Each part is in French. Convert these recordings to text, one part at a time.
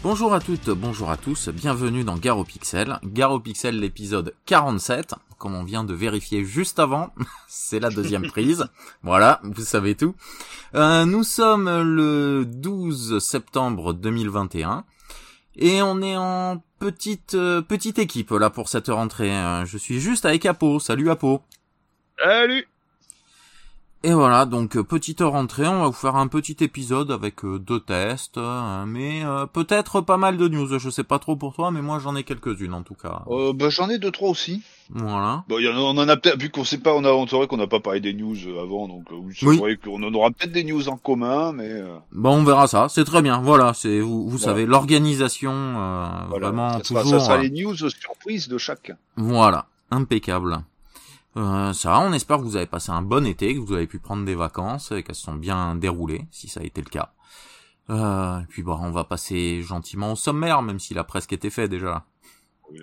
Bonjour à toutes, bonjour à tous, bienvenue dans Gare aux Pixels. Gare aux Pixels, l'épisode 47, comme on vient de vérifier juste avant, c'est la deuxième prise. Voilà, vous savez tout. Nous sommes le 12 septembre 2021 et on est en petite équipe là pour cette rentrée. Je suis juste avec Apo. Salut Apo. Salut. Et voilà, donc petite rentrée, on va vous faire un petit épisode avec 2 tests, mais peut-être pas mal de news, je sais pas trop pour toi, mais moi j'en ai quelques-unes en tout cas. J'en ai 2-3 aussi. Voilà. Bon, on en a peut-être, vu qu'on sait pas, c'est vrai qu'on n'a pas parlé des news avant, donc c'est vrai qu'on en aura peut-être des news en commun, mais... Bon, on verra ça, c'est très bien, voilà, c'est vous savez, l'organisation, voilà. vraiment Ça toujours... sera les news surprises de chacun. Voilà, impeccable. Ça, on espère que vous avez passé un bon été, que vous avez pu prendre des vacances et qu'elles se sont bien déroulées, si ça a été le cas. Et puis bon, on va passer gentiment au sommaire, même s'il a presque été fait déjà. Oui.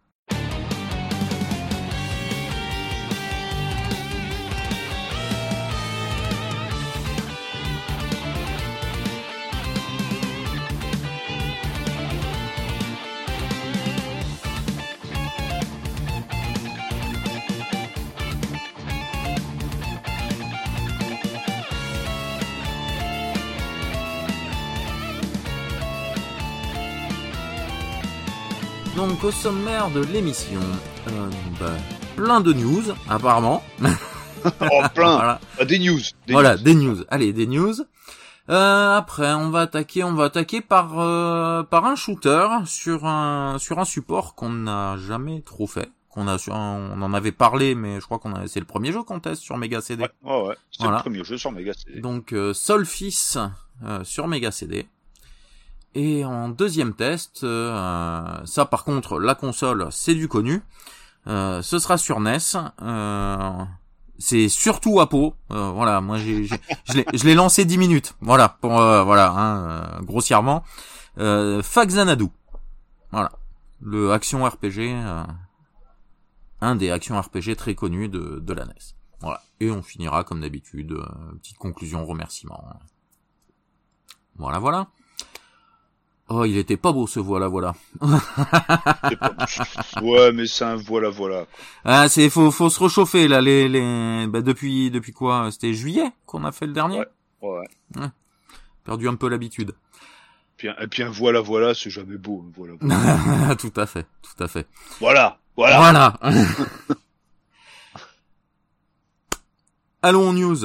Donc au sommaire de l'émission, plein de news apparemment. Oh plein. Voilà. Des news. Des news. Allez, des news. Après, on va attaquer par un shooter sur un support qu'on n'a jamais trop fait. On en avait parlé, mais je crois c'est le premier jeu qu'on teste sur Mega CD. Ouais. C'est le premier jeu sur Mega CD. Donc Solstice sur Mega CD. Et en deuxième test, ça par contre, la console, c'est du connu. Ce sera sur NES. C'est surtout Apo. Voilà, moi je l'ai lancé 10 minutes. Voilà, pour grossièrement. Faxanadu. Voilà, le action RPG, un des actions RPG très connus de la NES. Voilà, et on finira comme d'habitude, petite conclusion, remerciement. Voilà. Oh, il était pas beau ce voilà. Ouais, mais c'est un voilà. Ah, faut se réchauffer là depuis quoi? C'était juillet qu'on a fait le dernier? Ouais. Perdu un peu l'habitude. Et puis un voilà, c'est jamais beau, voilà. Tout à fait. Voilà. Allons aux news.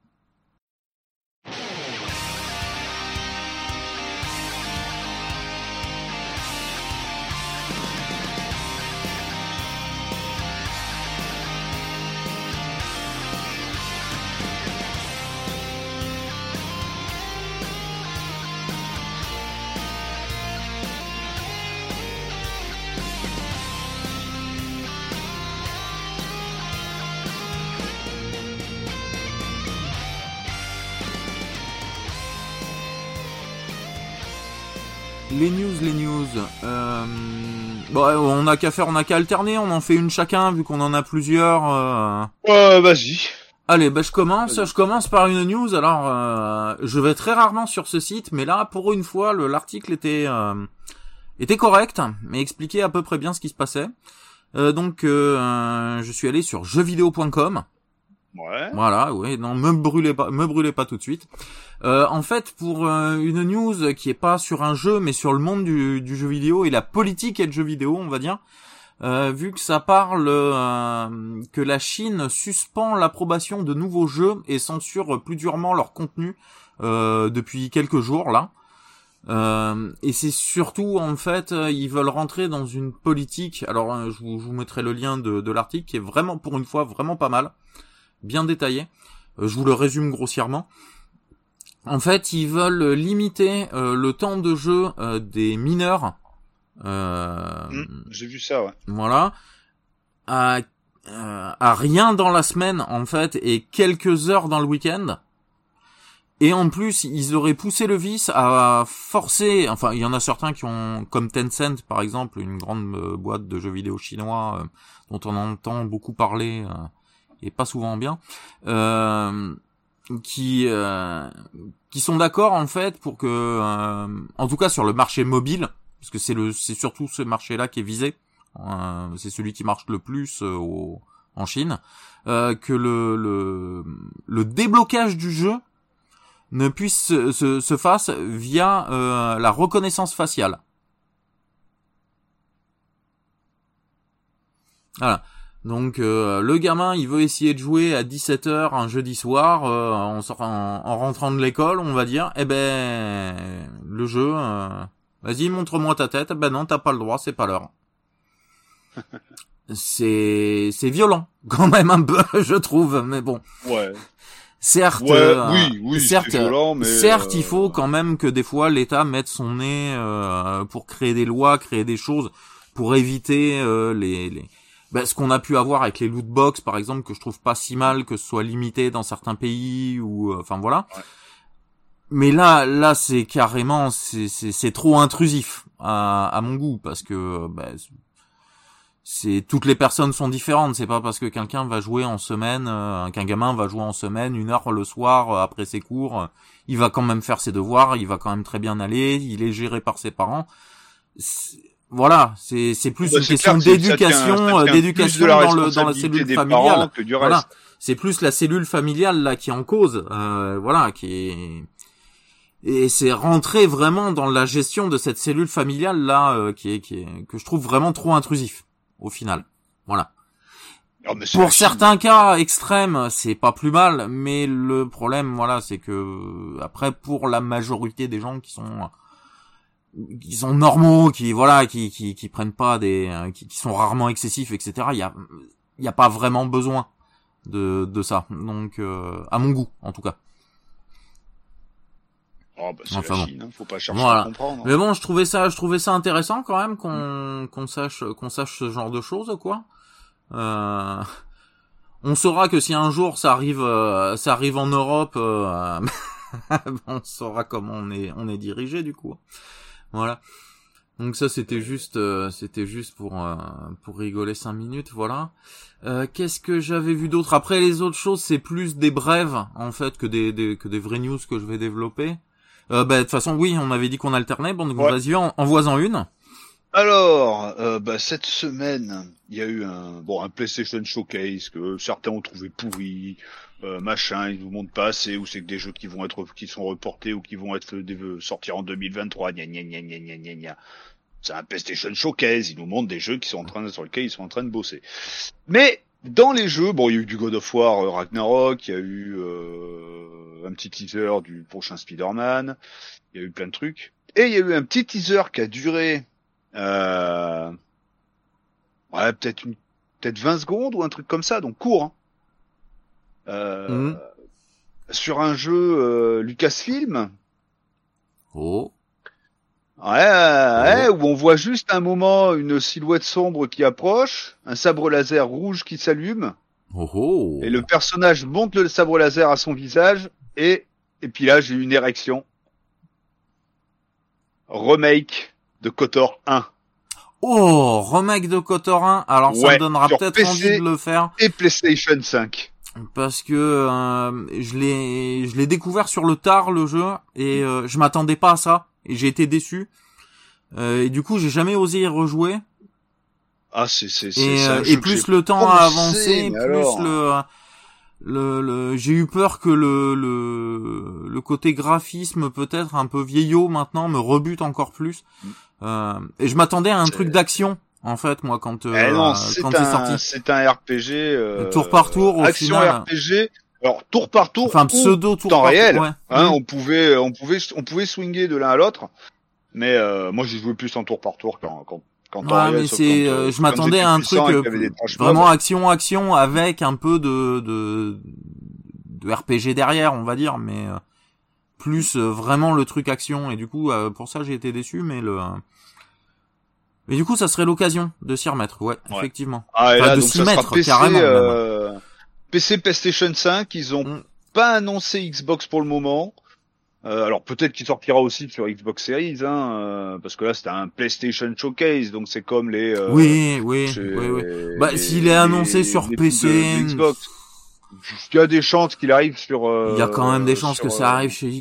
Les news. On a qu'à alterner, on en fait une chacun vu qu'on en a plusieurs. Vas-y. Allez, je commence par une news. Alors, je vais très rarement sur ce site, mais là, pour une fois, l'article était correct, mais expliquait à peu près bien ce qui se passait. Je suis allé sur jeuxvideo.com. Ouais. Voilà, oui, non, me brûlez pas tout de suite. En fait, pour une news qui est pas sur un jeu, mais sur le monde du jeu vidéo et la politique et le jeu vidéo, on va dire, vu que ça parle que la Chine suspend l'approbation de nouveaux jeux et censure plus durement leur contenu depuis quelques jours là. Et c'est surtout en fait, ils veulent rentrer dans une politique. Alors, je vous mettrai le lien de l'article qui est vraiment, pour une fois, vraiment pas mal. Bien détaillé. Je vous le résume grossièrement. En fait, ils veulent limiter le temps de jeu des mineurs. J'ai vu ça, ouais. Voilà. À rien dans la semaine, en fait, et quelques heures dans le week-end. Et en plus, ils auraient poussé le vice à forcer... Enfin, il y en a certains qui ont... Comme Tencent, par exemple, une grande boîte de jeux vidéo chinois dont on entend beaucoup parler... et pas souvent bien, qui sont d'accord en fait pour que, en tout cas sur le marché mobile, parce que c'est surtout ce marché-là qui est visé, c'est celui qui marche le plus en Chine, que le déblocage du jeu ne puisse se fasse via la reconnaissance faciale. Voilà. Donc le gamin, il veut essayer de jouer à 17h un jeudi soir en rentrant de l'école, on va dire. Eh ben le jeu vas-y, montre-moi ta tête. Ben non, t'as pas le droit, c'est pas l'heure. C'est violent quand même un peu, je trouve, mais bon. Ouais. Certes, oui, certes, c'est violent, mais certes, il faut quand même que des fois l'État mette son nez pour créer des lois, créer des choses pour éviter ce qu'on a pu avoir avec les loot box par exemple, que je trouve pas si mal que ce soit limité dans certains pays ou enfin voilà. Ouais. Mais là c'est carrément c'est trop intrusif à mon goût, parce que c'est toutes les personnes sont différentes. C'est pas parce que quelqu'un va jouer en semaine, qu'un gamin va jouer en semaine 1 heure le soir après ses cours, il va quand même faire ses devoirs, il va quand même très bien aller, il est géré par ses parents. Voilà, c'est plus une question d'éducation, d'éducation dans la cellule familiale. Voilà, c'est plus la cellule familiale là qui est en cause, voilà, et c'est rentrer vraiment dans la gestion de cette cellule familiale là qui est que je trouve vraiment trop intrusif au final. Voilà. Pour certains cas extrêmes, c'est pas plus mal, mais le problème, voilà, c'est que après pour la majorité des gens qui sont normaux, qui prennent pas qui sont rarement excessifs, etc. Il y a pas vraiment besoin de ça. Donc à mon goût, en tout cas. Oh, c'est la Chine, faut pas chercher à comprendre. Mais bon, je trouvais ça intéressant quand même qu'on sache ce genre de choses, quoi. On saura que si un jour ça arrive en Europe, on saura comment on est dirigé du coup. Voilà. Donc ça c'était juste pour rigoler 5 minutes, voilà. Qu'est-ce que j'avais vu d'autre? Après les autres choses, c'est plus des brèves en fait que des vraies news que je vais développer. De toute façon, oui, on avait dit qu'on alternait, bon donc vas-y, envoie-en une. Alors, cette semaine, il y a eu un PlayStation Showcase que certains ont trouvé pourri, machin, ils nous montrent pas assez, ou c'est que des jeux qui sont reportés ou qui vont sortir en 2023, gna gna gna gna gna gna gna. C'est un PlayStation Showcase, ils nous montrent des jeux sur lesquels ils sont en train de bosser. Mais dans les jeux, il y a eu du God of War Ragnarok, il y a eu un petit teaser du prochain Spider-Man, il y a eu plein de trucs, et il y a eu un petit teaser qui a duré peut-être 20 secondes ou un truc comme ça, donc court, hein. Sur un jeu Lucasfilm. Oh. Ouais, où on voit juste un moment une silhouette sombre qui approche, un sabre laser rouge qui s'allume, et le personnage monte le sabre laser à son visage, et puis là j'ai eu une érection. Remake de KOTOR 1. Oh, remake de KOTOR 1. Alors ça me donnera peut-être PC envie de le faire. Et PlayStation 5. Parce que je l'ai découvert sur le tard le jeu, et je m'attendais pas à ça, et j'ai été déçu. Et du coup, j'ai jamais osé y rejouer. Ah, c'est et plus le temps a avancé, plus j'ai eu peur que le côté graphisme peut-être un peu vieillot maintenant me rebute encore plus. Et je m'attendais à un truc d'action en fait, moi quand c'est sorti. C'est un RPG tour par tour au action final. RPG. Alors tour par tour, enfin pseudo tour temps par réel. Tour, ouais. Hein, on pouvait swinger de l'un à l'autre. Mais moi j'ai joué plus en tour par tour quand mais je m'attendais à un truc vraiment action avec un peu de RPG derrière, on va dire, mais plus vraiment le truc action, et du coup pour ça j'ai été déçu, mais du coup ça serait l'occasion de s'y remettre, effectivement. Ah, et là, de donc, s'y mettre PC, carrément. PC, PlayStation 5, ils ont pas annoncé Xbox pour le moment. Alors peut-être qu'il sortira aussi sur Xbox Series, parce que là c'était un PlayStation Showcase, donc c'est comme les. Oui. S'il est annoncé sur PC, Xbox. Il y a des chances qu'il arrive sur. Il y a quand même des chances que ça arrive sur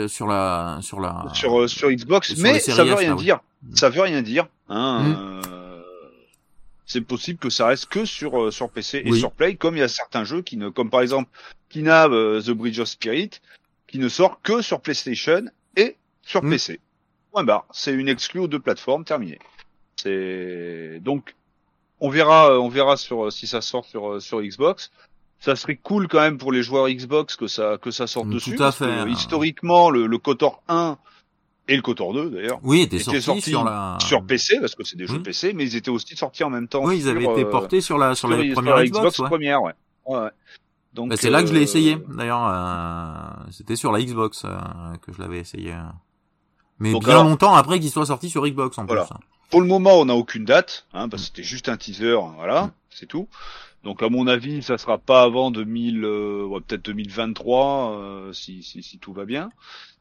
Xbox, sur mais les séries ça veut S, rien là, oui. dire. Ça veut rien dire. Hein, c'est possible que ça reste que sur PC et Oui. sur Play, comme il y a certains jeux comme par exemple Knav, The Bridge of Spirit, qui ne sort que sur PlayStation et sur PC. Point barre. C'est une exclue aux deux plateformes, terminé. Donc on verra si ça sort sur Xbox. Ça serait cool quand même pour les joueurs Xbox que ça sorte dessus. Tout à parce fait. que, historiquement, le KOTOR 1 et le KOTOR 2 d'ailleurs. Oui, étaient sortis sur PC parce que c'est des jeux PC, mais ils étaient aussi sortis en même temps. Oui, ils avaient été portés sur la première Xbox première, ouais. Donc c'est là que je l'ai essayé. D'ailleurs, c'était sur la Xbox que je l'avais essayé. Mais donc, bien longtemps après qu'il soit sorti sur Xbox en plus. Pour le moment, on n'a aucune date, parce que c'était juste un teaser, voilà, c'est tout. Donc à mon avis, ça sera pas avant peut-être 2023 si tout va bien.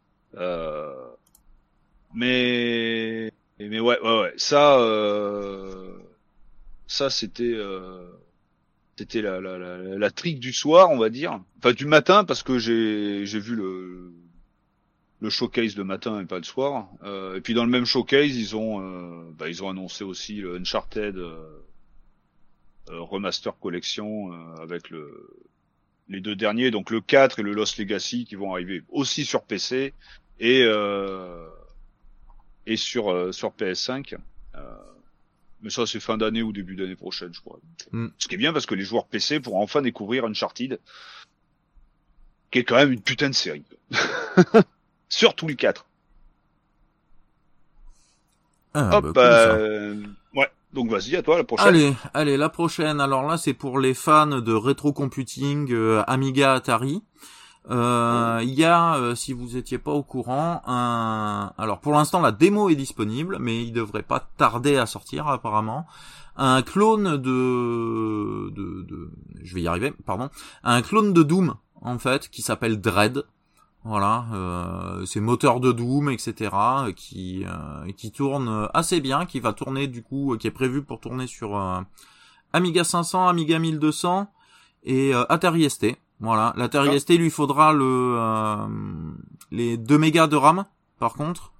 Mais ouais, ça c'était la trick du soir, on va dire, enfin du matin, parce que j'ai vu le showcase le matin et pas le soir. Et puis dans le même showcase, ils ont annoncé aussi le Uncharted Remaster Collection avec les deux derniers, donc le 4 et le Lost Legacy, qui vont arriver aussi sur PC et sur PS5. Mais ça c'est fin d'année ou début d'année prochaine, je crois. Ce qui est bien parce que les joueurs PC pourront enfin découvrir Uncharted, qui est quand même une putain de série. Surtout le 4. Ouais. Donc vas-y, à toi la prochaine. Allez, la prochaine. Alors là, c'est pour les fans de rétro computing, Amiga, Atari. Il y a, si vous étiez pas au courant, alors pour l'instant la démo est disponible, mais il devrait pas tarder à sortir apparemment. Un clone je vais y arriver, pardon. Un clone de Doom en fait qui s'appelle Dread. Voilà, c'est moteur de Doom, etc. qui tourne assez bien, qui va tourner du coup, qui est prévu pour tourner sur Amiga 500, Amiga 1200 et Atari ST. Voilà, l'Atari ST lui faudra les 2 mégas de RAM. Par contre,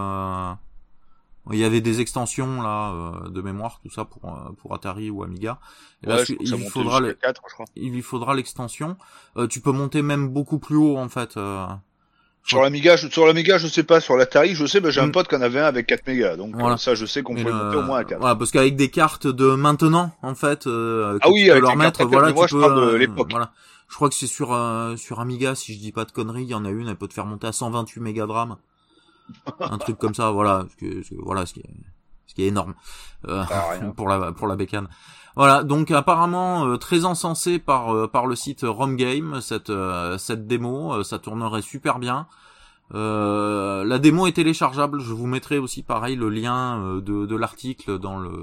il y avait des extensions là de mémoire, tout ça pour Atari ou Amiga. Et là, il lui faudra l'extension. Tu peux monter même beaucoup plus haut en fait. Sur l'Amiga, je sais pas. Sur l'Atari, je sais. J'ai un pote qui en avait un avec 4 mégas, donc voilà. Ça, je sais qu'on pouvait monter au moins à 4. Voilà, parce qu'avec des cartes de maintenant, en fait, tu peux leur mettre, voilà, moi, tu peux. Je parle de l'époque. Voilà. Je crois que c'est sur Amiga, si je dis pas de conneries, il y en a une, elle peut te faire monter à 128 mégas de RAM. Un truc comme ça, voilà, ce qui est énorme pour la bécane. Voilà, donc apparemment très encensé par le site RomGame cette démo, ça tournerait super bien. La démo est téléchargeable, je vous mettrai aussi pareil le lien de l'article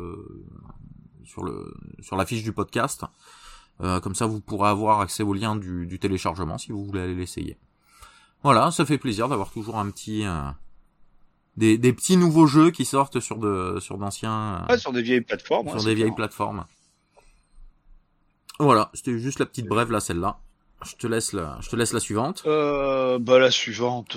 sur la fiche du podcast. Comme ça vous pourrez avoir accès au lien du téléchargement si vous voulez aller l'essayer. Voilà, ça fait plaisir d'avoir toujours un petit des petits nouveaux jeux qui sortent sur d'anciens sur des vieilles plateformes, vieilles plateformes. Voilà, c'était juste la petite brève là, celle-là. Je te laisse la suivante. La suivante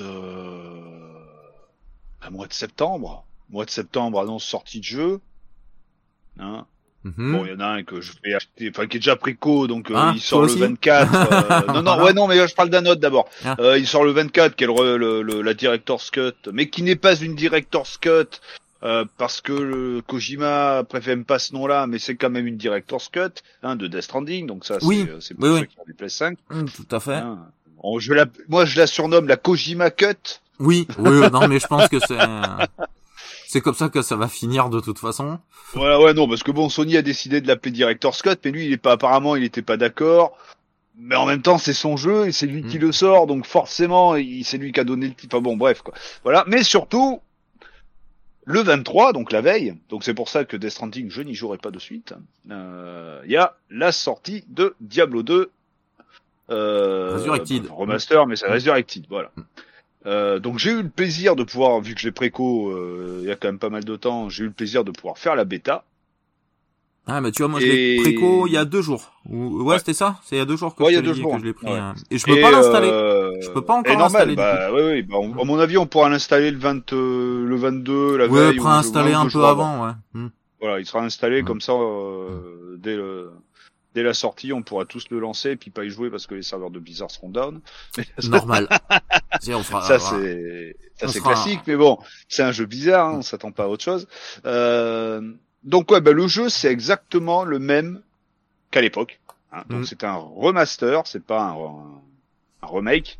mois de septembre. Annonce sortie de jeu. Hein. Bon, il y en a un que je vais acheter, enfin qui est déjà préco, donc il sort le 24. Non, mais je parle d'un autre d'abord. Il sort le 24, qui est la Director's Cut, mais qui n'est pas une Director's Cut parce que le Kojima préfère pas ce nom-là, mais c'est quand même une Director's Cut, de Death Stranding, donc ça c'est pour ceux qui ont des PS5. Tout à fait. Moi je la surnomme la Kojima Cut. Oui, non, mais je pense que c'est comme ça que ça va finir de toute façon. Voilà, ouais, non, parce que bon, Sony a décidé de l'appeler Director's Cut, mais lui, apparemment, il était pas d'accord. Mais en même temps, c'est son jeu, et c'est lui qui le sort, donc forcément, c'est lui qui a donné le titre. Enfin bon, bref, quoi. Voilà. Mais surtout, le 23, donc la veille, donc c'est pour ça que Death Stranding, je n'y jouerai pas de suite, il y a la sortie de Diablo 2, Resurrected. Remaster, mais c'est Resurrected, voilà. Donc j'ai eu le plaisir de pouvoir, vu que je l'ai préco il y a quand même pas mal de temps, j'ai eu le plaisir de pouvoir faire la bêta. Ah, mais tu vois, moi, je l'ai préco il y a 2 jours. Ouais, c'était ça? C'est il y a 2 jours que il y je a te 2 l'ai dit jours. que je l'ai pris. Ouais. Et je peux pas l'installer. Je peux pas Et encore normal, l'installer, du coup. oui. À mon avis, on pourra l'installer le 22, la Ouais, veille, ou le 20 préinstaller ou un 2 peu jours avant. avant, ouais. Voilà, il sera installé comme ça, Mm. dès la sortie, on pourra tous le lancer et puis pas y jouer parce que les serveurs de Blizzard seront down. Normal. On fera, Ça, voilà. c'est sera... classique, mais bon, c'est un jeu bizarre, hein, on s'attend pas à autre chose. Donc ouais, le jeu, c'est exactement le même qu'à l'époque. Hein. Donc c'est un remaster, c'est pas un remake.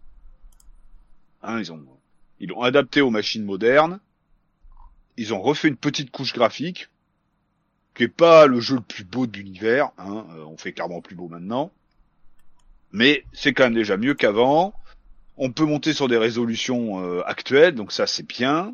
Hein, ils l'ont adapté aux machines modernes. Ils ont refait une petite couche graphique, qui est pas le jeu le plus beau de l'univers. Hein. On fait clairement plus beau maintenant. Mais c'est quand même déjà mieux qu'avant. On peut monter sur des résolutions actuelles, donc ça c'est bien.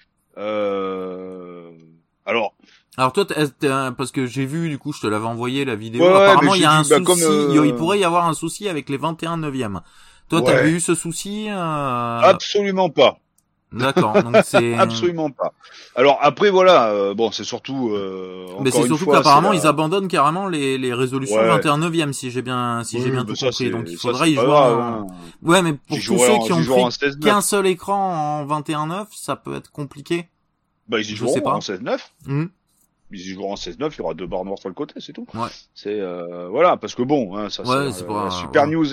Alors toi, parce que j'ai vu, du coup, je te l'avais envoyé la vidéo. ouais, Apparemment, il y a un souci. comme, Il pourrait y avoir un souci avec les 21/9e. Toi, ouais. t'avais eu ce souci Absolument pas. D'accord. Donc c'est absolument pas. Alors après voilà, bon c'est surtout. Mais c'est surtout qu'apparemment ils abandonnent carrément les résolutions ouais. 21/9e si j'ai bien tout compris. Donc il faudrait y jouer. Hein. Ouais, mais pour tous ceux qui ont pris qu'un 16:9. seul écran en 21/9, ça peut être compliqué. Bah ils y joueront en 16:9. Ils y joueront en 16:9, il y aura 2 barres noires sur le côté, c'est tout. Ouais. C'est voilà, parce que bon, hein, ça c'est la super news,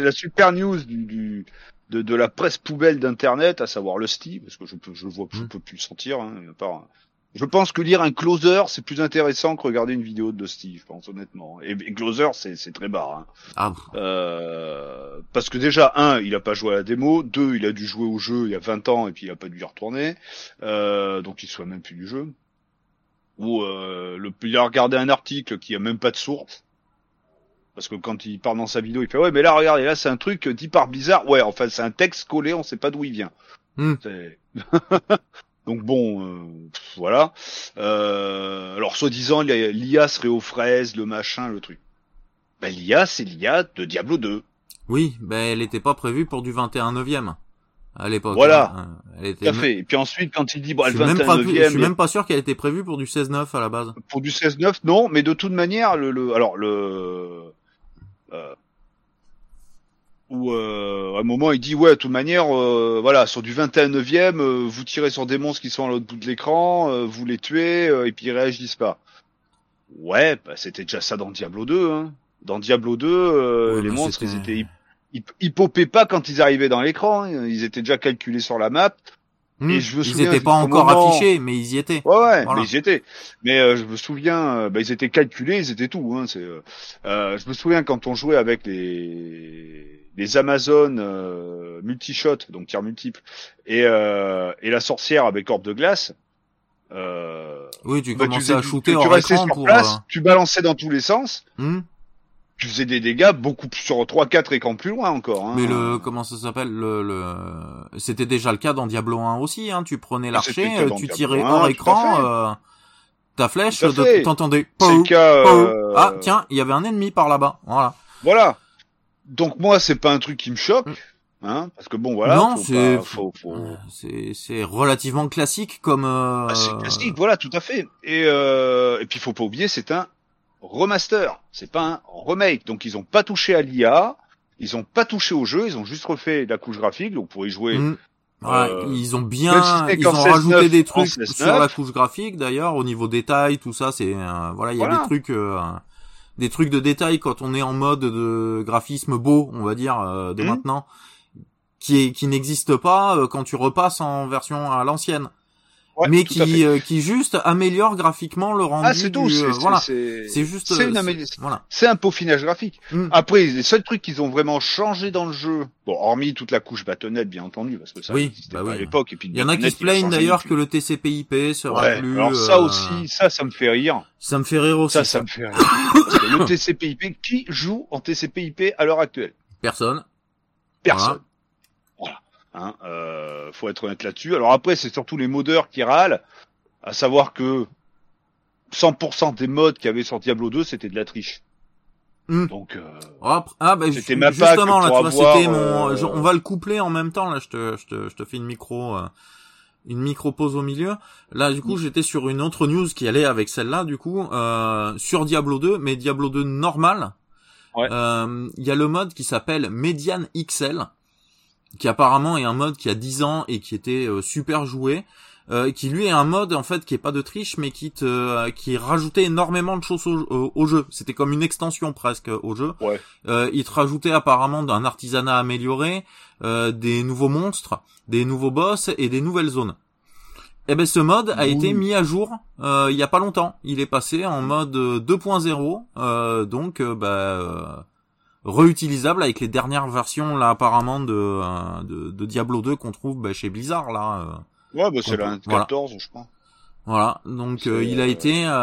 de la presse poubelle d'internet, à savoir le Steve, parce que je peux plus le sentir. Hein, je pense que lire un closer c'est plus intéressant que regarder une vidéo de Steve, je pense honnêtement. Et closer c'est très bas. Hein. Parce que déjà il a pas joué à la démo, 2 il a dû jouer au jeu il y a 20 ans et puis il a pas dû y retourner, donc il se souvient même plus du jeu. Ou il a regardé un article qui a même pas de source. Parce que quand il parle dans sa vidéo, il fait ouais mais là regardez, là c'est un truc dit par Blizzard. Ouais, enfin c'est un texte collé, on sait pas d'où il vient. Donc bon, voilà. Alors soi-disant l'IA serait aux fraises, le machin, le truc. Ben l'IA c'est l'IA de Diablo 2. Oui, elle était pas prévue pour du 21/9e. À l'époque. Voilà. Hein. Tout à fait. Et puis ensuite, quand il dit, le 21/9e. Je suis même pas sûr qu'elle était prévue pour du 16/9 à la base. Pour du 16/9, non, mais de toute manière, à un moment, il dit, ouais, de toute manière, voilà, sur du 21/9e, vous tirez sur des monstres qui sont à l'autre bout de l'écran, vous les tuez, et puis ils réagissent pas. Ouais, c'était déjà ça dans Diablo 2, hein. Dans Diablo 2, les monstres, ils popaient pas quand ils arrivaient dans l'écran, hein. Ils étaient déjà calculés sur la map. Et je me souviens, ils étaient pas encore affichés, mais ils y étaient. Ouais, voilà. Mais ils y étaient. Mais je me souviens, ils étaient calculés, ils étaient tout. Hein. Je me souviens quand on jouait avec les Amazones multi-shot, donc tir multiple, et la sorcière avec orbe de glace. Oui, tu commençais à shooter tu hors restais écran sur place, tu balançais dans tous les sens. Tu faisais des dégâts beaucoup plus sur 3-4 écrans plus loin encore. Hein. Mais comment ça s'appelle c'était déjà le cas dans Diablo 1 aussi. Hein. Tu prenais l'archer, tu tirais hors écran, ta flèche, t'entendais. Ah tiens, il y avait un ennemi par là-bas. Voilà. Donc moi, c'est pas un truc qui me choque. Hein, parce que bon voilà. Non, c'est relativement classique comme. C'est classique, voilà, tout à fait. Et puis faut pas oublier, c'est un remaster, c'est pas un remake. Donc ils ont pas touché à l'IA, ils ont pas touché au jeu, ils ont juste refait la couche graphique, donc pour y jouer. Ils ont rajouté des trucs sur la couche graphique d'ailleurs au niveau détail, tout ça. C'est il y a des trucs de détail quand on est en mode de graphisme beau, on va dire de maintenant, qui n'existe pas quand tu repasses en version à l'ancienne. Ouais, mais qui juste améliore graphiquement le rendu. Ah, c'est tout. C'est juste. C'est un peaufinage graphique. Après, les seuls trucs qu'ils ont vraiment changé dans le jeu, bon, hormis toute la couche Battle.net, bien entendu, parce que ça n'existait pas à l'époque. Et puis il y en a qui se plaignent d'ailleurs que le TCP/IP sera plus. Alors ça aussi, ça me fait rire. Ça me fait rire aussi. Ça me fait rire. Parce que le TCP/IP, qui joue en TCP/IP à l'heure actuelle? Personne. Voilà. Hein, faut être honnête là-dessus. Alors après, c'est surtout les modeurs qui râlent, à savoir que 100% des mods qu'il y avait sur Diablo 2, c'était de la triche. Donc, c'était ma justement là, tu vois, c'était on va le coupler en même temps là. Je te fais une micro une micro-pause au milieu. Là, du coup, j'étais sur une autre news qui allait avec celle-là, du coup, sur Diablo 2, mais Diablo 2 normal. Ouais. Il y a le mode qui s'appelle Median XL, qui apparemment est un mode qui a 10 ans et qui était super joué. Qui lui est un mode en fait qui est pas de triche mais qui rajoutait énormément de choses au jeu. C'était comme une extension presque au jeu. Ouais. Il te rajoutait apparemment un artisanat amélioré, des nouveaux monstres, des nouveaux boss et des nouvelles zones. Et ben ce mode a été mis à jour il y a pas longtemps. Il est passé en mode 2.0 donc réutilisable avec les dernières versions là apparemment de Diablo 2 qu'on trouve chez Blizzard là. Ouais, bah c'est la 14, je crois. Voilà, donc il a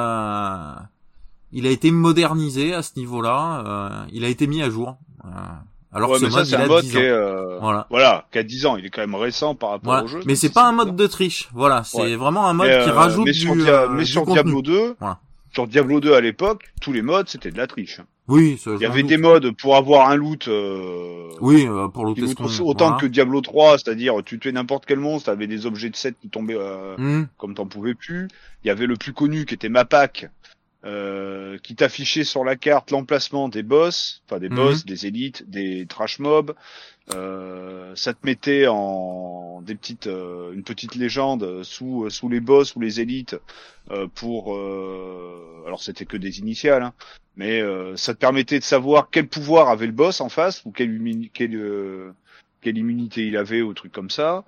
été modernisé à ce niveau-là, il a été mis à jour. Alors que ce mode, c'est un mode qui a 10 ans, il est quand même récent par rapport au jeu. Mais c'est pas un mode de triche, voilà, c'est vraiment un mode qui rajoute sur Diablo 2, sur Diablo 2 à l'époque, tous les modes c'était de la triche. Oui, il y avait des modes pour avoir un loot pour looter autant que Diablo 3, c'est-à-dire tu tuais n'importe quel monstre, t'avais des objets de set qui tombaient comme t'en pouvais plus. Il y avait le plus connu qui était Mapak, qui t'affichait sur la carte l'emplacement des boss, enfin des boss, des élites, des trash mobs. Ça te mettait en une petite légende sous les boss ou les élites alors c'était que des initiales, hein, mais ça te permettait de savoir quel pouvoir avait le boss en face ou quelle immunité il avait ou truc comme ça.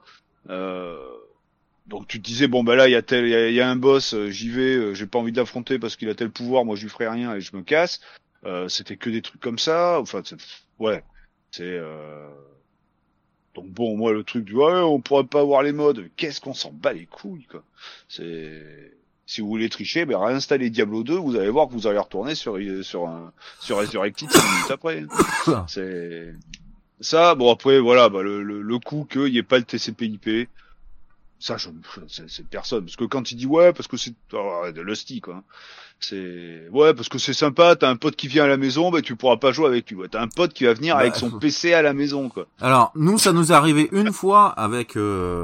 Donc tu te disais bon là il y a un boss, j'y vais, j'ai pas envie de l'affronter parce qu'il a tel pouvoir, moi je lui ferai rien et je me casse. C'était que des trucs comme ça. Enfin c'est donc bon, moi le truc du on pourrait pas avoir les modes, qu'est-ce qu'on s'en bat les couilles quoi. Si vous voulez tricher, réinstallez Diablo 2, vous allez voir que vous allez retourner sur Resurrected 5 minutes après. C'est ça. Bon après voilà, le coup qu'il y ait pas le TCP/IP, ça c'est personne, parce que quand il dit parce que c'est de Lusty quoi. C'est parce que c'est sympa, t'as un pote qui vient à la maison, tu pourras pas jouer avec lui. T'as un pote qui va venir avec son PC à la maison quoi. Alors nous ça nous est arrivé une fois avec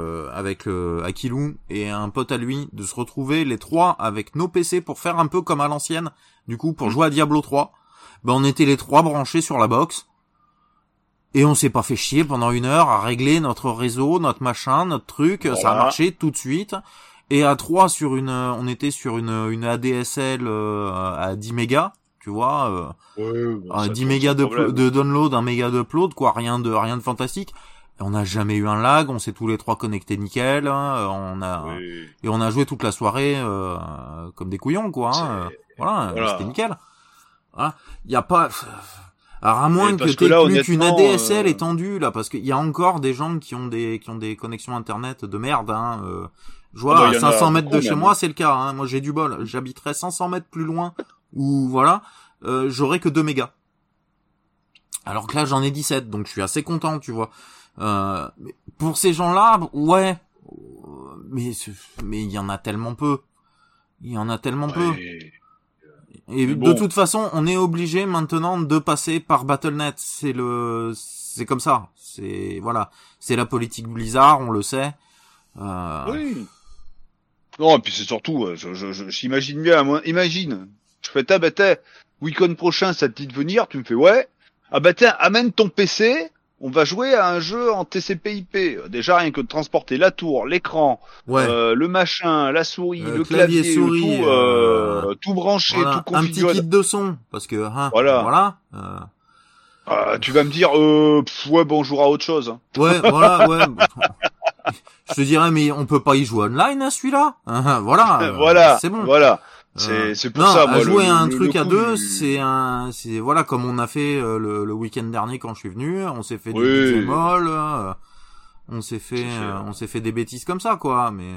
Akilou et un pote à lui de se retrouver les trois avec nos PC pour faire un peu comme à l'ancienne. Du coup pour jouer à Diablo 3, on était les trois branchés sur la box et on s'est pas fait chier pendant 1 heure à régler notre réseau, notre machin, notre truc. Voilà. Ça a marché tout de suite. Et à 3 on était sur une ADSL à 10 mégas, tu vois, 10 mégas de download, 1 méga d'upload, quoi, rien de fantastique. Et on n'a jamais eu un lag, on s'est tous les trois connectés nickel, et on a joué toute la soirée comme des couillons, quoi. Voilà, c'était nickel. Voilà, y a pas. Alors à moins que t'aies plus qu'une ADSL étendue là, parce qu'il y a encore des gens qui ont des connexions internet de merde, je vois, à 500 mètres de chez moi, c'est le cas, hein. Moi, j'ai du bol. J'habiterais 500 mètres plus loin, ou j'aurais que 2 mégas. Alors que là, j'en ai 17, donc je suis assez content, tu vois. Pour ces gens-là, mais il y en a tellement peu. Et de toute façon, on est obligé maintenant de passer par Battle.net. C'est comme ça. C'est la politique Blizzard, on le sait. Oui. Non, et puis c'est surtout, j'imagine bien, moi, imagine, je fais, week-end prochain, ça te dit de venir, tu me fais, amène ton PC, on va jouer à un jeu en TCP/IP. Déjà, rien que de transporter la tour, l'écran, le machin, la souris, le clavier souris, tout branché, tout configuré. Un petit kit de son, parce que, tu vas me dire, on jouera à autre chose. Je te dirais, mais on peut pas y jouer online, celui-là. C'est bon. Voilà. C'est pour ça, moi. Jouer un truc à deux, c'est comme on a fait le week-end dernier quand je suis venu. On s'est fait du beat'em all, on s'est fait des bêtises comme ça, quoi. Mais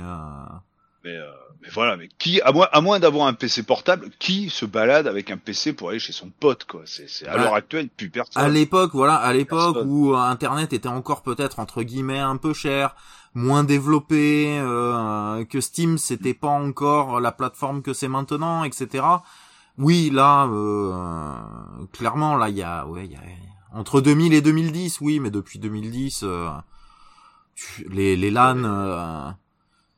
qui, à moins d'avoir un PC portable, qui se balade avec un PC pour aller chez son pote, quoi. C'est à l'heure actuelle, plus personne. À l'époque où Internet était encore peut-être entre guillemets un peu cher, moins développé, que Steam c'était pas encore la plateforme que c'est maintenant, etc. Oui, là, clairement, là, il y a entre 2000 et 2010, oui, mais depuis 2010, les LAN,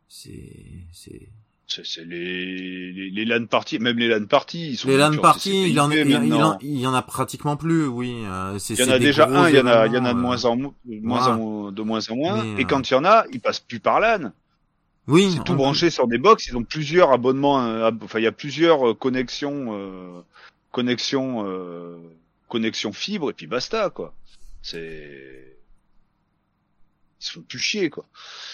C'est les LAN parties, même les LAN parties, ils sont les LAN parties, il y en a pratiquement plus, oui. Il y en a déjà un, il y en a de moins en moins, Mais, et quand il y en a, ils passent plus par LAN. Oui. C'est tout branché sur des box, ils ont plusieurs abonnements, enfin il y a plusieurs connexions fibre et puis basta quoi. Ils se font plus chier quoi.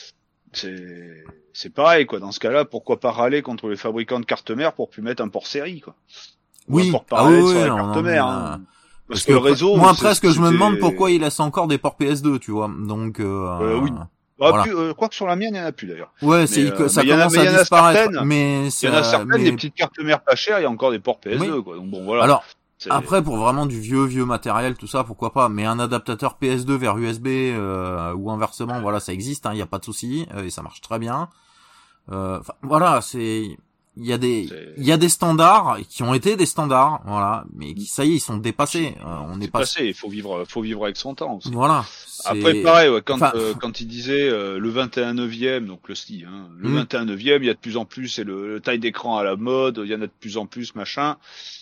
C'est pareil quoi. Dans ce cas-là, pourquoi pas râler contre les fabricants de cartes mères pour plus mettre un port série quoi. Oui. Un port parallèle sur la non, carte non, mère. mais, Parce que le réseau. Moi presque je me demande pourquoi il laisse encore des ports PS2, tu vois. Donc. Oui. Voilà. Je crois que sur la mienne, il n'y en a plus d'ailleurs. Ouais, ça commence à disparaître. Mais il y en a certaines, des petites cartes mères pas chères, il y a encore des ports PS2, quoi. Donc bon, voilà. Alors, après, pour vraiment du vieux matériel, tout ça, pourquoi pas. Mais un adaptateur PS2 vers USB, ou inversement, voilà, ça existe, hein, il y a pas de souci, et ça marche très bien. Voilà, il y a des standards qui ont été des standards, voilà, mais qui, ça y est, ils sont dépassés. On n'est pas passé. Il faut vivre avec son temps aussi. Voilà. Après, pareil, ouais, quand il disait le 21/9, donc le STI, hein, le 21/9, il y a de plus en plus, c'est le taille d'écran à la mode, il y en a de plus en plus, machin.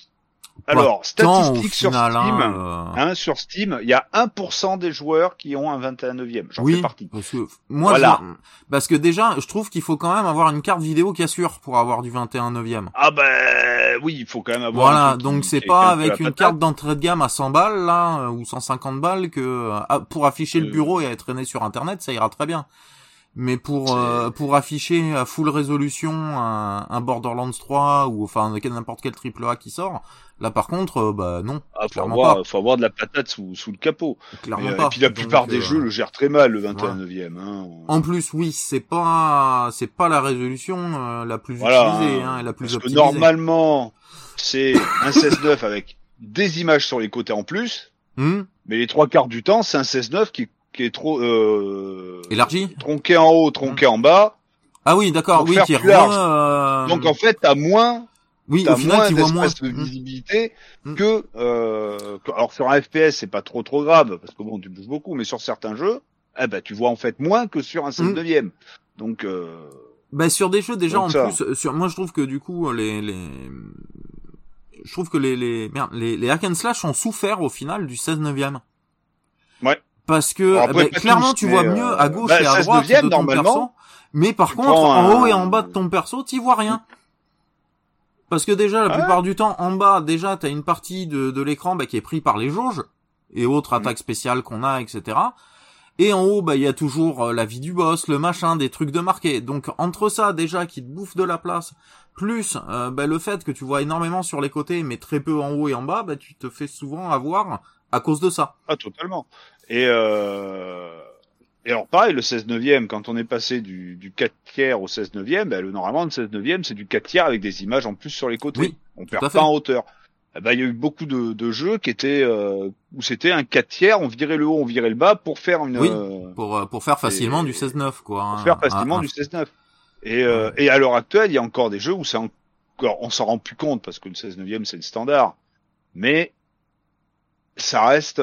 Alors, statistiques sur Steam, sur Steam, il y a 1% des joueurs qui ont un 21/9. J'en fais partie. Parce que moi, parce que déjà, je trouve qu'il faut quand même avoir une carte vidéo qui assure pour avoir du 21/9. Ah ben oui, il faut quand même avoir. Voilà, donc c'est pas avec une carte d'entrée de gamme à 100 balles là ou 150 balles que pour afficher le bureau et être traîné sur internet, ça ira très bien. Mais pour afficher à full résolution un Borderlands 3 ou enfin n'importe quel AAA qui sort, là par contre non. Faut avoir de la patate sous le capot. Clairement pas. Et puis la plupart des jeux le gèrent très mal le 21/9. Hein. En plus, oui, c'est pas la résolution la plus utilisée et la plus optimisée. Parce que normalement, c'est un 16:9 avec des images sur les côtés en plus. Mais les 3/4 du temps, c'est un 16:9 qui est trop élargi, tronqué en haut, tronqué en bas. Ah oui, d'accord, oui, qui est large. Donc en fait, t'as moins au final, tu vois moins de visibilité que alors sur un FPS, c'est pas trop grave parce que bon, tu bouges beaucoup, mais sur certains jeux, tu vois en fait moins que sur un 16/9. Donc sur des jeux déjà en plus moi je trouve que du coup je trouve que les hack and slash ont souffert au final du 16/9. Ouais. Parce que clairement tu vois mieux à gauche et à droite de ton perso, mais par contre en haut et en bas de ton perso t'y vois rien. Parce que déjà la plupart du temps en bas déjà t'as une partie de l'écran qui est pris par les jauges et autres attaques spéciales qu'on a, etc. Et en haut il y a toujours la vie du boss, le machin, des trucs de marqué. Donc entre ça déjà qui te bouffe de la place, plus le fait que tu vois énormément sur les côtés mais très peu en haut et en bas, tu te fais souvent avoir à cause de ça. Ah totalement. Et alors pareil, le 16/9, quand on est passé du 4/3 au 16/9, normalement le 16/9 c'est du 4/3 avec des images en plus sur les côtés. Oui, on perd pas en hauteur. Il y a eu beaucoup de jeux qui étaient où c'était un 4/3, on virait le haut, on virait le bas pour faire pour faire facilement du 16/9 quoi. Pour faire facilement du 16/9. Et à l'heure actuelle, il y a encore des jeux où on s'en rend plus compte parce que le 16/9 c'est le standard. Mais ça reste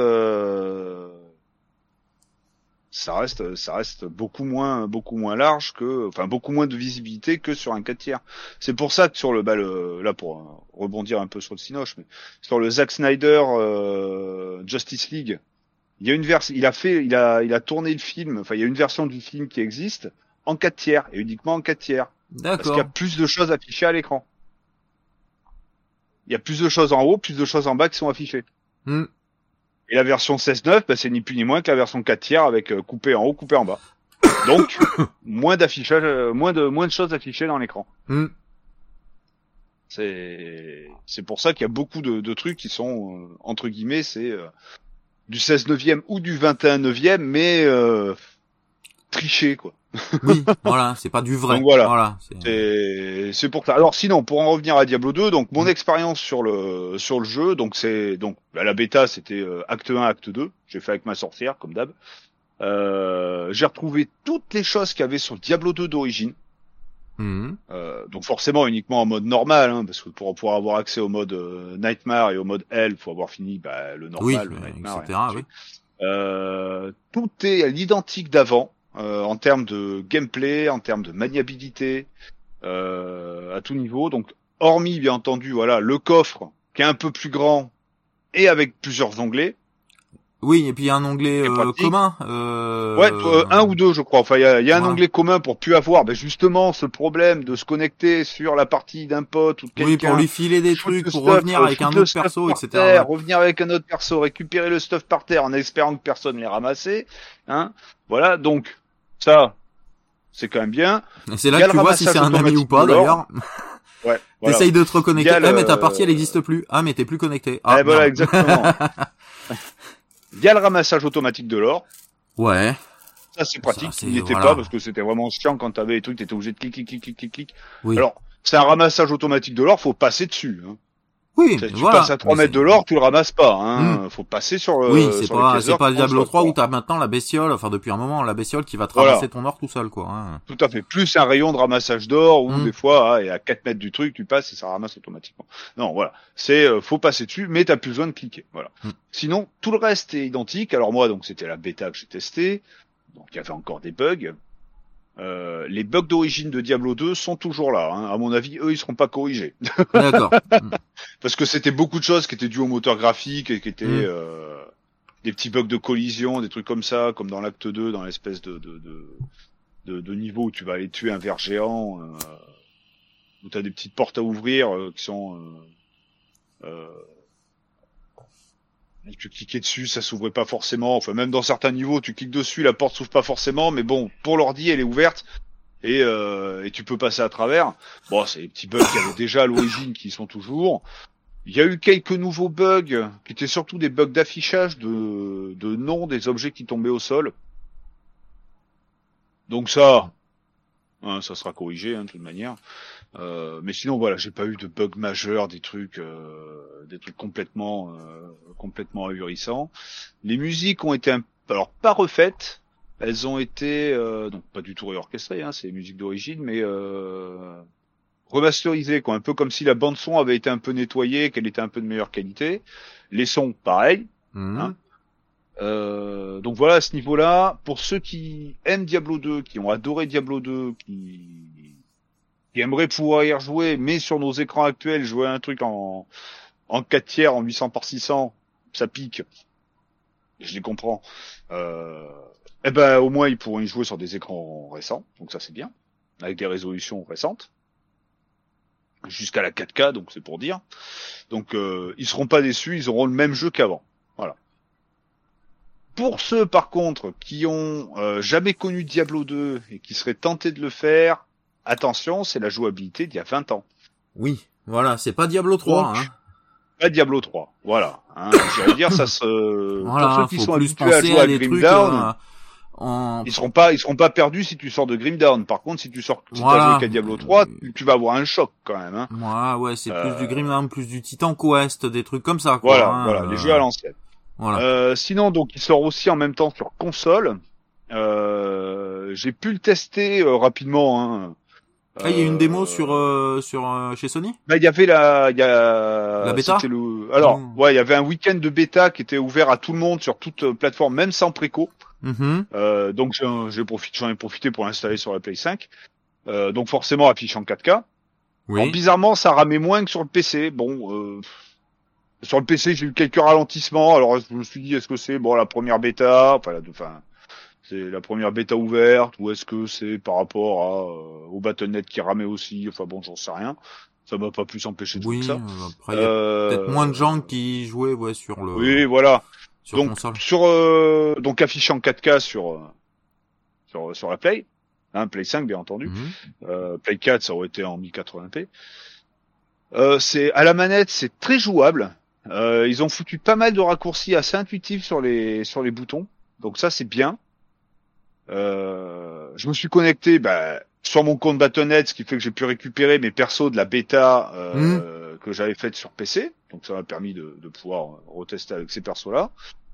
beaucoup moins large beaucoup moins de visibilité que sur un 4/3. C'est pour ça que sur là pour rebondir un peu sur le Cinoche, mais sur le Zack Snyder Justice League, il y a une version, il a tourné le film, il y a une version du film qui existe en 4/3 et uniquement en 4/3. D'accord. Parce qu'il y a plus de choses affichées à l'écran. Il y a plus de choses en haut, plus de choses en bas qui sont affichées. Et la version 16/9, c'est ni plus ni moins que la version 4/3 avec coupé en haut, coupé en bas. Donc, moins d'affichage, moins de choses affichées dans l'écran. C'est pour ça qu'il y a beaucoup de trucs qui sont, entre guillemets, c'est du 16/9 ou du 21/9, mais triché, quoi. Oui, voilà, c'est pas du vrai. Donc voilà. C'est pour ça. Alors sinon, pour en revenir à Diablo 2, donc mon expérience sur le jeu, donc la bêta c'était acte 1, acte 2. J'ai fait avec ma sorcière comme d'hab. J'ai retrouvé toutes les choses qu'il y avait sur Diablo 2 d'origine. Donc forcément uniquement en mode normal, parce que pour pouvoir avoir accès au mode Nightmare et au mode Hell, faut avoir fini le normal, le Nightmare, etc. Oui. Tout est à l'identique d'avant. en termes de gameplay, en termes de maniabilité, à tout niveau. Donc, hormis bien entendu, voilà, le coffre qui est un peu plus grand et avec plusieurs onglets. Oui, et puis il y a un onglet commun. Ouais, un ou deux, je crois. Enfin, il y a un Voilà. onglet commun pour plus avoir, justement, ce problème de se connecter sur la partie d'un pote ou de quelqu'un. Oui, pour lui filer des shoot trucs, le pour stuff, revenir avec shoot un le autre stuff perso, par etc. terre, Ouais. revenir avec un autre perso, récupérer le stuff par terre en espérant que personne l'ait ramassé. Hein. Voilà, donc ça, c'est quand même bien. Et c'est là Il y a que tu le vois si c'est un ramassage ami ou pas, automatique de l'or. d'ailleurs. Ouais, voilà. T'essayes de te reconnecter. Il y a Mais ta partie, elle n'existe plus. Ah, mais t'es plus connecté. Ah, voilà, merde. exactement. Il y a le ramassage automatique de l'or. Ouais. Ça, c'est pratique. Ça, Il n'y était voilà. pas parce que c'était vraiment chiant quand t'avais les trucs, t'étais obligé de clic. Oui. Alors, c'est un ramassage automatique de l'or, faut passer dessus. Hein. Oui, Tu voilà. passes à 3 mètres de l'or, tu le ramasses pas. Hein. Faut passer sur le. Oui, c'est sur pas, les c'est pas Diablo 3 où tu t'as maintenant la bestiole, enfin depuis un moment, la bestiole qui va te Voilà. ramasser ton or tout seul, quoi. Hein. Tout à fait. Plus un rayon de ramassage d'or où des fois, et à 4 mètres du truc, tu passes et ça ramasse automatiquement. Non, voilà. C'est, faut passer dessus, mais t'as plus besoin de cliquer. Voilà. Sinon, tout le reste est identique. Alors moi, donc c'était la bêta que j'ai testée. Donc il y avait encore des bugs. Les bugs d'origine de Diablo 2 sont toujours là. Hein. À mon avis, eux, ils seront pas corrigés. D'accord. Parce que c'était beaucoup de choses qui étaient dues au moteur graphique et qui étaient des petits bugs de collision, des trucs comme ça, comme dans l'acte 2, dans l'espèce de niveau où tu vas aller tuer un ver géant, où tu as des petites portes à ouvrir qui sont... et tu cliquais dessus, ça s'ouvrait pas forcément. Enfin, même dans certains niveaux, tu cliques dessus, la porte s'ouvre pas forcément, mais bon, pour l'ordi, elle est ouverte. Et tu peux passer à travers. Bon, c'est les petits bugs qu'il y avait déjà à l'origine qui sont toujours. Il y a eu quelques nouveaux bugs, qui étaient surtout des bugs d'affichage de nom des objets qui tombaient au sol. Donc ça, hein, ça sera corrigé, hein, de toute manière. Mais sinon, voilà, j'ai pas eu de bugs majeurs, des trucs complètement ahurissants. Les musiques ont été alors pas refaites. Elles ont été donc pas du tout réorchestrées, hein, c'est les musiques d'origine, mais remasterisées, quoi, un peu comme si la bande son avait été un peu nettoyée, qu'elle était un peu de meilleure qualité. Les sons, pareil. Hein. Donc voilà, à ce niveau-là, pour ceux qui aiment Diablo 2, qui ont adoré Diablo 2, qui aimeraient pouvoir y rejouer, mais sur nos écrans actuels, jouer à un truc en 4 tiers, en 800 par 600, ça pique. Je les comprends. Eh ben, au moins, ils pourront y jouer sur des écrans récents, donc ça c'est bien, avec des résolutions récentes, jusqu'à la 4K, donc c'est pour dire. Donc, ils seront pas déçus, ils auront le même jeu qu'avant. Voilà. Pour ceux, par contre, qui ont jamais connu Diablo 2 et qui seraient tentés de le faire, attention, c'est la jouabilité d'il y a 20 ans. Oui, voilà, c'est pas Diablo 3, donc, hein. Pas Diablo 3, voilà. Hein, j'allais dire, ça se... Voilà, pour ceux qui faut sont plus habitués à penser jouer à des Grim trucs, Dawn, ils seront pas perdus si tu sors de Grim Dawn. Par contre, si t'as joué qu'à Diablo 3, tu vas avoir un choc quand même. Hein. Ouais, c'est plus du Grim Dawn, plus du Titan Quest, des trucs comme ça, quoi. Voilà, les jeux à l'ancienne. Voilà. Sinon, donc, il sort aussi en même temps sur console. J'ai pu le tester rapidement. Hein. Il y a une démo sur chez Sony. Il y avait la bêta. Alors, ouais, il y avait un week-end de bêta qui était ouvert à tout le monde sur toute plateforme, même sans préco. Donc j'en ai profité pour l'installer sur la Play 5. Donc forcément affiché en 4K. Oui. Alors, bizarrement, ça ramait moins que sur le PC. Bon, sur le PC, j'ai eu quelques ralentissements. Alors je me suis dit, est-ce que c'est la première bêta, c'est la première bêta ouverte, ou est-ce que c'est par rapport au Battle.net qui ramait aussi. Enfin bon, j'en sais rien. Ça m'a pas plus empêché de jouer que ça. Après, il y a peut-être moins de gens qui jouaient sur le. Oui, voilà. Sur console. Donc affiché en 4K sur la Play, hein, Play 5 bien entendu. Play 4 ça aurait été en 1080p. C'est à la manette, c'est très jouable. Ils ont foutu pas mal de raccourcis assez intuitifs sur les boutons. Donc ça c'est bien. Je me suis connecté sur mon compte Battle.net, ce qui fait que j'ai pu récupérer mes persos de la bêta que j'avais faite sur PC. Donc ça m'a permis de pouvoir retester avec ces persos-là.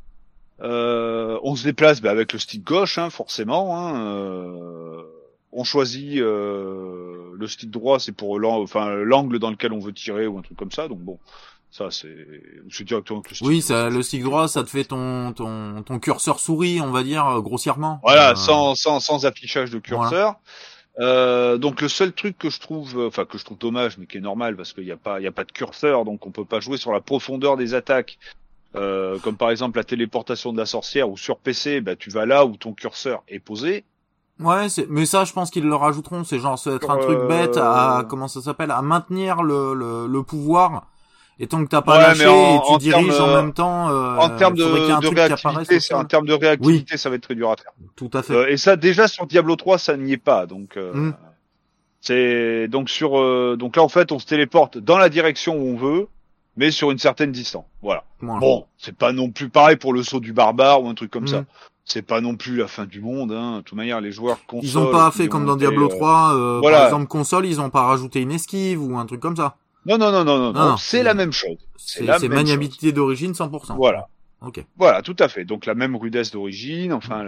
On se déplace avec le stick gauche, hein, forcément. Hein, on choisit le stick droit, c'est pour l'angle dans lequel on veut tirer ou un truc comme ça. Donc bon, Ça, c'est directement avec le stick. Oui, ça, le stick droit, ça te fait ton curseur souris, on va dire, grossièrement. Voilà, sans affichage de curseur. Voilà. Donc le seul truc que je trouve dommage, mais qui est normal parce qu'il y a pas de curseur, donc on peut pas jouer sur la profondeur des attaques. Comme par exemple la téléportation de la sorcière ou sur PC, bah tu vas là où ton curseur est posé. Ouais, mais ça, je pense qu'ils le rajouteront. C'est genre, ça va être un truc bête à, comment ça s'appelle, à maintenir le pouvoir. Et tant que t'as pas lâché et tu diriges en même temps, en termes de réactivité, en termes de réactivité, ça va être très dur à faire. Tout à fait. Et ça, déjà sur Diablo 3, ça n'y est pas. Donc, c'est donc donc là en fait, on se téléporte dans la direction où on veut, mais sur une certaine distance. Voilà. Bon, c'est pas non plus pareil pour le saut du barbare ou un truc comme ça. C'est pas non plus la fin du monde, hein. De toute manière, les joueurs console. Ils ont pas fait comme dans Diablo 3, voilà. Par exemple console, ils ont pas rajouté une esquive ou un truc comme ça. Non, c'est la même chose. C'est maniabilité d'origine 100%. Voilà. Ok. Voilà, tout à fait. Donc la même rudesse d'origine, enfin.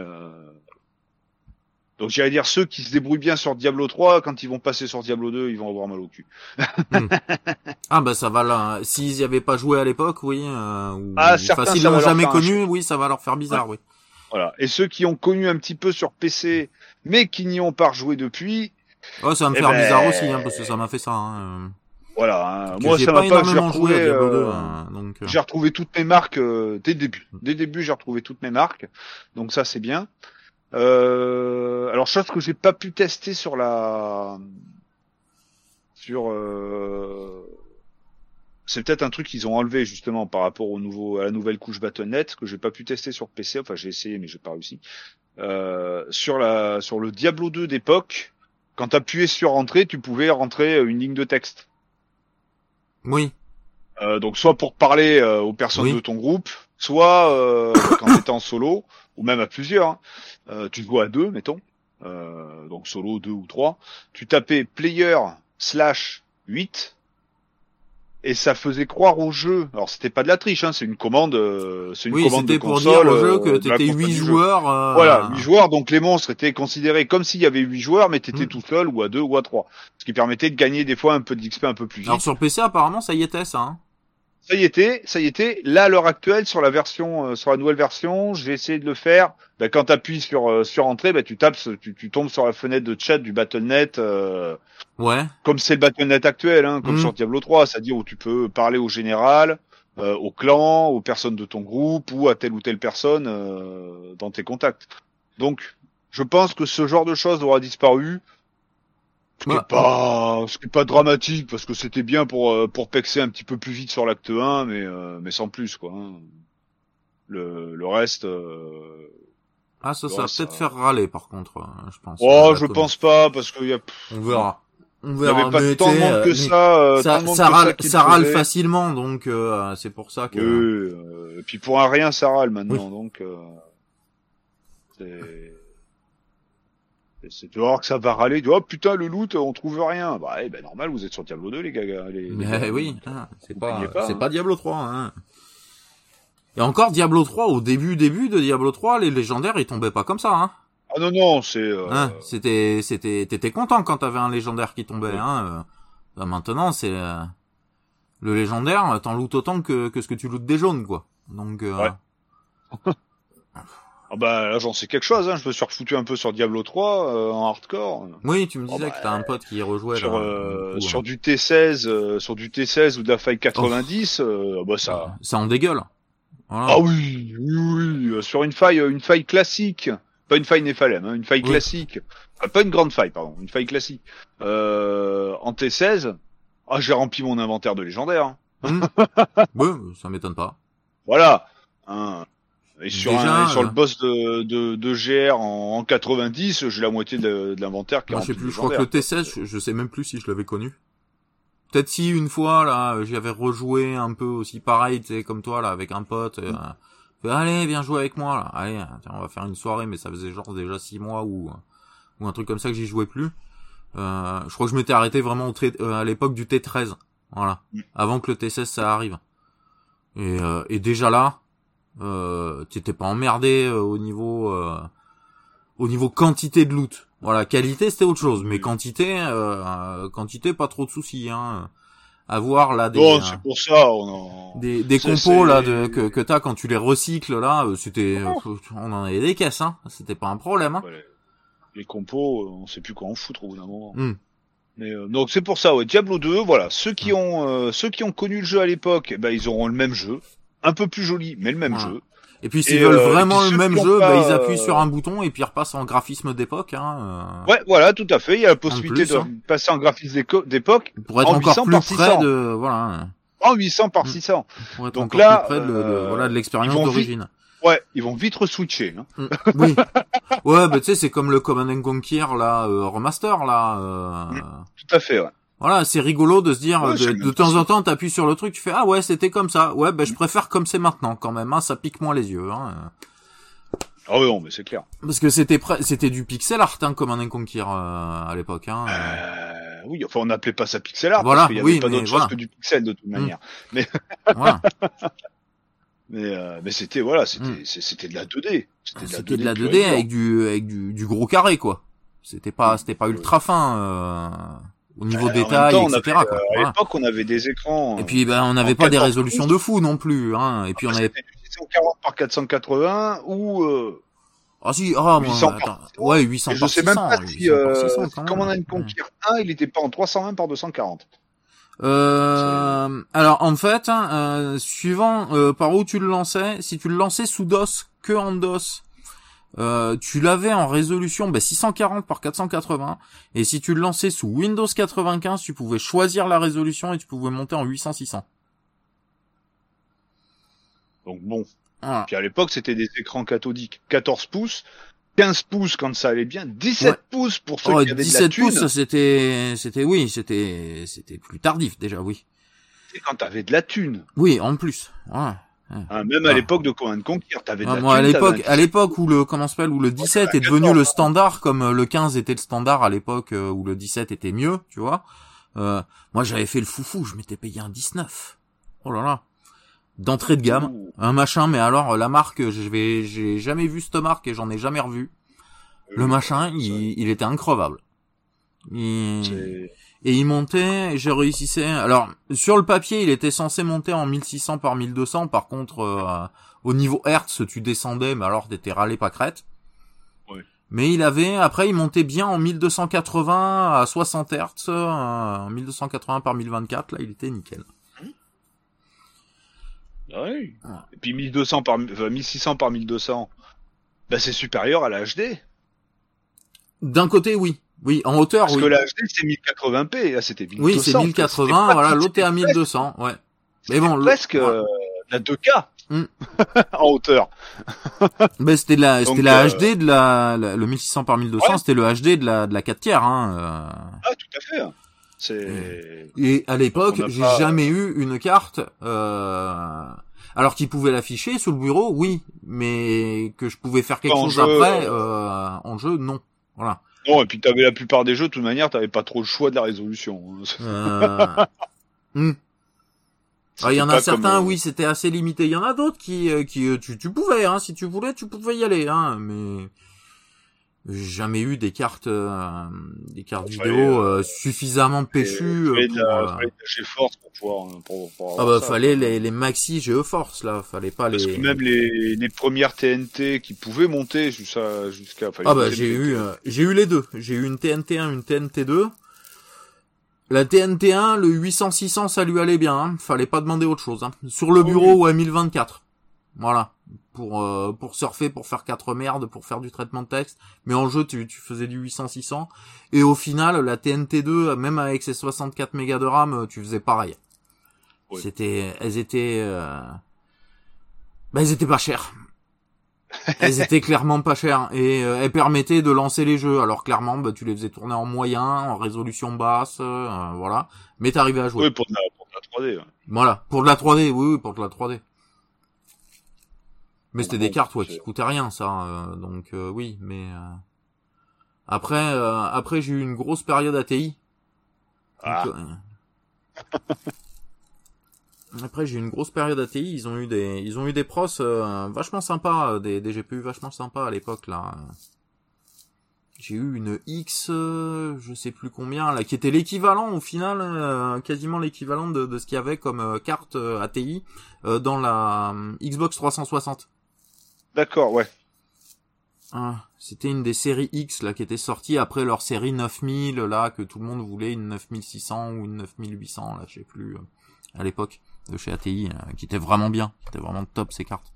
Donc j'allais dire ceux qui se débrouillent bien sur Diablo 3, quand ils vont passer sur Diablo 2, ils vont avoir mal au cul. Ah bah ça va là. S'ils y avaient pas joué à l'époque, oui. Certains, s'ils l'ont jamais connu, oui, ça va leur faire bizarre, oui. Voilà. Et ceux qui ont connu un petit peu sur PC, mais qui n'y ont pas rejoué depuis. Oh, ça va me faire bizarre aussi, hein, parce que ça m'a fait ça. Hein. Voilà. Moi, ça m'a pas. J'ai retrouvé toutes mes marques dès le début. Dès le début, j'ai retrouvé toutes mes marques. Donc ça, c'est bien. Alors, chose que j'ai pas pu tester sur c'est peut-être un truc qu'ils ont enlevé justement par rapport à la nouvelle couche Battle.net que j'ai pas pu tester sur PC. Enfin, j'ai essayé, mais j'ai pas réussi. Sur le Diablo 2 d'époque, quand t'appuyais sur Entrée, tu pouvais rentrer une ligne de texte. Oui. Donc soit pour parler aux personnes de ton groupe, soit quand t'étais en solo, ou même à plusieurs. Tu joues à 2, mettons. Donc solo 2 ou 3. Tu tapais player/8 et ça faisait croire au jeu. Alors c'était pas de la triche, hein, c'est une commande de console. Pour dire au jeu que t'étais 8 joueurs. Voilà, 8 joueurs, donc les monstres étaient considérés comme s'il y avait 8 joueurs, mais t'étais tout seul, ou à 2 ou à 3. Ce qui permettait de gagner des fois un peu d'XP un peu plus vite. Alors sur PC apparemment ça y était ça, hein. Ça y était. Là, à l'heure actuelle, sur la nouvelle version, je vais essayer de le faire. Ben, quand t'appuies sur Entrée, ben, tu tombes sur la fenêtre de chat du Battle.net, comme c'est le Battle.net actuel, hein, comme sur Diablo 3, c'est-à-dire où tu peux parler au général, au clan, aux personnes de ton groupe, ou à telle ou telle personne, dans tes contacts. Donc, je pense que ce genre de choses aura disparu. Ce qui est pas dramatique parce que c'était bien pour pexer un petit peu plus vite sur l'acte 1, mais sans plus quoi. Hein. Le reste. Ça va peut-être faire râler par contre, je pense. Oh, je pense pas parce que on verra. Il y avait pas tant de monde que ça. Ça râle facilement, donc c'est pour ça que. Et puis pour un rien, ça râle maintenant, donc. C'est de voir que ça va râler, oh putain le loot on trouve rien. Bah normal, vous êtes sur Diablo 2 les gars. Oui, c'est pas Diablo 3 hein. Et encore Diablo 3 au début de Diablo 3, les légendaires ils tombaient pas comme ça hein. Ah non, c'est t'étais content quand t'avais un légendaire qui tombait hein. Maintenant c'est le légendaire, t'en lootes autant que ce que tu lootes des jaunes quoi. Donc là j'en sais quelque chose, hein. Je me suis refoutu un peu sur Diablo 3 en hardcore. Oui, tu me disais que t'as un pote qui rejouait sur du T16 ou de la faille 90, ça en dégueule. Voilà. Ah oui, sur une faille classique, pas une faille Néphalem, hein, une faille classique, pas une grande faille pardon, une faille classique. En T16, j'ai rempli mon inventaire de légendaires. Hein. Oui, ça m'étonne pas. Voilà. Et sur le boss de GR en 90, j'ai la moitié de l'inventaire qui est rempli. Je crois que le T16, je sais même plus si je l'avais connu. Peut-être si une fois là, j'y avais rejoué un peu aussi pareil, tu sais, comme toi là, avec un pote. Allez, viens jouer avec moi là. Allez, tiens, on va faire une soirée, mais ça faisait genre déjà 6 mois ou un truc comme ça que j'y jouais plus. Je crois que je m'étais arrêté vraiment à l'époque du T13, voilà, avant que le T16 ça arrive. Et déjà là. T'étais pas emmerdé au niveau quantité de loot. Voilà, qualité c'était autre chose, mais quantité pas trop de soucis hein. avoir là Bon, c'est pour ça, des compos là que t'as quand tu les recycles là, c'était on en avait des caisses, hein. C'était pas un problème, hein. Ouais, les compos, on sait plus quoi en foutre au bout d'un moment. Mais donc c'est pour ça, ouais, Diablo 2, voilà, ceux qui ont connu le jeu à l'époque, ben ils auront le même jeu, un peu plus joli, mais le même jeu. Et puis s'ils veulent vraiment le même jeu, ils appuient sur un bouton et puis ils repassent en graphisme d'époque. Ouais, voilà, tout à fait. Il y a la possibilité de passer en graphisme d'époque pour être encore plus près de voilà. En 800 par 600. Pour être donc encore là, plus près de l'expérience d'origine. Ouais, ils vont vite re-switcher. Hein. Oui. Ouais, bah tu sais, c'est comme le Command & Conquer là, remaster là. Tout à fait. Ouais. Voilà, c'est rigolo de se dire, de temps en temps, t'appuies sur le truc, tu fais, ah ouais, c'était comme ça. Ouais, ben, je préfère comme c'est maintenant, quand même, hein, ça pique moins les yeux, hein. Ah oui, non, mais c'est clair. Parce que c'était du pixel art, hein, Command & Conquer, à l'époque, hein. Oui, enfin, on n'appelait pas ça pixel art, voilà, parce qu'il y avait pas d'autre chose que du pixel, de toute manière. Mais, voilà. mais c'était, voilà, c'était de la 2D. C'était de la 2D avec du gros carré, quoi. C'était pas ultra fin, au niveau détail, etc. Quoi. À l'époque, on avait des écrans. Et puis, on n'avait pas des résolutions de fou non plus, hein. Et puis, on avait. C'était du 640 par 480 ou, Ah si, moi, 800 ouais, 800 par 600. Je sais même pas si, 600, Command & Conquer 1, il était pas en 320 par 240. Alors, en fait, suivant, par où tu le lançais, si tu le lançais sous DOS, que en DOS, tu l'avais en résolution 640 par 480, et si tu le lançais sous Windows 95, tu pouvais choisir la résolution et tu pouvais monter en 800-600. Donc bon. Voilà. Puis à l'époque, c'était des écrans cathodiques. 14 pouces, 15 pouces quand ça allait bien, 17 pouces pour ceux qui avaient de la thune. 17 pouces, c'était plus tardif déjà, oui. C'est quand t'avais de la thune. Oui, en plus. Voilà. Même à l'époque de Command & Conquer, t'avais de la thune. Moi, à l'époque où le 17 est devenu le standard, comme le 15 était le standard à l'époque où le 17 était mieux, tu vois. Moi, j'avais fait le foufou, je m'étais payé un 19. Oh là là. D'entrée de gamme. Un machin, mais alors, la marque, j'ai jamais vu cette marque et j'en ai jamais revu. Le machin, il était increvable. Et il montait, et je réussissais. Alors, sur le papier, il était censé monter en 1600 par 1200. Par contre, au niveau Hertz, tu descendais, mais alors t'étais râlé pas crête. Oui. Mais après, il montait bien en 1280 à 60 Hertz, 1280 par 1024. Là, il était nickel. Oui. Et puis 1600 par 1200, c'est supérieur à la HD. D'un côté, oui. Oui, en hauteur, Parce que la HD, c'est 1080p, là, c'était 1200. Oui, c'est 1080, voilà, l'autre est à 1200, ouais. Mais bon, presque, la 2K. En hauteur. C'était la HD de le 1600 par 1200, c'était le HD de la 4 tiers, hein. Ah, tout à fait. Et à l'époque, j'ai jamais eu une carte, alors qu'ils pouvaient l'afficher sur le bureau, oui, mais que je pouvais faire quelque chose après, en jeu, non. Voilà. Non, et puis t'avais la plupart des jeux, de toute manière, t'avais pas trop le choix de la résolution. Il y en a certains, oui, c'était assez limité. Il y en a d'autres qui tu pouvais, hein, si tu voulais, tu pouvais y aller, hein, mais j'ai jamais eu des cartes vidéo suffisamment péchues fallait de la GeForce pour pouvoir fallait les maxi GeForce là, fallait pas parce que même les premières TNT qui pouvaient monter jusqu'à j'ai eu les deux. J'ai eu une TNT1, une TNT2. La TNT1, le 800-600, ça lui allait bien, hein. Fallait pas demander autre chose, hein. Sur le bureau ou à 1024. Voilà. Pour surfer, pour faire 4 merdes, pour faire du traitement de texte. Mais en jeu, tu faisais du 800-600. Et au final, la TNT2, même avec ses 64 mégas de RAM, tu faisais pareil. Oui. Elles étaient pas chères. Elles étaient clairement pas chères. Et elles permettaient de lancer les jeux. Alors clairement, tu les faisais tourner en moyen, en résolution basse, voilà. Mais t'arrivais à jouer. Oui, pour de la 3D. Ouais. Voilà. Pour de la 3D, oui, pour de la 3D. Mais c'était des cartes, qui coûtaient rien, ça. Donc oui, mais après j'ai eu une grosse période ATI. Donc, après j'ai eu une grosse période ATI. Ils ont eu des pros vachement sympas, des GPU vachement sympas à l'époque là. J'ai eu une X, je sais plus combien, là, qui était l'équivalent au final, quasiment l'équivalent de ce qu'il y avait comme carte ATI dans la Xbox 360. D'accord, ouais. C'était une des séries X là qui était sortie après leur série 9000 là que tout le monde voulait, une 9600 ou une 9800 là, je sais plus, à l'époque de chez ATI, qui était vraiment bien, qui était vraiment top ces cartes.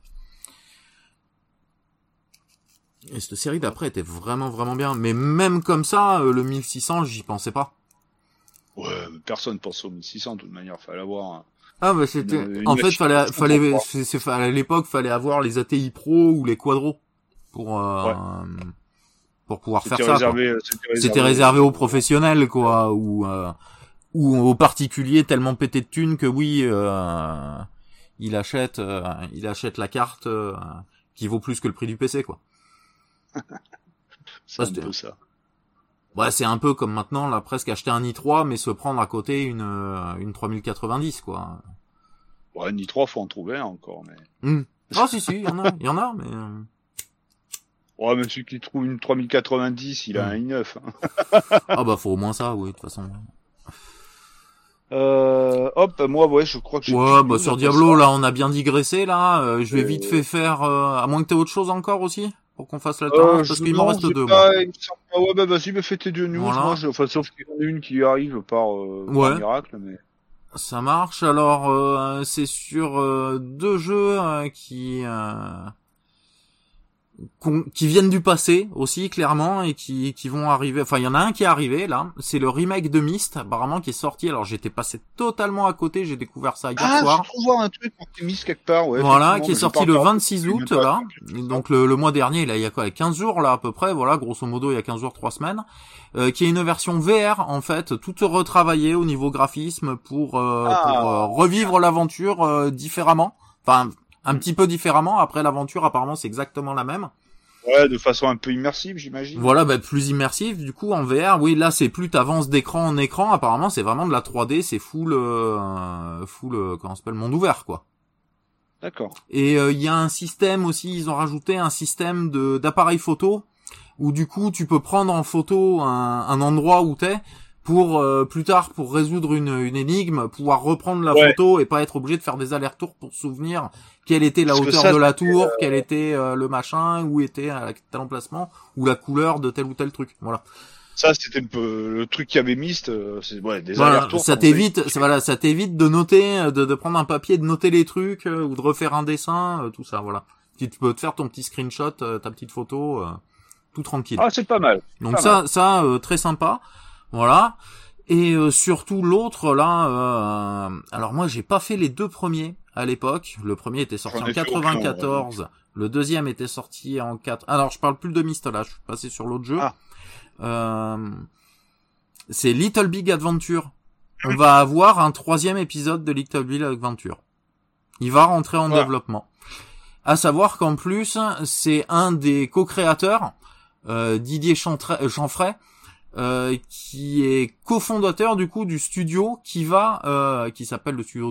Et cette série d'après était vraiment vraiment bien, mais même comme ça, le 1600 j'y pensais pas. Ouais, personne pense au 1600 de toute manière, fallait avoir. Ah bah c'était, en fait à l'époque fallait avoir les ATI Pro ou les Quadro pour pouvoir faire ça. C'était réservé aux professionnels quoi, ou aux particuliers tellement pété de thunes que oui, il achète la carte qui vaut plus que le prix du PC quoi. C'est un peu ça. Ouais, c'est un peu comme maintenant là, presque acheter un i3 mais se prendre à côté une 3090 quoi. Ouais, un i3 faut en trouver un encore mais. Ah si, il y en a mais. Ouais, mais celui qui trouve une 3090, il a un i9. Ah bah faut au moins ça, oui, de toute façon. Hop, moi, ouais, je crois que j'ai... Ouais, bah sur Diablo, là, on a bien digressé, là. Je vais vite fait faire... à moins que t'aies autre chose encore aussi pour qu'on fasse la tendance, parce qu'il m'en reste deux. Ouais, bah vas-y, bah fais tes deux news. Voilà. Moi, enfin, sauf qu'il y en a une qui arrive par miracle, mais... Ça marche. Alors, c'est sur deux jeux qui viennent du passé aussi clairement et qui vont arriver. Enfin, il y en a un qui est arrivé là, c'est le remake de Myst apparemment qui est sorti. Alors j'étais passé totalement à côté, j'ai découvert ça hier soir. Je trouve un truc Myst quelque part, ouais. Voilà, qui est sorti le 26 août là. Donc le mois dernier, là il y a quoi, 15 jours là à peu près, voilà, grosso modo il y a 15 jours, 3 semaines. Qui est une version VR en fait, toute retravaillée au niveau graphisme pour revivre l'aventure différemment. Enfin, un petit peu différemment. Après l'aventure, apparemment, c'est exactement la même. Ouais, de façon un peu immersive, j'imagine. Voilà, bah plus immersive. Du coup, en VR, oui, là, c'est plus t'avances d'écran en écran. Apparemment, c'est vraiment de la 3D. C'est full, comment ça s'appelle, monde ouvert, quoi. D'accord. Et il y a un système aussi. Ils ont rajouté un système d'appareil photo où du coup, tu peux prendre en photo un endroit où t'es. Pour plus tard, pour résoudre une énigme, pouvoir reprendre la photo et pas être obligé de faire des allers-retours pour se souvenir quelle était la hauteur de la tour, quel était le machin, où était tel emplacement, ou la couleur de tel ou tel truc. Voilà. Ça, c'était le truc qui avait Myst, c'est des allers-retours. Ça t'évite de noter, de prendre un papier, de noter les trucs ou de refaire un dessin, tout ça. Voilà. Tu peux te faire ton petit screenshot, ta petite photo, tout tranquille. Ah, c'est pas mal. Donc ça, très sympa. Voilà. Et surtout l'autre là, alors moi j'ai pas fait les deux premiers à l'époque. Le premier était sorti en 94, le deuxième était sorti en 4. Alors je parle plus de Myst là, je suis passé sur l'autre jeu. C'est Little Big Adventure. On va avoir un troisième épisode de Little Big Adventure. Il va rentrer en développement. À savoir qu'en plus c'est un des co-créateurs, Didier Chanfray. Qui est cofondateur du coup du studio qui s'appelle le studio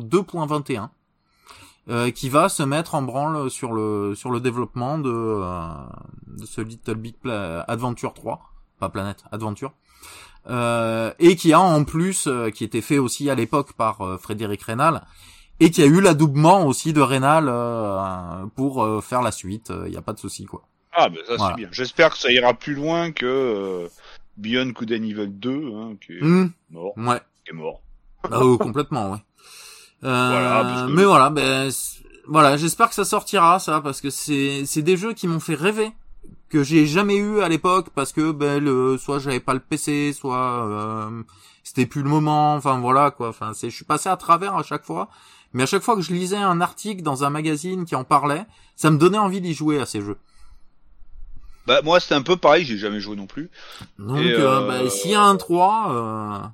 2.21, qui va se mettre en branle sur le développement de ce Little Big Adventure 3, pas Planète Adventure, et qui a en plus qui était fait aussi à l'époque par Frédéric Reynal et qui a eu l'adoubement aussi de Reynal pour faire la suite. Il y a pas de souci quoi. Ah ben ça voilà. C'est bien. J'espère que ça ira plus loin que Beyond Good and Evil 2, qui est mort. Ouais. Qui est mort. Complètement, ouais. Mais voilà, voilà, j'espère que ça sortira, ça, parce que c'est des jeux qui m'ont fait rêver, que j'ai jamais eu à l'époque, parce que, soit j'avais pas le PC, soit, c'était plus le moment, enfin voilà, quoi. Enfin, je suis passé à travers à chaque fois. Mais à chaque fois que je lisais un article dans un magazine qui en parlait, ça me donnait envie d'y jouer à ces jeux. Bah moi c'était un peu pareil, j'ai jamais joué non plus. Donc s'il y a un 3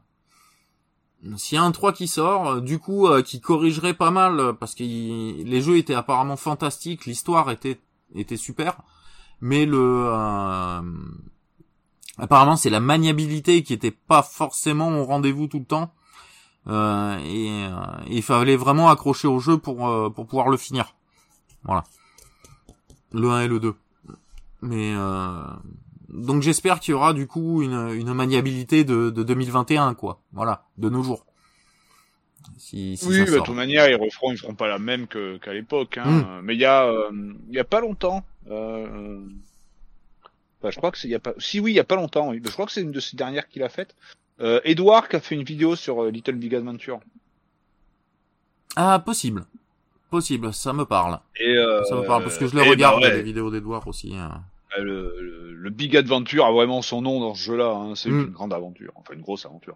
qui sort, du coup qui corrigerait pas mal parce que les jeux étaient apparemment fantastiques, l'histoire était super, mais apparemment c'est la maniabilité qui était pas forcément au rendez-vous tout le temps. Et il fallait vraiment accrocher au jeu pour pouvoir le finir. Voilà. Le 1 et le 2. Mais Donc j'espère qu'il y aura du coup une maniabilité de 2021, quoi. Voilà, de nos jours. Si oui, ça de sort. toute manière, ils feront pas la même qu'à l'époque. Hein. Mais il y a pas longtemps. Bah, je crois que c'est il y a pas. Si oui, il y a pas longtemps. Oui. Je crois que c'est une de ces dernières qu'il a faites. Edouard qui a fait une vidéo sur Little Big Adventure. Ah, possible, ça me parle. Et Ça me parle parce que je les regarde bah ouais, les vidéos d'Edouard aussi. Hein. le Big Adventure a vraiment son nom dans ce jeu-là. Hein. C'est une grande aventure, enfin une grosse aventure.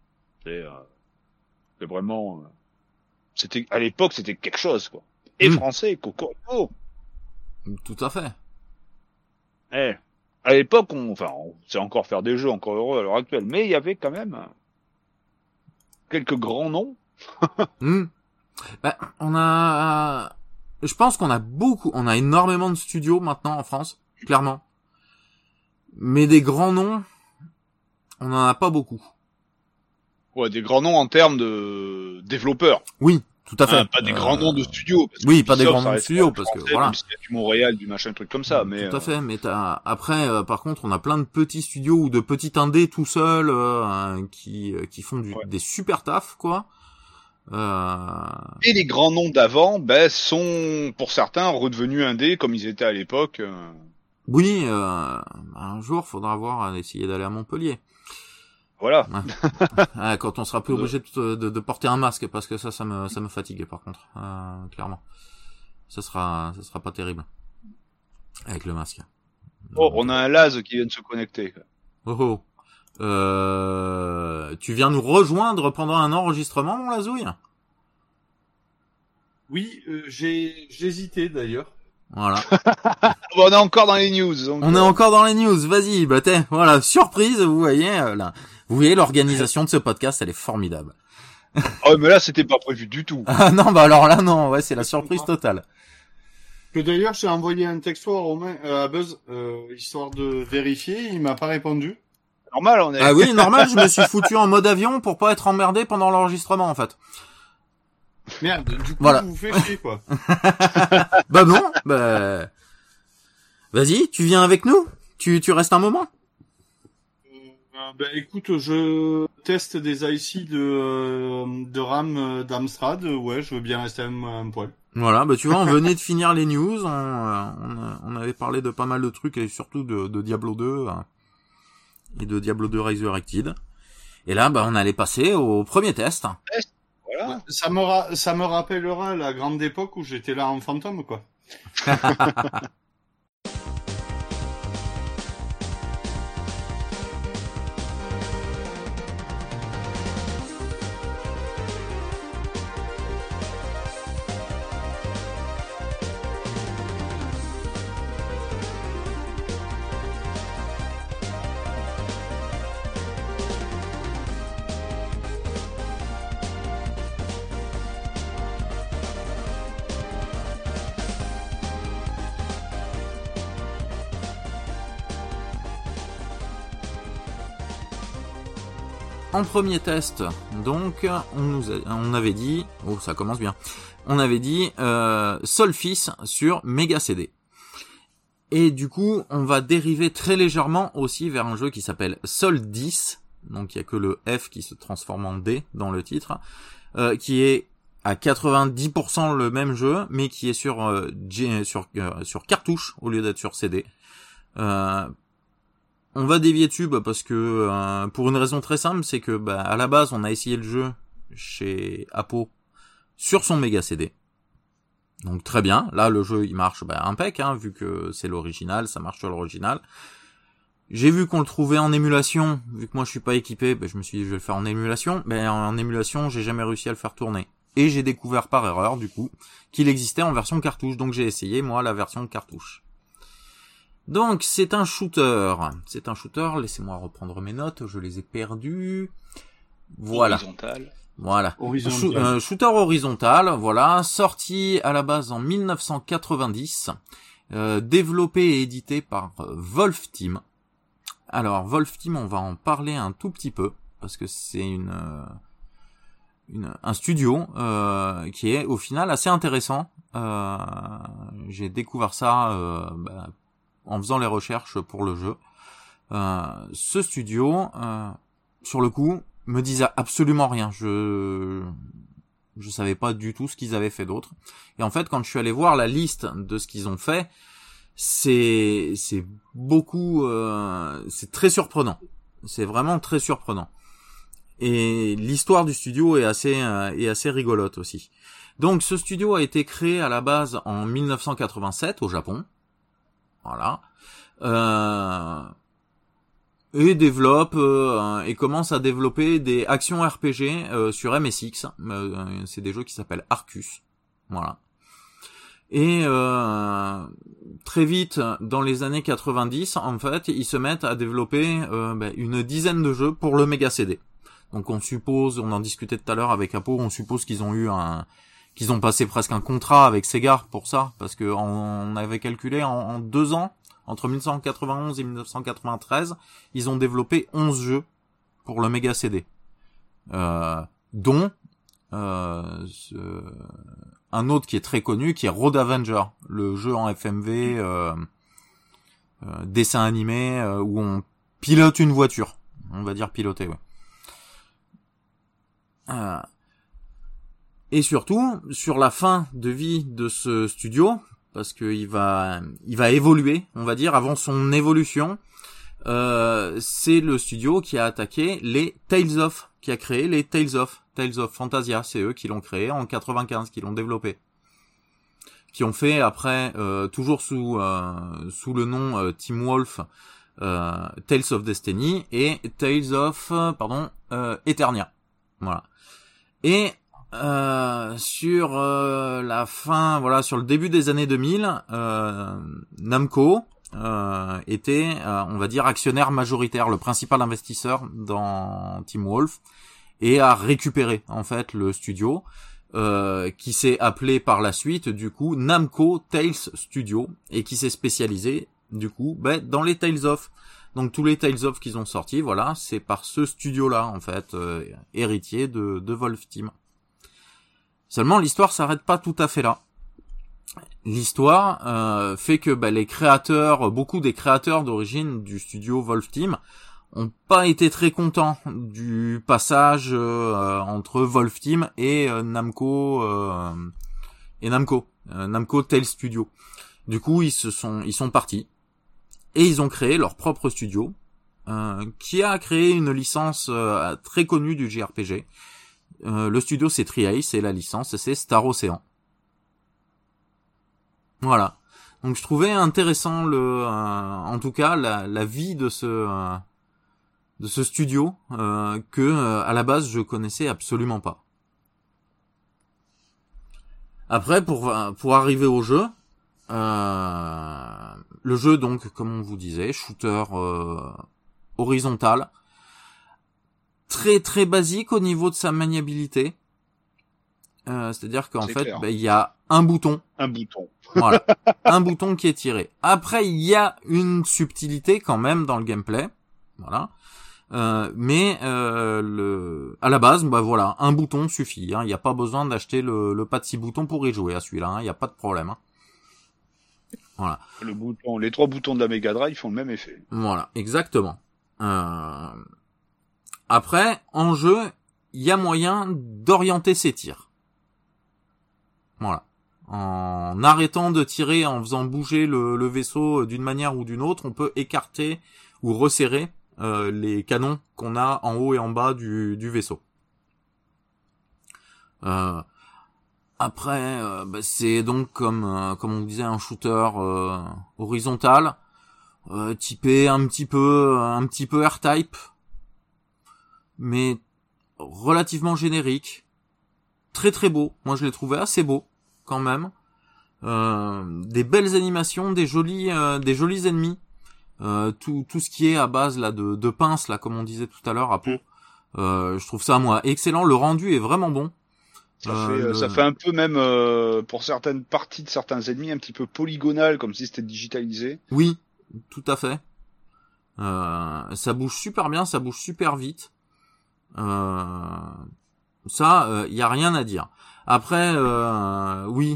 C'est vraiment. C'était à l'époque, c'était quelque chose quoi. Et français, Coco. Tout à fait. Eh. À l'époque, on sait encore faire des jeux, encore heureux à l'heure actuelle, mais il y avait quand même quelques grands noms. Bah, je pense qu'on a énormément de studios maintenant en France, clairement. Mais des grands noms, on en a pas beaucoup. Ouais, des grands noms en termes de développeurs. Oui, tout à fait. Pas des grands noms de studios. Oui, pas des grands noms de studios, parce que voilà. Même s'il y a du Montréal, du machin, truc comme ça, mais. Tout à fait, mais après, par contre, on a plein de petits studios ou de petits indés tout seuls, qui font des super tafs, quoi. Et les grands noms d'avant, sont, pour certains, redevenus indés comme ils étaient à l'époque. Oui, un jour, faudra essayer d'aller à Montpellier. Voilà. Ouais. Quand on sera plus obligé de porter un masque, parce que ça me fatigue, par contre, clairement. Ça sera pas terrible. Avec le masque. Oh, on a un Laz qui vient de se connecter. Oh. Tu viens nous rejoindre pendant un enregistrement, mon Lazouille? Oui, j'hésitais d'ailleurs. Voilà. On est encore dans les news. Donc on est encore dans les news. Vas-y, voilà, surprise. Vous voyez là, vous voyez l'organisation de ce podcast, elle est formidable. Oh, mais là, c'était pas prévu du tout. Ah non, bah alors là non, ouais, c'est la surprise totale. Que d'ailleurs, j'ai envoyé un texto à Romain, à Buzz, histoire de vérifier. Il m'a pas répondu. Normal, on est. Ah oui, normal. Je me suis foutu en mode avion pour pas être emmerdé pendant l'enregistrement, en fait. Merde, du coup, voilà. vous faites chier, quoi. Bah non, vas-y, tu viens avec nous? Tu restes un moment? Écoute, je teste des IC de RAM d'Amstrad. Ouais, je veux bien rester un poil. Voilà, tu vois, on venait de finir les news. On avait parlé de pas mal de trucs et surtout de Diablo 2 et de Diablo 2 Resurrected. Et là, on allait passer au premier test. Voilà. Ça me rappellera la grande époque où j'étais là en fantôme, quoi. En premier test, donc, on avait dit, oh ça commence bien, on avait dit Solfice sur Mega CD. Et du coup, on va dériver très légèrement aussi vers un jeu qui s'appelle Sol 10, donc il y a que le F qui se transforme en D dans le titre, qui est à 90% le même jeu, mais qui est sur cartouche au lieu d'être sur CD. On va dévier dessus parce que pour une raison très simple, c'est que à la base on a essayé le jeu chez Apo sur son Mega CD. Donc très bien, là le jeu il marche impec, vu que c'est l'original, ça marche sur l'original. J'ai vu qu'on le trouvait en émulation, vu que moi je suis pas équipé, je me suis dit je vais le faire en émulation, mais en émulation j'ai jamais réussi à le faire tourner. Et j'ai découvert par erreur du coup qu'il existait en version cartouche, donc j'ai essayé moi la version cartouche. Donc, c'est un shooter, laissez-moi reprendre mes notes, je les ai perdues. Voilà. Horizontal. Voilà. Horizontal. Shooter horizontal, voilà, sorti à la base en 1990, développé et édité par Wolf Team. Alors, Wolf Team, on va en parler un tout petit peu, parce que c'est un studio qui est au final assez intéressant. J'ai découvert ça en faisant les recherches pour le jeu. Ce studio, sur le coup, me disait absolument rien. Je savais pas du tout ce qu'ils avaient fait d'autre. Et en fait, quand je suis allé voir la liste de ce qu'ils ont fait, c'est beaucoup, c'est très surprenant. C'est vraiment très surprenant. Et l'histoire du studio est assez rigolote aussi. Donc, ce studio a été créé à la base en 1987 au Japon. Voilà. Et développe et commence à développer des actions RPG sur MSX. C'est des jeux qui s'appellent Arcus. Voilà. Et très vite, dans les années 90, en fait, ils se mettent à développer une dizaine de jeux pour le Mega CD. Donc on suppose, on en discutait tout à l'heure avec Apo, on suppose qu'ils ont passé presque un contrat avec Sega pour ça, parce que on avait calculé en 2 ans, entre 1991 et 1993, ils ont développé 11 jeux pour le Mega CD, dont un autre qui est très connu, qui est Road Avenger, le jeu en FMV, dessin animé, où on pilote une voiture. On va dire piloter, ouais. Et surtout, sur la fin de vie de ce studio, parce que il va évoluer, on va dire, avant son évolution, c'est le studio qui a attaqué les Tales of, qui a créé les Tales of Fantasia, c'est eux qui l'ont créé en 95, qui l'ont développé, qui ont fait après toujours sous le nom Team Wolf, Tales of Destiny et Tales of Eternia. Voilà. Et sur la fin, voilà, sur le début des années 2000, Namco était, on va dire, actionnaire majoritaire, le principal investisseur dans Team Wolf, et a récupéré en fait le studio, qui s'est appelé par la suite du coup Namco Tales Studio, et qui s'est spécialisé du coup dans les Tales of. Donc tous les Tales of qu'ils ont sortis, voilà, c'est par ce studio-là en fait, héritier de Wolf Team. Seulement l'histoire s'arrête pas tout à fait là. L'histoire fait que les créateurs, beaucoup des créateurs d'origine du studio Wolf Team ont pas été très contents du passage entre Wolf Team et Namco Tales Studio. Du coup, ils sont partis et ils ont créé leur propre studio qui a créé une licence très connue du JRPG. Le studio c'est Tri-Ace et la licence c'est Star Ocean. Voilà. Donc je trouvais intéressant en tout cas la vie de ce studio que à la base je connaissais absolument pas. Après pour arriver au jeu, le jeu donc comme on vous disait, shooter horizontal, très très basique au niveau de sa maniabilité. C'est-à-dire qu'en fait, il y a un bouton. Voilà, un bouton qui est tiré. Après, il y a une subtilité quand même dans le gameplay. Voilà. Mais à la base, voilà, un bouton suffit. Il n'y a pas besoin d'acheter le pas de 6 boutons pour y jouer à celui-là. Il n'y a pas de problème. Voilà. Les 3 boutons de la Mega Drive font le même effet. Voilà, exactement. Après, en jeu, il y a moyen d'orienter ses tirs. Voilà. En arrêtant de tirer, en faisant bouger le vaisseau d'une manière ou d'une autre, on peut écarter ou resserrer les canons qu'on a en haut et en bas du vaisseau. Après, c'est donc comme on disait un shooter horizontal, typé un petit peu R-Type, mais relativement générique, très très beau. Moi je l'ai trouvé assez beau quand même. Des belles animations, des jolis ennemis. Tout ce qui est à base là de pinces là comme on disait tout à l'heure à peau. Je trouve ça moi excellent. Le rendu est vraiment bon. Ça fait un peu même pour certaines parties de certains ennemis un petit peu polygonal comme si c'était digitalisé. Oui, tout à fait. Ça bouge super bien, ça bouge super vite. Ça, y a rien à dire. Après, oui,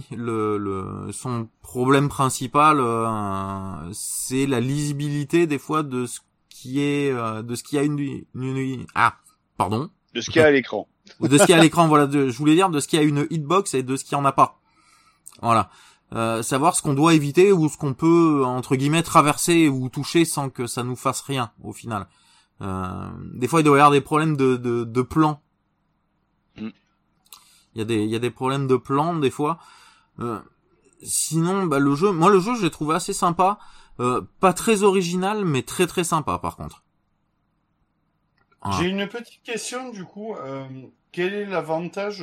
son problème principal, c'est la lisibilité des fois de ce qui est de ce qu'il y a pardon. De ce qu'il y a à l'écran. Ou de ce qu'il y a à l'écran, voilà, je voulais dire de ce qu'il y a une hitbox et de ce qu'il y en a pas. Voilà. Savoir ce qu'on doit éviter ou ce qu'on peut, entre guillemets, traverser ou toucher sans que ça nous fasse rien, au final. Des fois, il doit y avoir des problèmes de plan. Il y a des problèmes de plan, des fois. Sinon, le jeu, je l'ai trouvé assez sympa. Pas très original, mais très très sympa, par contre. Voilà. J'ai une petite question, du coup. Quel est l'avantage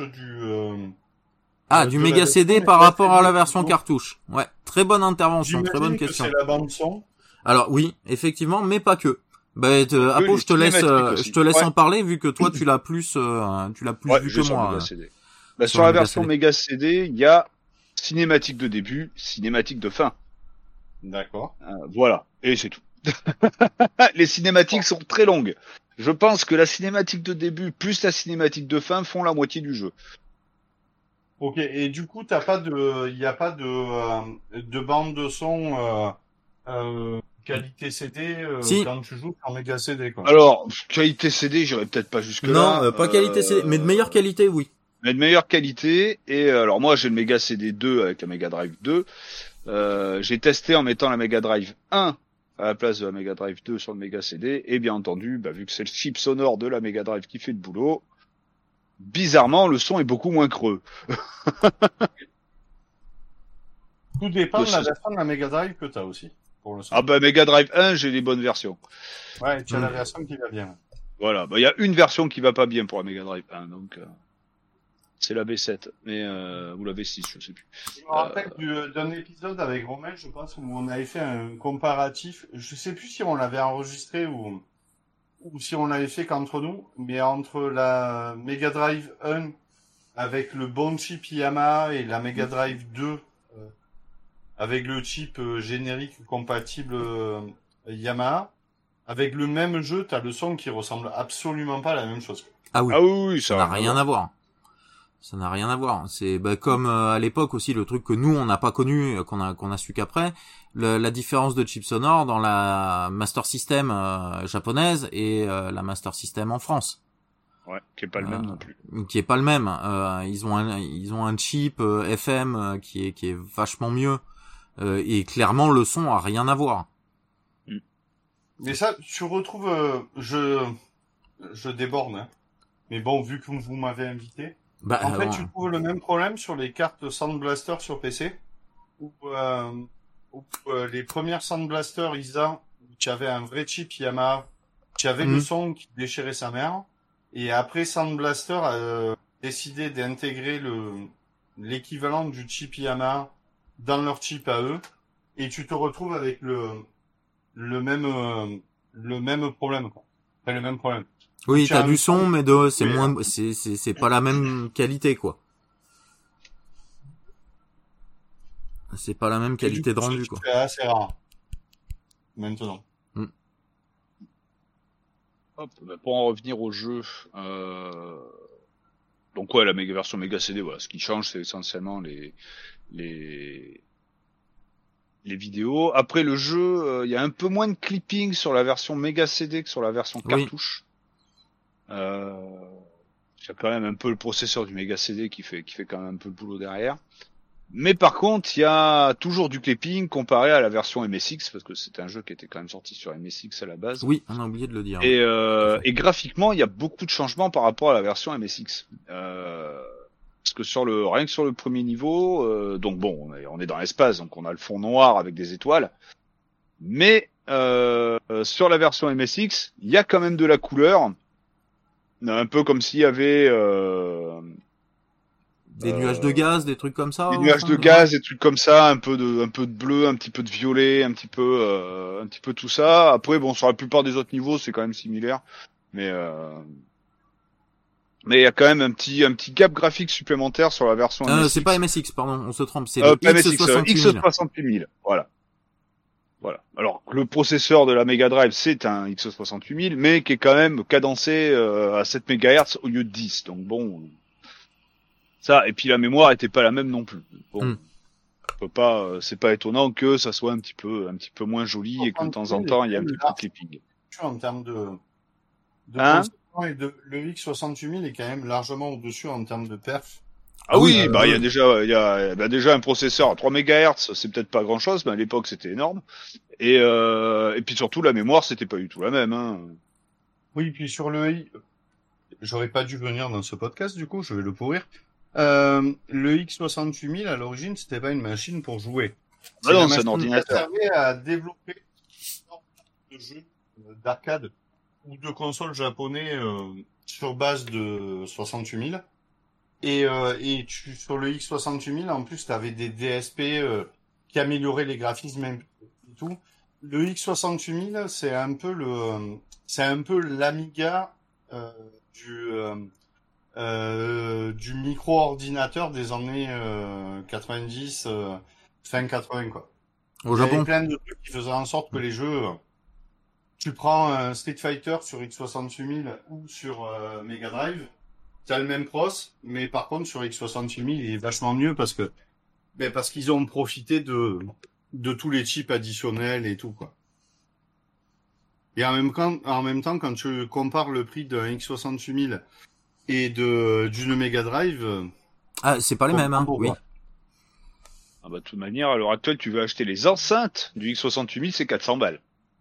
du méga CD par rapport à la version cartouche? Ouais, très bonne intervention, très bonne question. C'est la bande son. Alors oui, effectivement, mais pas que. Apo, je te laisse en parler vu que toi tu l'as plus vu que moi. Sur la version méga CD, il y a cinématique de début, cinématique de fin. D'accord. Voilà, et c'est tout. Les cinématiques sont très longues. Je pense que la cinématique de début plus la cinématique de fin font la moitié du jeu. Ok, et du coup, il n'y a pas de bande de son qualité CD si. Quand tu joues en méga CD, quoi. Alors, qualité CD, j'irais peut-être pas jusque là. Non, pas qualité CD, mais de meilleure qualité, oui. Mais de meilleure qualité. Et alors moi, j'ai le Mega CD 2 avec la Mega Drive 2. J'ai testé en mettant la Mega Drive 1 à la place de la Mega Drive 2 sur le Mega CD. Et bien entendu, vu que c'est le chip sonore de la Mega Drive qui fait le boulot, bizarrement, le son est beaucoup moins creux. Tout dépend de la version de la Mega Drive que tu as aussi. Pour le son. Mega Drive 1, j'ai les bonnes versions. Ouais, tu as la version qui va bien. Voilà, il y a une version qui va pas bien pour la Mega Drive 1, donc c'est la V7, mais ou la V6, je sais plus. Je me rappelle d'un épisode avec Romain, je pense, où on avait fait un comparatif. Je sais plus si on l'avait enregistré ou si on l'avait fait qu'entre nous, mais entre la Mega Drive 1 avec le bon chip Yamaha et la Mega Drive 2 avec le chip générique compatible Yamaha, avec le même jeu, t'as le son qui ressemble absolument pas à la même chose. Ah oui, ça n'a rien à voir. Ça n'a rien à voir. C'est comme à l'époque aussi le truc que nous on n'a pas connu, qu'on a su qu'après, la différence de chip sonore dans la Master System japonaise et la Master System en France. Ouais, qui est pas le même non plus. Qui est pas le même. Ils ont un chip FM qui est vachement mieux et clairement le son a rien à voir. Mais ça, tu retrouves, je déborde, hein. Mais bon, vu que vous m'avez invité. En fait, tu trouves le même problème sur les cartes Sound Blaster sur PC, où les premières Sound Blaster ISA, tu avais un vrai chip Yamaha, tu avais le son qui déchirait sa mère, et après Sound Blaster a décidé d'intégrer l'équivalent du chip Yamaha dans leur chip à eux, et tu te retrouves avec le même problème, quoi. Enfin, le même problème. Oui, t'as du son, mais c'est pas la même qualité, quoi. C'est pas la même qualité de rendu, quoi. C'est assez rare. Maintenant. Pour en revenir au jeu, donc ouais, la version Mega CD, voilà, ce qui change, c'est essentiellement les vidéos. Après le jeu, il y a un peu moins de clipping sur la version Mega CD que sur la version cartouche. Il y a quand même un peu le processeur du Mega CD qui fait quand même un peu le boulot derrière. Mais par contre, il y a toujours du clipping comparé à la version MSX, parce que c'est un jeu qui était quand même sorti sur MSX à la base. Oui, on a oublié de le dire. Et graphiquement, il y a beaucoup de changements par rapport à la version MSX. Parce que rien que sur le premier niveau, donc bon, on est dans l'espace, donc on a le fond noir avec des étoiles. Mais sur la version MSX, il y a quand même de la couleur. Un peu comme s'il y avait des nuages de gaz, des trucs comme ça. Des nuages de gaz, des trucs comme ça, un peu de bleu, un petit peu de violet, un petit peu tout ça. Après, bon, sur la plupart des autres niveaux, c'est quand même similaire, mais il y a quand même un petit gap graphique supplémentaire sur la version MSX. C'est pas MSX, pardon, on se trompe, c'est le X68000. Voilà. Alors, le processeur de la Mega Drive, c'est un X68000, mais qui est quand même cadencé à 7 MHz au lieu de 10. Donc bon, ça, et puis la mémoire était pas la même non plus. Bon, c'est pas étonnant que ça soit un petit peu moins joli et que de temps en temps, il y a un petit peu de clipping. au-dessus en termes de conception et le X68000 est quand même largement au-dessus en termes de perf. Ah oui, il y a déjà un processeur à 3 MHz, c'est peut-être pas grand-chose, mais à l'époque c'était énorme. Et puis surtout la mémoire, c'était pas du tout la même. Hein. Oui, puis sur j'aurais pas dû venir dans ce podcast, du coup, je vais le pourrir. Le X68000 à l'origine, c'était pas une machine pour jouer. Non, c'est un ordinateur. Ça servait à développer de jeux d'arcade ou de consoles japonais sur base de 68000. Et sur le X68000, en plus, tu avais des DSP qui amélioraient les graphismes et tout. Le X68000, c'est un peu l'Amiga du micro-ordinateur des années 90, fin 80, quoi. Au Japon. Il y avait plein de trucs qui faisaient en sorte que les jeux... tu prends un Street Fighter sur X68000 ou sur Mega Drive, t'as le même pros, mais par contre sur X68000 il est vachement mieux parce qu'ils ont profité de tous les chips additionnels et tout, quoi. Et en même temps, quand tu compares le prix d'un X68000 et d'une Mega Drive, c'est pas les mêmes, hein. Oui. Ah bah de toute manière, à l'heure actuelle, tu veux acheter les enceintes du X68000, c'est 400 balles.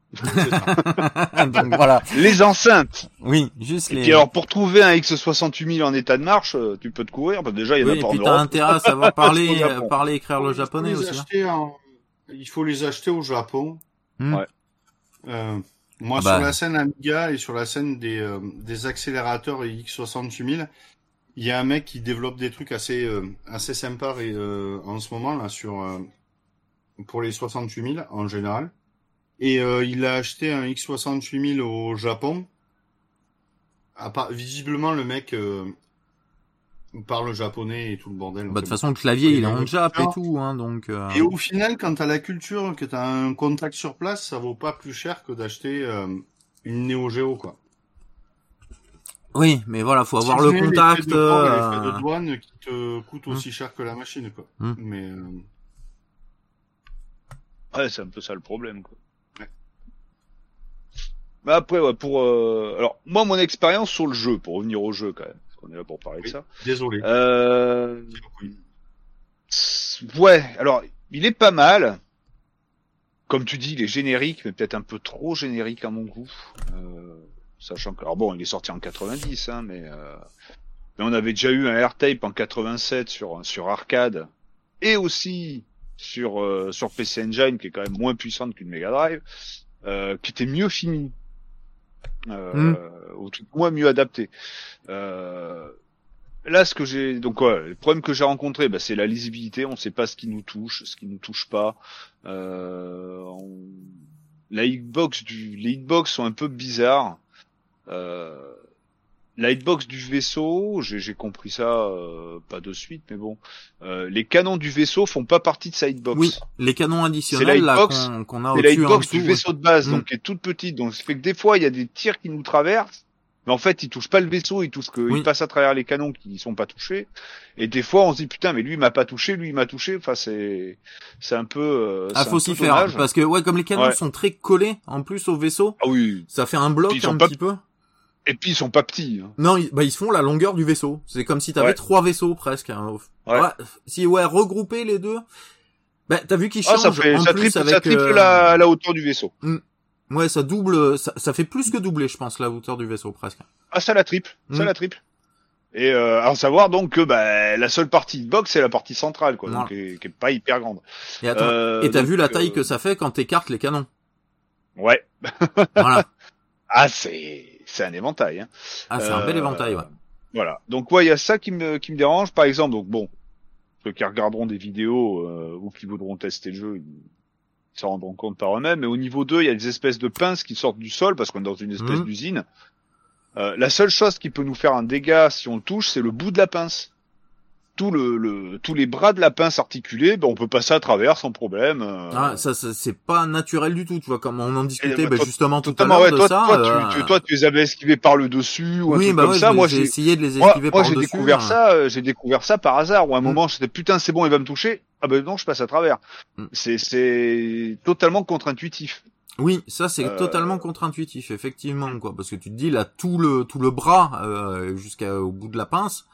Donc voilà. Les enceintes. Oui, juste et les. Puis alors pour trouver un X68000 en état de marche, tu peux te courir parce que déjà il y en a pas en Europe. Et puis t'as intérêt à savoir parler, écrire le japonais aussi. Il faut les acheter au Japon. Ouais. Moi sur la scène Amiga et sur la scène des accélérateurs X68000, il y a un mec qui développe des trucs assez sympas en ce moment là pour les 68000 en général. Et il a acheté un X68000 au Japon. Visiblement, le mec parle japonais et tout le bordel. De toute façon, le clavier, il est en Jap et tout, hein, donc... Et au final, quand t'as la culture, que t'as un contact sur place, ça vaut pas plus cher que d'acheter une Neo Geo, quoi. Oui, mais voilà, faut avoir le contact... Les frais de douane qui te coûtent aussi cher que la machine, quoi. Mais... Ouais, c'est un peu ça le problème, quoi. Mais après, ouais, alors moi mon expérience sur le jeu, pour revenir au jeu quand même, parce qu'on est là pour parler de ça. Désolé. Ouais, alors il est pas mal. Comme tu dis, il est générique, mais peut-être un peu trop générique à mon goût. Sachant que, alors bon, il est sorti en 90, hein, mais on avait déjà eu un AirTape en 87 sur arcade et aussi sur PC Engine, qui est quand même moins puissante qu'une Mega Drive, qui était mieux fini. Ou tout moins mieux adapté. Là, le problème que j'ai rencontré, c'est la lisibilité. On sait pas ce qui nous touche, ce qui nous touche pas. Les hitbox sont un peu bizarres. La hitbox du vaisseau, j'ai compris ça pas de suite, mais bon, les canons du vaisseau font pas partie de sa hitbox. Oui, les canons additionnels là qu'on a au-dessus. C'est la hitbox du vaisseau de base, donc qui est toute petite. Donc ça fait que des fois il y a des tirs qui nous traversent, mais en fait ils touchent pas le vaisseau, ils passent à travers les canons qui sont pas touchés. Et des fois on se dit putain, mais lui il m'a pas touché, lui il m'a touché. Enfin c'est un peu. Faut s'y faire parce que comme les canons sont très collés en plus au vaisseau. Ah oui. Ça fait un bloc petit peu. Et puis ils sont pas petits. Hein. Non, ils se font la longueur du vaisseau. C'est comme si t'avais 3 vaisseaux presque. Hein. Regrouper les deux. T'as vu qu'ils changent ça triple la hauteur du vaisseau. Ouais, ça double, ça fait plus que doubler, je pense, la hauteur du vaisseau presque. Ah, ça la triple. Et à savoir donc que la seule partie hitbox c'est la partie centrale, quoi, donc qui est pas hyper grande. Et attends, et t'as vu la taille que ça fait quand t'écartes les canons? Ouais. Voilà. Ah, c'est un éventail, hein. Ah, c'est un bel éventail, ouais. Voilà. Donc, il y a ça qui me dérange. Par exemple, donc bon, ceux qui regarderont des vidéos, ou qui voudront tester le jeu, ils s'en rendront compte par eux-mêmes. Mais au niveau 2, il y a des espèces de pinces qui sortent du sol, parce qu'on est dans une espèce d'usine. La seule chose qui peut nous faire un dégât si on le touche, c'est le bout de la pince. Tous les bras de la pince articulés, on peut passer à travers sans problème. Ça c'est pas naturel du tout, tu vois, comme on en discutait justement tout à l'heure de ça. Toi tu les avais esquivés par le dessus ou un truc comme ça. Moi j'ai essayé de les esquiver par le dessus. J'ai découvert ça par hasard, ou à un moment j'étais putain c'est bon, il va me toucher. Ah non, je passe à travers. C'est totalement contre-intuitif. Oui, ça c'est totalement contre-intuitif, effectivement, quoi, parce que tu te dis là tout le bras jusqu'au bout de la pince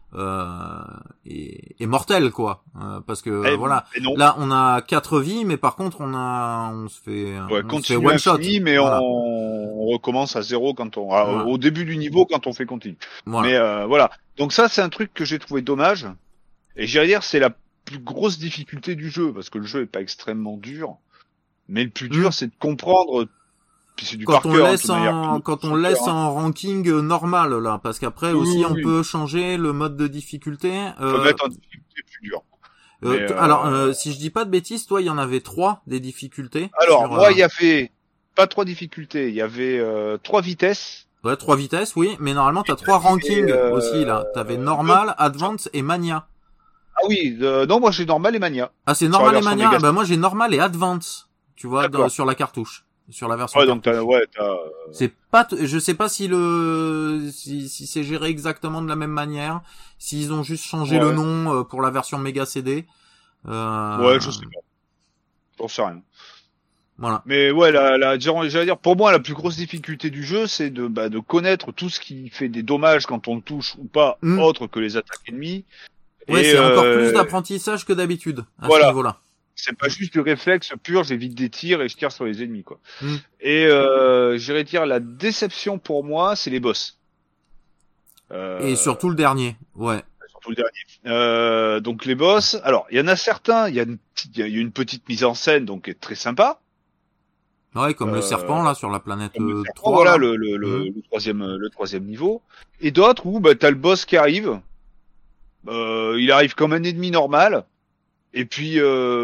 est mortel, quoi, parce que voilà, là on a 4 vies, mais par contre on se fait one shot, mais voilà. on recommence à 0 quand au début du niveau quand on fait continue. Voilà. Mais voilà, donc ça c'est un truc que j'ai trouvé dommage, et j'irais dire c'est la plus grosse difficulté du jeu, parce que le jeu est pas extrêmement dur. Mais le plus dur, c'est de comprendre. Puis c'est du quand on laisse en ranking normal là, parce qu'après aussi on peut changer le mode de difficulté. On peut mettre en difficulté plus dur. Alors, si je dis pas de bêtises, toi, il y en avait 3 des difficultés. Alors moi, il y avait pas 3 difficultés, il y avait 3 vitesses. Ouais, 3 vitesses, oui, mais normalement t'as 3 rankings aussi là. T'avais normal, advance et mania. Ah oui, non, moi j'ai normal et mania. Ah, c'est normal et mania. Bah moi j'ai normal et advance. Tu vois, sur la cartouche, sur la version. Ouais, donc t'as. C'est pas, je sais pas si si c'est géré exactement de la même manière, s'ils ont juste changé le nom pour la version Mega CD. Ouais, je sais pas. J'en sais rien. Voilà. Mais ouais, j'allais dire, pour moi, la plus grosse difficulté du jeu, c'est de connaître tout ce qui fait des dommages quand on le touche ou pas, autre que les attaques ennemies. Ouais, c'est encore plus d'apprentissage que d'habitude à ce niveau-là. C'est pas juste le réflexe pur, j'évite des tirs et je tire sur les ennemis, quoi. Et j'irais dire la déception pour moi, c'est les boss. Et surtout le dernier, ouais. Surtout le dernier. Donc les boss, alors il y en a certains, il y a une petite mise en scène donc qui est très sympa. Ouais, comme le serpent là sur la planète 3. Voilà le troisième niveau. Et d'autres où t'as le boss qui arrive. Il arrive comme un ennemi normal. Et puis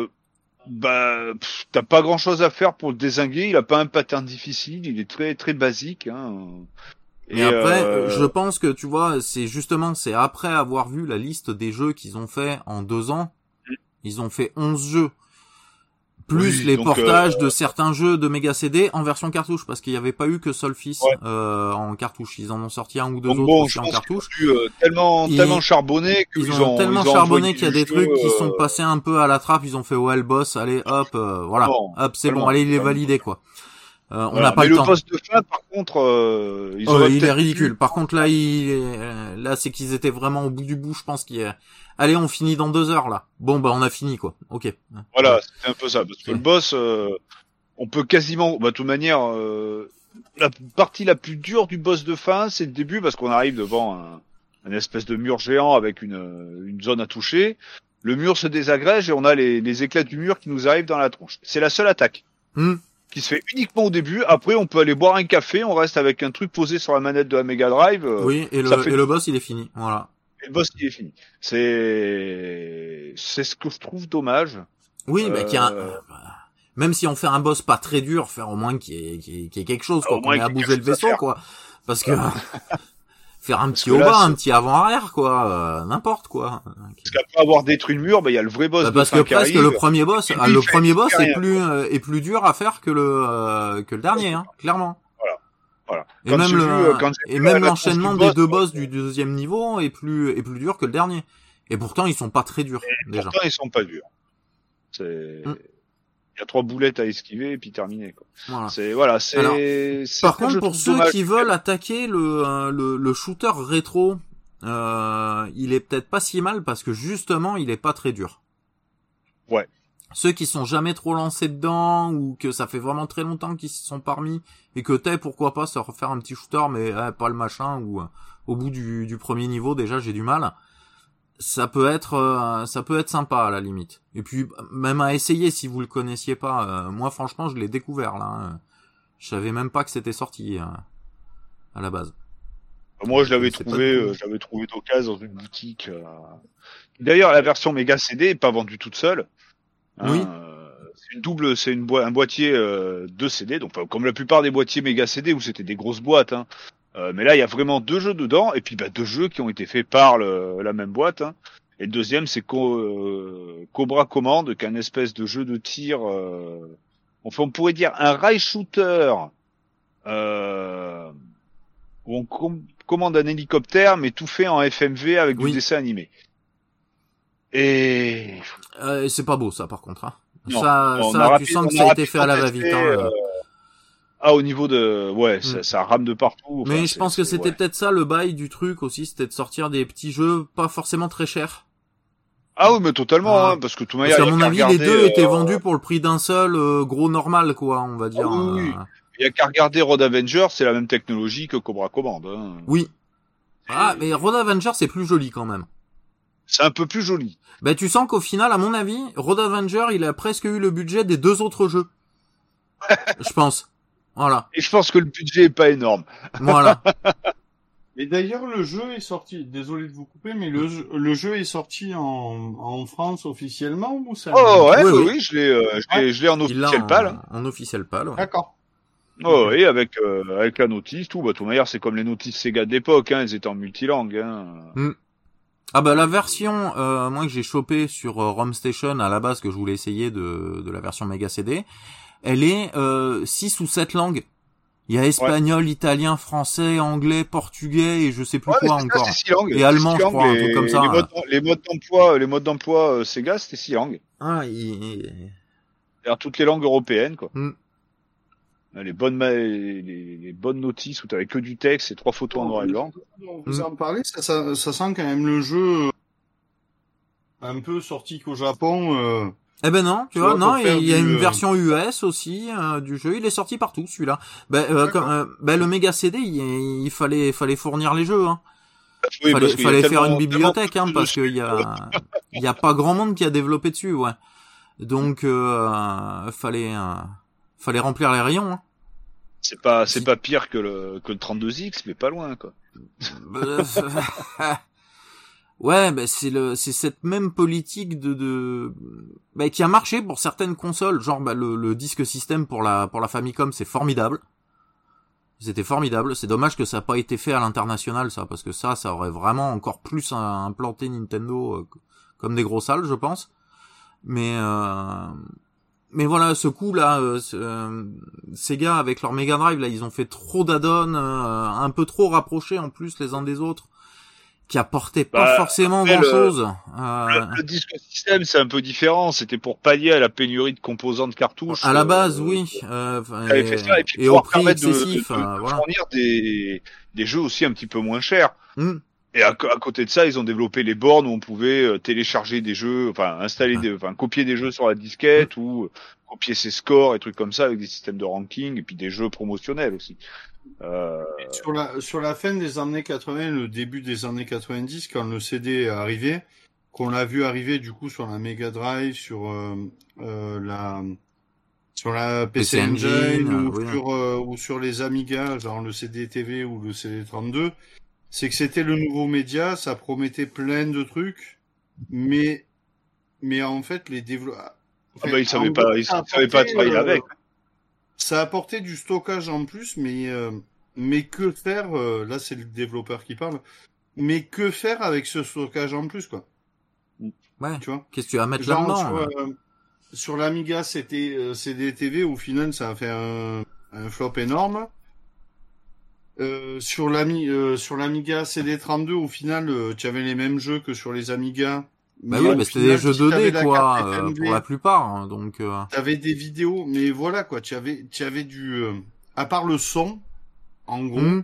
t'as pas grand chose à faire pour le dézinguer, il a pas un pattern difficile, il est très très basique, hein. Et après, je pense que tu vois, c'est après avoir vu la liste des jeux qu'ils ont fait en 2 ans, ils ont fait 11 jeux. Plus les portages de certains jeux de Mega CD en version cartouche, parce qu'il n'y avait pas eu que Solstice en cartouche. Ils en ont sorti un ou deux autres aussi en cartouche. Tellement charbonné qu'ils ont tellement charbonné qu'il y a des trucs qui sont passés un peu à la trappe. Ils ont fait le boss, allez hop, voilà, hop, c'est bon, allez, il est validé quoi. On n'a pas le temps. Le boss de fin, par contre, il est ridicule. Par contre là, c'est qu'ils étaient vraiment au bout du bout. Je pense allez, on finit dans 2 heures, là. Bon, on a fini, quoi. Ok. Voilà, c'est un peu ça. Parce que le boss, on peut quasiment, de toute manière, la partie la plus dure du boss de fin, c'est le début, parce qu'on arrive devant un espèce de mur géant avec une zone à toucher. Le mur se désagrège et on a les éclats du mur qui nous arrivent dans la tronche. C'est la seule attaque. Qui se fait uniquement au début. Après, on peut aller boire un café, on reste avec un truc posé sur la manette de la Mega Drive. Oui, et le boss, il est fini. Voilà. Et le boss, il est fini. C'est ce que je trouve dommage. Oui, même si on fait un boss pas très dur, faire au moins qu'il y ait quelque chose, quoi, qu'on ait à bouger le vaisseau, quoi. Parce que, faire un petit haut bas, un petit avant-arrière, quoi, n'importe quoi. Parce qu'après avoir détruit le mur, il y a le vrai boss. Parce que presque le premier boss est plus dur à faire que le dernier, hein, clairement. Voilà. Et même l'enchaînement des 2 boss du 2e niveau est plus dur que le dernier. Et pourtant, ils sont pas très durs, déjà. Pourtant, ils sont pas durs. Il y a 3 boulettes à esquiver et puis terminé, quoi. Voilà. Par contre, pour ceux qui veulent attaquer le shooter rétro, il est peut-être pas si mal parce que justement, il est pas très dur. Ouais. Ceux qui sont jamais trop lancés dedans ou que ça fait vraiment très longtemps qu'ils s'y sont parmi et que pourquoi pas se refaire un petit shooter mais pas le machin ou au bout du premier niveau déjà j'ai du mal. Ça peut être sympa à la limite. Et puis même à essayer si vous le connaissiez pas. Moi franchement je l'ai découvert là. Je savais même pas que c'était sorti à la base. Moi je l'avais trouvé d'occasion dans une boutique. D'ailleurs la version Mega CD est pas vendue toute seule. Oui. C'est un boîtier 2 CD, donc comme la plupart des boîtiers Mega CD où c'était des grosses boîtes. Mais là, il y a vraiment 2 jeux dedans, et puis 2 jeux qui ont été faits par la même boîte. Et le deuxième, c'est Cobra Command, qui est un espèce de jeu de tir. On pourrait dire un rail shooter où on commande un hélicoptère, mais tout fait en FMV avec du dessin animé. Et c'est pas beau ça par contre. Non, tu sens que ça a été fait à la va-vite. Ah, au niveau de... Ouais, ça rame de partout. Enfin, mais je pense que c'était peut-être ça le bail du truc aussi, c'était de sortir des petits jeux pas forcément très chers. Ah oui, mais totalement, hein, parce que tout manière. Parce qu'à mon avis, les deux étaient vendus pour le prix d'un seul gros normal, quoi, on va dire. Ah, oui. Il y a qu'à regarder Road Avenger, c'est la même technologie que Cobra Command. Hein. Oui. Ah, mais Road Avenger, c'est plus joli quand même. C'est un peu plus joli. Ben, tu sens qu'au final, à mon avis, Road Avenger, il a presque eu le budget des 2 autres jeux. Je pense. Voilà. Et je pense que le budget est pas énorme. Voilà. Et d'ailleurs, le jeu est sorti, désolé de vous couper, mais le jeu est sorti en France officiellement ou ça? Oh ouais, oui, je l'ai en officiel PAL. En officiel PAL, ouais. D'accord. Oh oui, avec la notice, tout. Bah, de toute manière, c'est comme les notices Sega de l'époque, hein, elles étaient en multilangue. Hein. Ah bah la version, moi que j'ai chopé sur ROM Station à la base que je voulais essayer de la version Mega CD, elle est 6 ou 7 langues. Il y a espagnol, italien, français, anglais, portugais et je sais plus quoi encore. Ça, 6 langues. Et allemand, je crois, un truc comme ça. Les modes d'emploi Sega, c'était 6 langues. Ah, C'est-à-dire toutes les langues européennes, quoi. Les bonnes notices où t'avais que du texte et 3 photos en noir et blanc. Vous en parlez, ça sent quand même le jeu un peu sorti qu'au Japon. Eh ben non, tu vois, non, il y a une version US aussi du jeu. Il est sorti partout celui-là. Le Mega CD, il fallait fournir les jeux. Hein. Oui, fallait faire une bibliothèque, hein, parce qu'il y a pas grand monde qui a développé dessus, ouais. Donc fallait remplir les rayons. Hein. C'est pas pire que le 32X, mais pas loin, quoi. Ouais, c'est cette même politique qui a marché pour certaines consoles, genre le disque système pour la Famicom, c'est formidable. C'était formidable, c'est dommage que ça n'a pas été fait à l'international, ça, parce que ça aurait vraiment encore plus implanté Nintendo comme des gros salles, je pense. Mais voilà, ce coup là, Sega avec leur Mega Drive là, ils ont fait trop d'add-ons, un peu trop rapprochés en plus les uns des autres, qui apportait pas forcément grand-chose. Le disque système, c'est un peu différent. C'était pour pallier à la pénurie de composants de cartouches. À la base, oui. Et au prix excessif. De fournir des jeux aussi un petit peu moins chers. Et à côté de ça, ils ont développé les bornes où on pouvait télécharger des jeux, copier des jeux sur la disquette ou copier ses scores et trucs comme ça avec des systèmes de ranking et puis des jeux promotionnels aussi. Sur la fin des années 80, le début des années 90, quand le CD est arrivé, qu'on l'a vu arriver du coup sur la Mega Drive, sur la PC Engine ou sur les Amiga, genre le CD TV ou le CD 32, c'est que c'était le nouveau média, ça promettait plein de trucs, mais en fait les développeurs, ils savaient pas travailler avec. Ça apportait du stockage en plus, mais que faire, là c'est le développeur qui parle, mais que faire avec ce stockage en plus, quoi. Ouais. Tu vois? Qu'est-ce que tu vas mettre là-dedans? Sur l'Amiga, c'était CDTV, au final ça a fait un flop énorme. Sur l'Amiga CD32, au final, tu avais les mêmes jeux que sur les Amiga. Mais c'était des jeux 2D, quoi, pour la plupart, hein, donc. T'avais des vidéos, mais voilà, quoi, tu avais du, à part le son, en gros,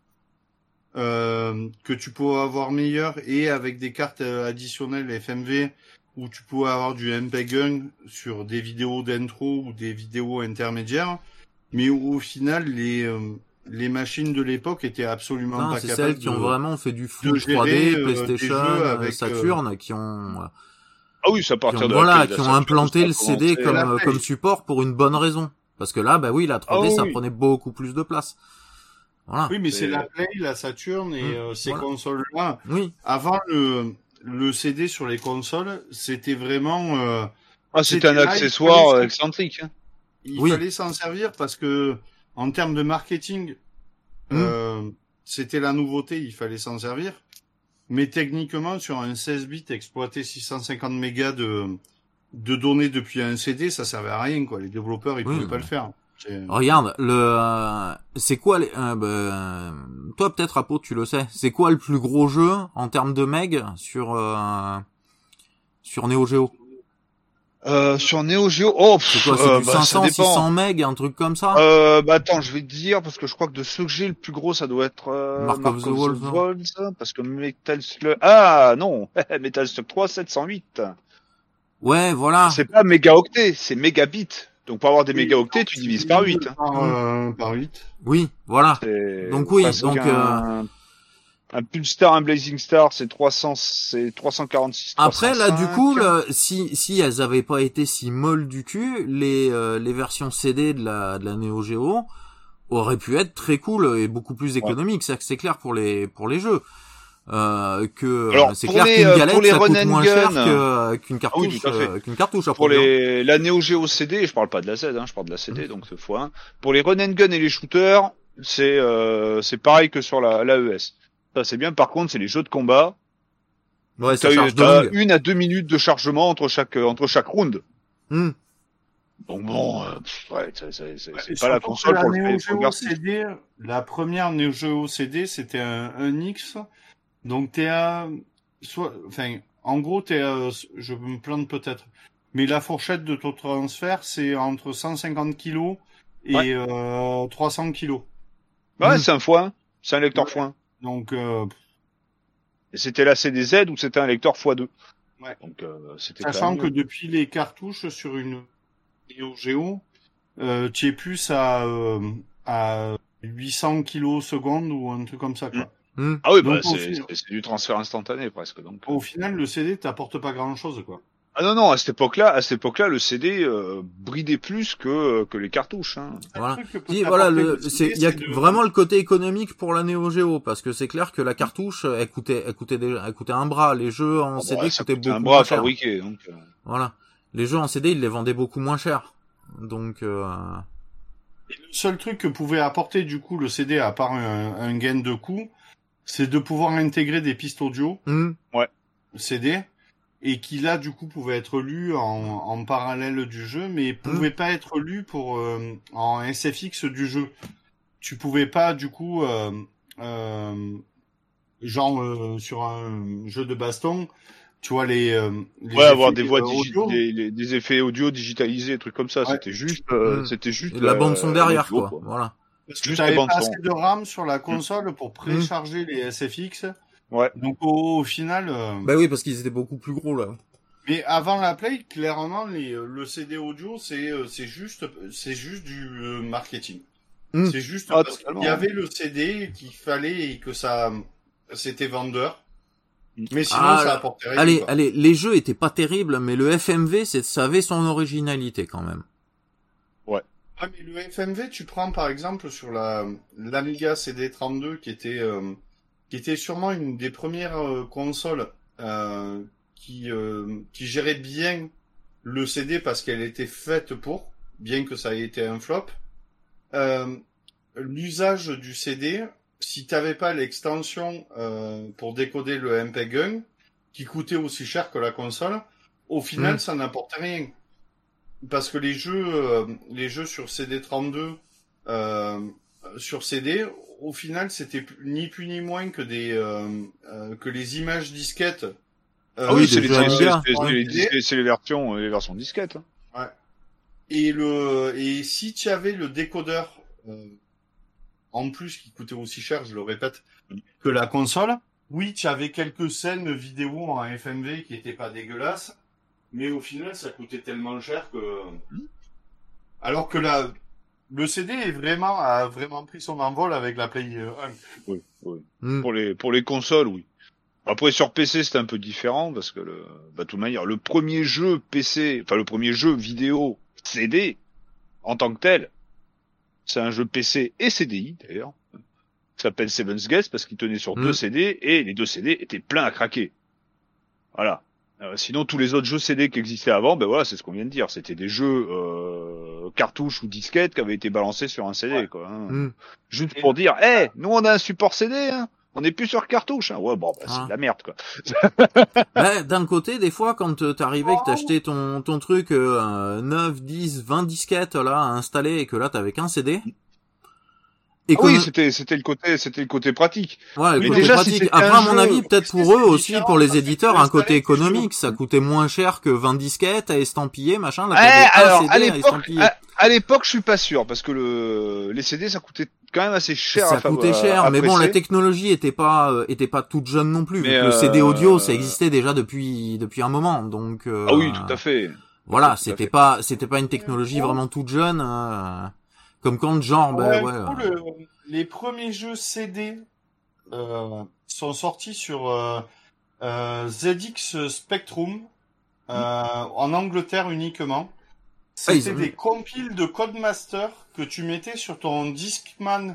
que tu pouvais avoir meilleur et avec des cartes additionnelles FMV où tu pouvais avoir du MPEG-1 sur des vidéos d'intro ou des vidéos intermédiaires, mais au final les machines de l'époque étaient absolument pas capables. C'est celles qui ont vraiment fait du full 3D, PlayStation, Saturn, qui ont. Ah oui, ça partir de. Voilà, qui ont implanté le CD comme support pour une bonne raison. Parce que là, la 3D, ça prenait beaucoup plus de place. Voilà. Oui, mais c'est la Play, la Saturn et ces consoles-là. Oui. Avant le CD sur les consoles, c'était vraiment. C'était un accessoire excentrique. Hein. Il fallait s'en servir parce que en termes de marketing, c'était la nouveauté, il fallait s'en servir. Mais techniquement, sur un 16 bits, exploiter 650 mégas de données depuis un CD, ça servait à rien, quoi. Les développeurs, ils pouvaient pas le faire. Regarde, c'est quoi toi peut-être Apo, tu le sais. C'est quoi le plus gros jeu en termes de meg sur Neo Geo? Sur Neo Geo, c'est quoi, c'est du 500, 600 MB, un truc comme ça? Attends, je vais te dire, parce que je crois que de ceux que j'ai, le plus gros, ça doit être, Mark of the Wolves, parce que Metal Slug, ah, non, Metal Slug 3, 708. Ouais, voilà. C'est pas mégaoctet, c'est mégabits. Donc, pour avoir des mégaoctets, tu divises par 8. Par 8. Oui, voilà. Donc oui, donc un Pulsar, un Blazing Star, c'est 346. Après 305. là, du coup, si elles avaient pas été si molles du cul, les versions CD de la Neo Geo auraient pu être très cool et beaucoup plus économiques. Ça, c'est clair pour les jeux. Alors, c'est clair qu'une galette ça coûte moins cher qu'une cartouche. Ah oui, qu'une cartouche à pour produire. la Neo Geo CD, je parle pas de la Z, hein, je parle de la CD, donc ce fois. Pour les run and gun et les shooters, c'est pareil que sur la ES. Ça c'est bien. Par contre, c'est les jeux de combat. Ouais, ça t'as charge de longue. 1 à 2 minutes de chargement entre chaque round. Donc bon, ouais, c'est pas la console pour le CD. La première Neo Geo CD, c'était un X. Donc en gros, je me plante peut-être, mais la fourchette de ton transfert, c'est entre 150 kilos et 300 kilos. Ouais, c'est un x1, c'est un lecteur x1. Donc, et c'était la CDZ ou c'était un lecteur x2. Ouais. Donc, c'était sachant que depuis les cartouches sur une Neo Geo, tu es plus à 800 kilos seconde ou un truc comme ça, quoi. Ah oui, donc, c'est du transfert instantané presque. Donc, au final, le CD t'apporte pas grand-chose, quoi. Ah non, à cette époque-là, le CD bridait plus que les cartouches. Hein. Voilà. Voilà, il y a vraiment le côté économique pour la Neo Geo, parce que c'est clair que la cartouche, elle coûtait un bras. Les jeux en CD coûtaient beaucoup moins cher. Un bras à fabriquer, donc. Voilà. Les jeux en CD, ils les vendaient beaucoup moins cher. Donc. Et le seul truc que pouvait apporter du coup le CD, à part un gain de coût, c'est de pouvoir intégrer des pistes audio. Ouais. CD. Et qui là du coup pouvait être lu en parallèle du jeu, mais pouvait pas être lu pour en SFX du jeu. Tu pouvais pas du coup sur un jeu de baston, tu vois les avoir des voix des effets audio digitalisés, trucs comme ça. Ouais. C'était juste la bande son derrière audio, quoi. Voilà. Parce que t'avais pas assez de RAM sur la console pour précharger les SFX. Ouais. Donc au final. Bah oui, parce qu'ils étaient beaucoup plus gros là. Mais avant la Play, clairement, le CD audio, c'est juste du marketing. C'est juste parce qu'il y avait le CD qu'il fallait et que c'était vendeur. Mais sinon, ça apportait rien. Allez, les jeux étaient pas terribles, mais le FMV, ça avait son originalité quand même. Ouais. Ah, mais le FMV, tu prends par exemple sur l'Amiga CD32 qui était sûrement une des premières consoles qui gérait bien le CD parce qu'elle était faite pour, bien que ça ait été un flop. L'usage du CD, si t'avais pas l'extension pour décoder le MPEG-1, qui coûtait aussi cher que la console, au final ça n'apportait rien. Parce que les jeux sur CD32 sur CD, au final, c'était ni plus ni moins que que les images disquettes. Oui, c'est les versions disquettes. Hein. Ouais. Et si tu avais le décodeur en plus qui coûtait aussi cher, je le répète, que la console, oui, tu avais quelques scènes vidéo en FMV qui étaient pas dégueulasses, mais au final, ça coûtait tellement cher que alors que le CD a vraiment pris son envol avec la Play 1. Oui. Pour les consoles, oui. Après, sur PC, c'était un peu différent, parce que de toute manière, le premier jeu vidéo CD, en tant que tel, c'est un jeu PC et CDI, d'ailleurs, qui s'appelle Seven's Guest, parce qu'il tenait sur 2 CD, et les 2 CD étaient pleins à craquer. Voilà. Sinon, tous les autres jeux CD qui existaient avant, c'est ce qu'on vient de dire. C'était des jeux cartouches ou disquettes qui avaient été balancés sur un CD, quoi. Hein. Juste pour dire, nous on a un support CD, hein. On n'est plus sur cartouche, hein. Ouais, c'est de la merde, quoi. D'un côté, des fois, quand t'arrivais que t'achetais ton truc 9, 10, 20 disquettes là à installer et que là t'avais qu'un CD, oui, c'était le côté pratique. Ouais, le côté pratique. Après, à mon avis, peut-être pour eux aussi, pour les éditeurs, un côté économique. Ça coûtait moins cher que 20 disquettes à estampiller, machin. Là, alors, à l'époque, je suis pas sûr, parce que les CD, ça coûtait quand même assez cher. Ça coûtait cher, mais bon, la technologie était pas toute jeune non plus. Mais le CD audio, ça existait déjà depuis un moment, donc. Ah oui, tout à fait. Voilà, c'était pas une technologie vraiment toute jeune. Comme quand genre, les premiers jeux CD sont sortis sur ZX Spectrum en Angleterre uniquement. C'était des compiles de Codemaster que tu mettais sur ton Discman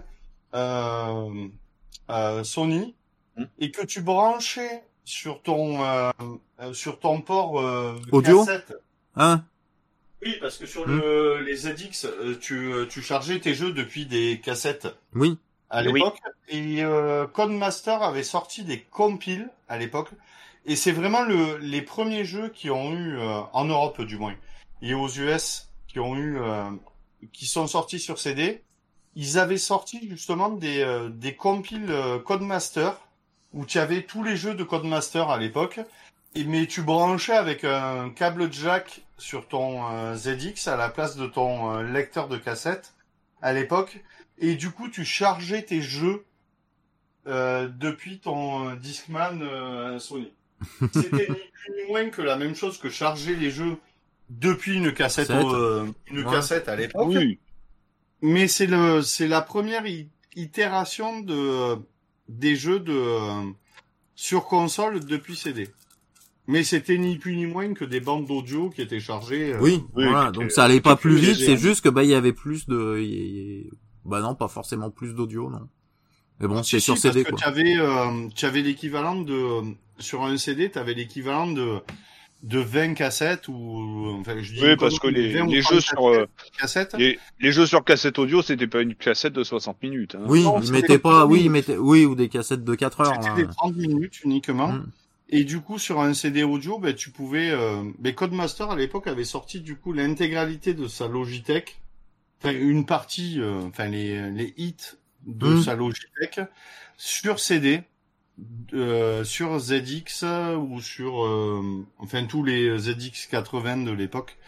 Sony et que tu branchais sur ton port audio. Cassette. Hein? Oui, parce que sur les ZX, tu chargeais tes jeux depuis des cassettes. Oui. À l'époque. Oui. Et Codemaster avait sorti des compiles à l'époque. Et c'est vraiment les premiers jeux qui ont eu, en Europe du moins, et aux US, qui sont sortis sur CD. Ils avaient sorti justement des compiles Codemaster, où tu avais tous les jeux de Codemaster à l'époque. Mais tu branchais avec un câble jack sur ton ZX à la place de ton lecteur de cassette à l'époque. Et du coup, tu chargeais tes jeux depuis ton Discman Sony. C'était ni plus ni moins que la même chose que charger les jeux depuis une cassette cassette à l'époque. Oui. Mais c'est la première itération des jeux sur console depuis CD. Mais c'était ni plus ni moins que des bandes d'audio qui étaient chargées. Voilà. Donc ça allait pas plus vite, c'est juste que il y avait plus de, non, pas forcément plus d'audio, non. Mais bon, c'est sur CD, quoi. Tu avais l'équivalent sur un CD, t'avais l'équivalent de 20 cassettes ou, enfin, je dis. Oui, parce que les jeux sur cassette. Les jeux sur cassette audio, c'était pas une cassette de 60 minutes, hein. Oui, ils mettaient pas, ou des cassettes de 4 heures. C'était des 30 minutes uniquement. Et du coup, sur un CD audio, tu pouvais... Codemaster, à l'époque, avait sorti, du coup, l'intégralité de sa Logitech. Enfin, une partie, les hits de sa Logitech sur CD, sur ZX ou sur... tous les ZX 80 de l'époque.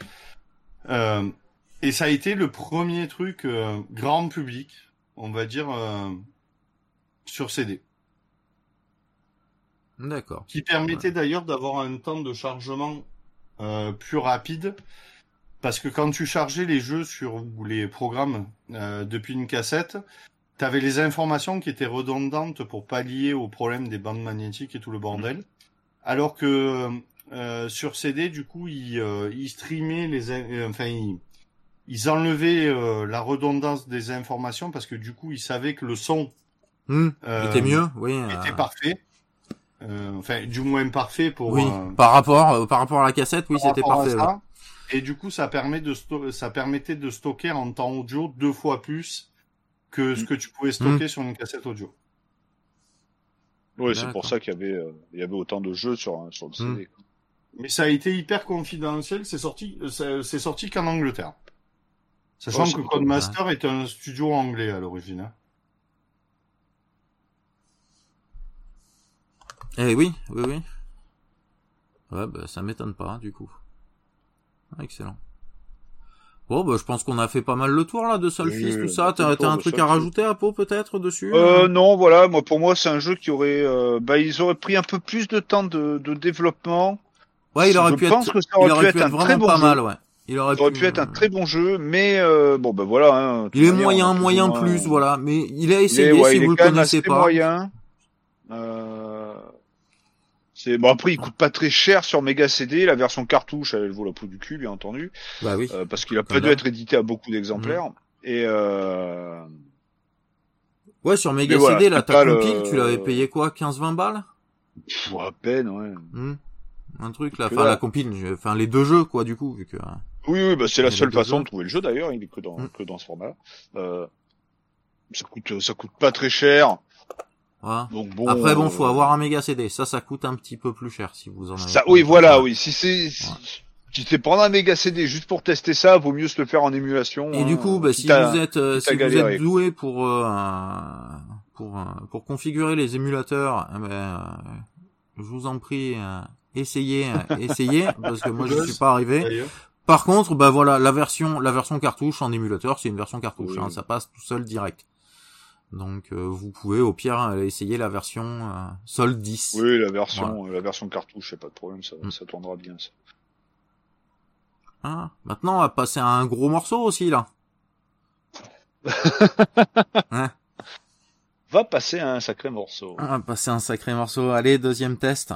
Et ça a été le premier truc grand public, on va dire, sur CD. D'accord. Qui permettait d'ailleurs d'avoir un temps de chargement plus rapide, parce que quand tu chargeais les jeux ou les programmes depuis une cassette, t'avais les informations qui étaient redondantes pour pallier au problème des bandes magnétiques et tout le bordel, alors que sur CD, du coup, ils streamaient ils enlevaient la redondance des informations, parce que du coup, ils savaient que le son était mieux, était parfait. Du moins parfait pour. Oui, par rapport à la cassette, oui, c'était parfait. Ouais. Et du coup, ça permettait de stocker en temps audio 2 fois plus que ce que tu pouvais stocker sur une cassette audio. Oui, c'est pour ça qu'il y avait autant de jeux sur le CD. Mais ça a été hyper confidentiel. C'est sorti qu'en Angleterre. Sachant que Codemaster est un studio anglais à l'origine. Hein. Eh oui. Ouais, ça m'étonne pas, du coup. Excellent. Bon, je pense qu'on a fait pas mal le tour, là, de Solstice, tout ça. T'as un truc à rajouter, Apo, peut-être, dessus? Non, voilà. Pour moi, c'est un jeu qui aurait, ils auraient pris un peu plus de temps de développement. Ouais, il aurait pu être un très bon jeu. Mal, ouais. Il aurait pu être un très bon jeu, mais voilà. Hein, il est moyen plus, voilà. Mais il a essayé, si vous le connaissez pas. Moyen. Après, il coûte pas très cher sur Mega CD. La version cartouche, elle vaut la peau du cul, bien entendu. Bah oui. Parce qu'il a pas dû être édité à beaucoup d'exemplaires. Et ouais, sur Mega CD, là, ta compile, tu l'avais payé quoi, 15-20 balles? À peine, ouais. Un truc, là, la compile, les 2 jeux, quoi, du coup, vu que. Oui, c'est la seule façon de trouver le jeu, d'ailleurs. Il est que dans ce format-là. Ça coûte pas très cher. Voilà. Donc après, faut avoir un méga CD. Ça coûte un petit peu plus cher si vous en avez. Oui, voilà, oui. Si c'est, Tu te fais prendre un méga CD juste pour tester ça, vaut mieux se le faire en émulation. Et du coup, si vous êtes doué pour configurer les émulateurs, je vous en prie, essayez, parce que moi je suis pas arrivé. Par contre, voilà, la version cartouche en émulateur, c'est une version cartouche, oui. Ça passe tout seul direct. Donc vous pouvez au pire essayer la version Sol 10. Oui, la version cartouche, c'est pas de problème, ça tournera bien ça. Ah, maintenant on va passer à un gros morceau aussi là. Hein, va passer à un sacré morceau. On va passer à un sacré morceau. Allez, deuxième test.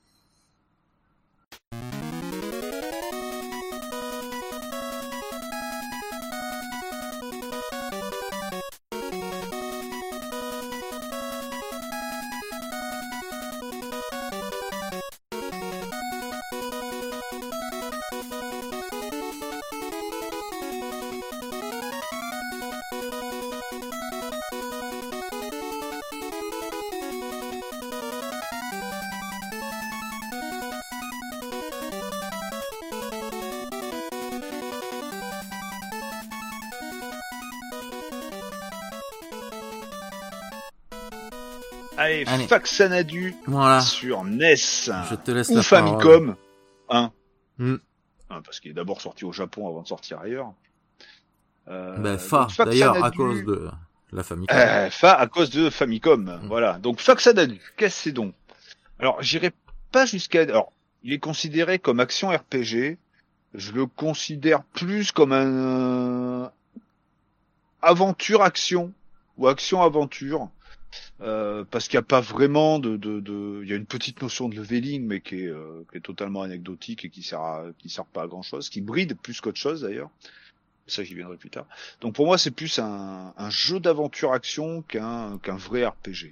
Allez. Faxanadu sur NES Je te laisse ou Famicom, parce qu'il est d'abord sorti au Japon avant de sortir ailleurs. D'ailleurs à cause de la Famicom. À cause de Famicom, voilà. Donc Faxanadu, qu'est-ce que c'est donc? Alors j'irai pas jusqu'à. Alors il est considéré comme action RPG. Je le considère plus comme un aventure action ou action aventure. Parce qu'il n'y a pas vraiment il y a une petite notion de leveling, mais qui est totalement anecdotique et qui sert pas à grand chose, qui bride plus qu'autre chose d'ailleurs. Ça, j'y viendrai plus tard. Donc pour moi, c'est plus un jeu d'aventure action qu'un vrai RPG,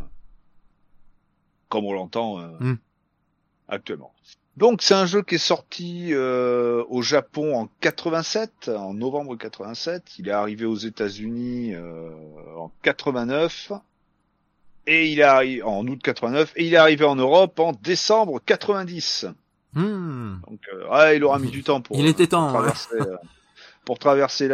comme on l'entend actuellement. Donc c'est un jeu qui est sorti au Japon en 87, en novembre 87. Il est arrivé aux États-Unis en 89. Et il est arrivé en août 89 et il est arrivé en Europe en décembre 90. Donc il aura mis du temps pour traverser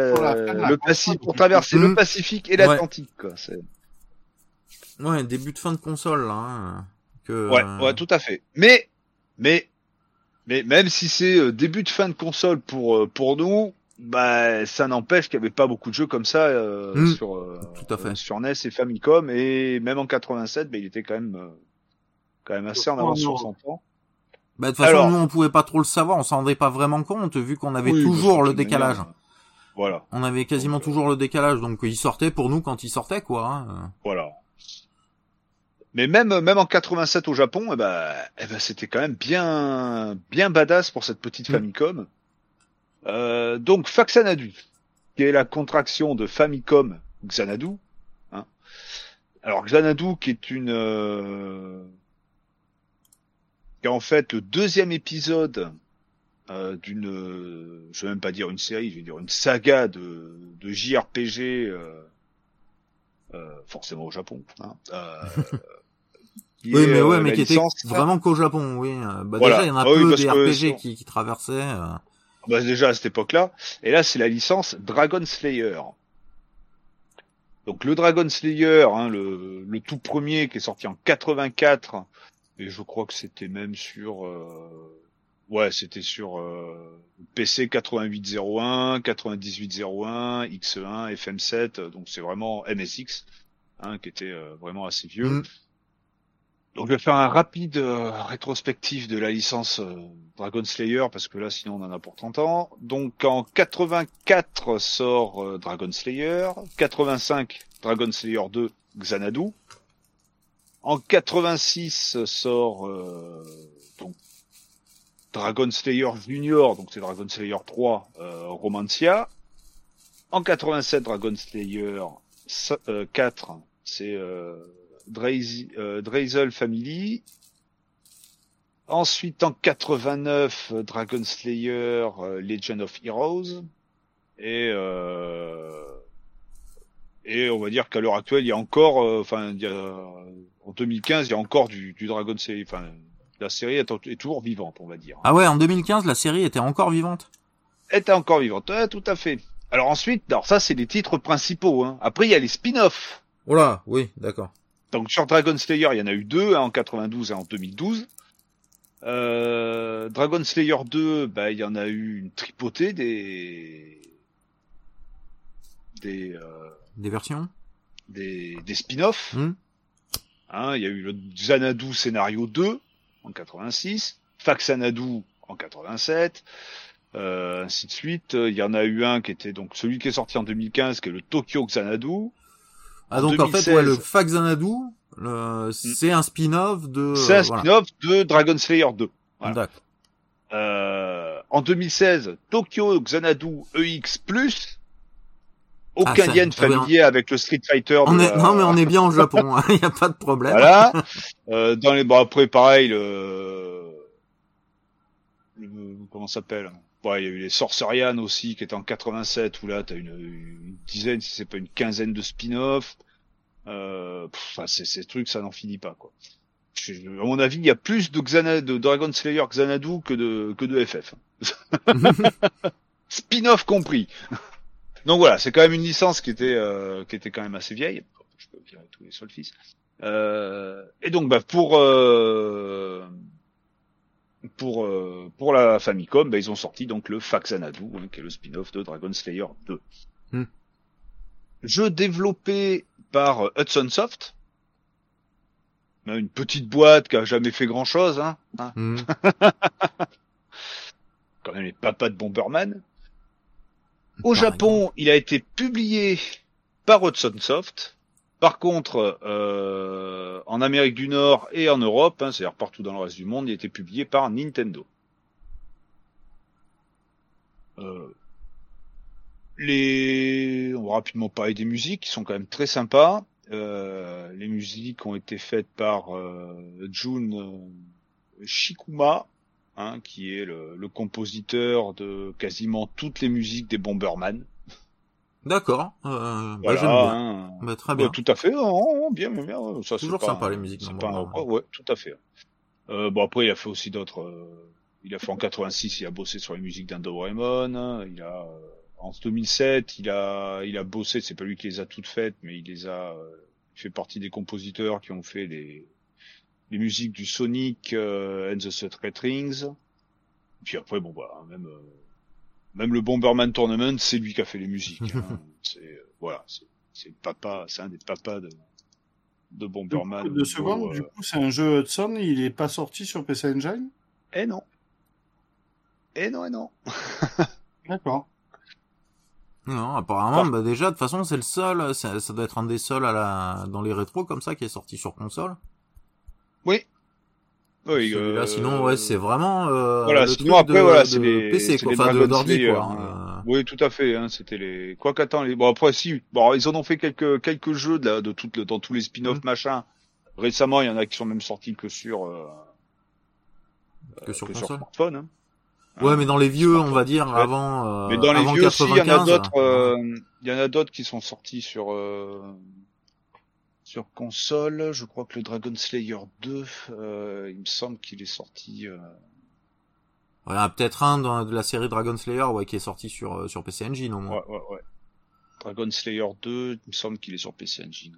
le Pacifique et l'Atlantique quoi. Ouais, début de fin de console là. Ouais, tout à fait. Mais même si c'est début de fin de console pour nous, ça n'empêche qu'il y avait pas beaucoup de jeux comme ça sur NES et Famicom, et même en 87, il était quand même assez en avance sur son temps. De toute façon, nous on pouvait pas trop le savoir, on s'en rendait pas vraiment compte vu qu'on avait toujours le décalage. Voilà. On avait quasiment toujours le décalage, donc il sortait pour nous quand il sortait quoi. Voilà. Mais même en 87 au Japon, c'était quand même bien badass pour cette petite Famicom. Donc Faxanadu, qui est la contraction de Famicom Xanadu. Alors Xanadu, qui est qui est en fait le deuxième épisode d'une, je vais même pas dire une série, je vais dire une saga de JRPG, forcément au Japon. Mais qui était vraiment qu'au Japon, oui. Déjà, il y en a peu des RPG qui traversaient. Déjà à cette époque-là. Et là, c'est la licence Dragon Slayer. Donc le Dragon Slayer, le tout premier qui est sorti en 84, et je crois que c'était même sur c'était sur PC 8801, 9801, X1, FM7, donc c'est vraiment MSX, qui était vraiment assez vieux. Donc je vais faire un rapide rétrospectif de la licence Dragon Slayer, parce que là sinon on en a pour 30 ans. Donc en 84 sort Dragon Slayer, 85 Dragon Slayer 2 Xanadu. En 86 sort donc Dragon Slayer Junior, donc c'est Dragon Slayer 3 Romancia. En 87 Dragon Slayer 4 c'est Drazel Family. Ensuite, en 89, Dragon Slayer Legend of Heroes. Et on va dire qu'à l'heure actuelle, il y a encore, en 2015, il y a encore du Dragon Slayer, La série est toujours vivante, on va dire. Ah ouais, en 2015, la série était encore vivante. Elle était encore vivante, ouais, tout à fait. Alors ensuite, ça c'est les titres principaux. Hein. Après, il y a les spin-offs. Oh là, oui, d'accord. Donc sur Dragon Slayer, il y en a eu 2, en 92 et en 2012. Dragon Slayer 2, il y en a eu une tripotée des versions, des spin-offs. Il y a eu le Xanadu Scénario 2 en 86, Faxanadu en 87, ainsi de suite. Il y en a eu un qui était donc celui qui est sorti en 2015, qui est le Tokyo Xanadu. Ah donc 2016, en fait, ouais, le Faxanadu, c'est un spin-off de... C'est un spin-off de Dragon Slayer 2. Voilà. D'accord. En 2016, Tokyo Xanadu EX+, aucun lien familier avec le Street Fighter. Non, mais on est bien au Japon, il n'y a pas de problème. Voilà. Après, pareil, comment ça s'appelle? Ouais, il y a eu les Sorcerian aussi, qui était en 87, où là, t'as une dizaine, si c'est pas une quinzaine de spin-off. Ces trucs, ça n'en finit pas, quoi. À mon avis, il y a plus de Dragon Slayer Xanadu que de FF. Spin-off compris. Donc voilà, c'est quand même une licence qui était quand même assez vieille. Je peux virer tous les Solfis. Et donc, pour la Famicom, ils ont sorti donc le Faxanadu, qui est le spin-off de Dragon Slayer 2. Jeu développé par Hudson Soft. Une petite boîte qui a jamais fait grand chose, hein. Quand même les papas de Bomberman. Au Japon, il a été publié par Hudson Soft. Par contre, en Amérique du Nord et en Europe, c'est-à-dire partout dans le reste du monde, il a été publié par Nintendo. On va rapidement parler des musiques, qui sont quand même très sympas. Les musiques ont été faites par Jun Shikuma, qui est le compositeur de quasiment toutes les musiques des Bomberman. D'accord. Voilà, j'aime bien. Très bien. Tout à fait. Bien. Ça, toujours sympa les musiques. Ouais, tout à fait. Après, il a fait aussi d'autres. Il a fait en 86, il a bossé sur les musiques d'Indoraemon. Il a en 2007, il a bossé. C'est pas lui qui les a toutes faites, mais il fait partie des compositeurs qui ont fait les musiques du Sonic and the Secret Rings. Et puis après, même le Bomberman Tournament, c'est lui qui a fait les musiques. C'est le papa, c'est un des papas de Bomberman. Du coup, c'est un jeu Hudson, il est pas sorti sur PC Engine? Eh non. D'accord. Non, apparemment, déjà, de toute façon, c'est le seul, ça doit être un des seuls dans les rétros comme ça qui est sorti sur console. Oui. Celui-là, sinon, c'est vraiment, sinon après, c'est les PC, quoi, d'ordi, quoi. Oui, tout à fait, c'était les, quoi qu'attends, après, si, ils en ont fait quelques jeux, dans tous les spin-offs, machin. Récemment, il y en a qui sont même sortis que sur smartphone, Ouais, mais dans les vieux, on va dire, avant, mais dans les vieux 95, aussi, il y en a d'autres qui sont sortis sur console. Je crois que le Dragon Slayer 2, il me semble qu'il est sorti, Ouais, peut-être un de la série Dragon Slayer, qui est sorti sur PC Engine, au moins. Ouais. Dragon Slayer 2, il me semble qu'il est sur PC Engine.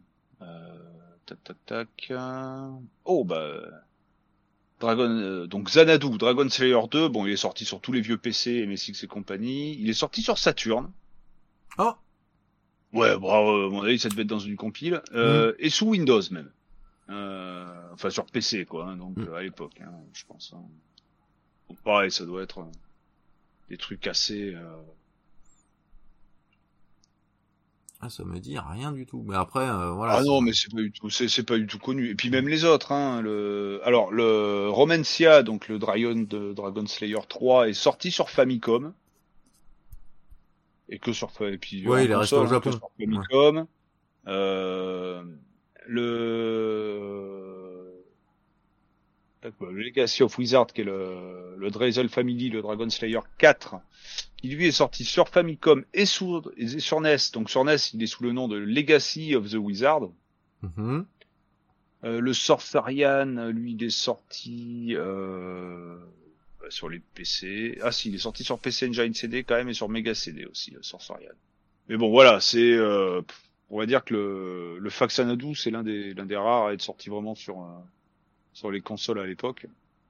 Donc Xanadu, Dragon Slayer 2, il est sorti sur tous les vieux PC, MSX et compagnie. Il est sorti sur Saturn. Oh. Ouais, bravo, à mon avis, ça devait être dans une compile. Et sous Windows même. Sur PC, quoi, donc à l'époque, je pense. Donc pareil, ça doit être des trucs assez... ça me dit rien du tout. Mais après, voilà. Ah non, mais c'est pas du tout connu. Et puis même les autres, le Romancia, donc le Dragon de Dragon Slayer 3, est sorti sur Famicom. Et que sur il est resté au Japon. Sur Famicom. Le Legacy of Wizard, qui est le Drazel Family, le Dragon Slayer 4, qui lui est sorti sur Famicom et sur NES. Donc sur NES, il est sous le nom de Legacy of the Wizard. Le Sorcerian, lui, il est sorti sur les PC. Ah si, il est sorti sur PC Engine CD quand même et sur Mega CD aussi, le Sorcerian. Mais bon, voilà, c'est on va dire que le Faxanadu, c'est l'un des rares à être sorti vraiment sur les consoles à l'époque.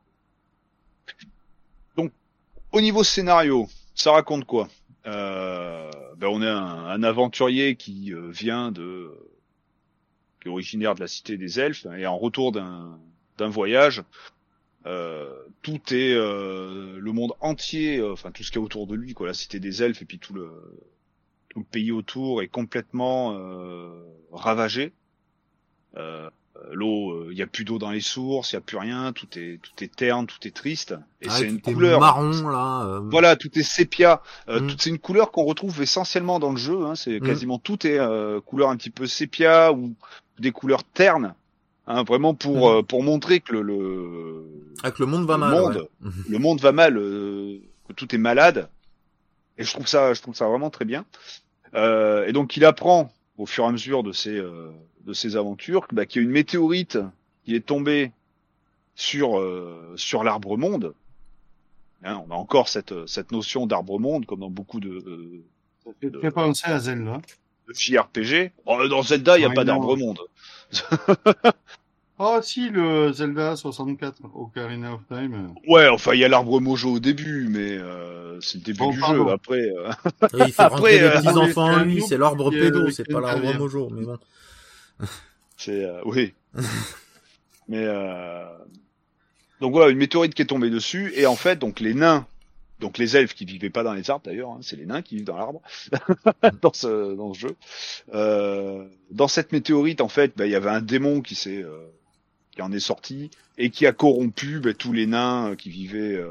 Donc, au niveau scénario, ça raconte quoi? On est un aventurier qui vient qui est originaire de la cité des elfes et en retour d'un voyage, tout est le monde entier, enfin tout ce qu'il y a autour de lui, quoi, la cité des elfes et puis tout le pays autour est complètement ravagé. L'eau, il y a plus d'eau dans les sources, il y a plus rien, tout est terne, tout est triste. Et c'est une couleur marron là. Voilà, tout est sépia. C'est une couleur qu'on retrouve essentiellement dans le jeu. Hein, c'est quasiment tout est couleur un petit peu sépia ou des couleurs ternes. Hein, vraiment pour montrer que que le monde va mal. Le monde va mal, que tout est malade. Et je trouve ça vraiment très bien. Et donc il apprend au fur et à mesure de ses aventures qu'il y a une météorite qui est tombée sur l'arbre monde. Hein, on a encore cette notion d'arbre monde comme dans beaucoup de fait penser à Zelda. De JRPG. Oh, dans Zelda, il y a pas d'arbre monde. Oh si, le Zelda 64, Ocarina of Time. Ouais, enfin il y a l'arbre mojo au début, mais c'est le début du jeu. Après, il fait rentrer les petits enfants en lui, c'est l'arbre pédo, c'est pas l'arbre mojo, mais bon. C'est oui. Mais donc voilà, une météorite qui est tombée dessus et en fait donc les nains, donc les elfes qui vivaient pas dans les arbres d'ailleurs, hein, c'est les nains qui vivent dans l'arbre dans ce jeu. Dans cette météorite en fait, il y avait un démon qui en est sorti et qui a corrompu tous les nains qui vivaient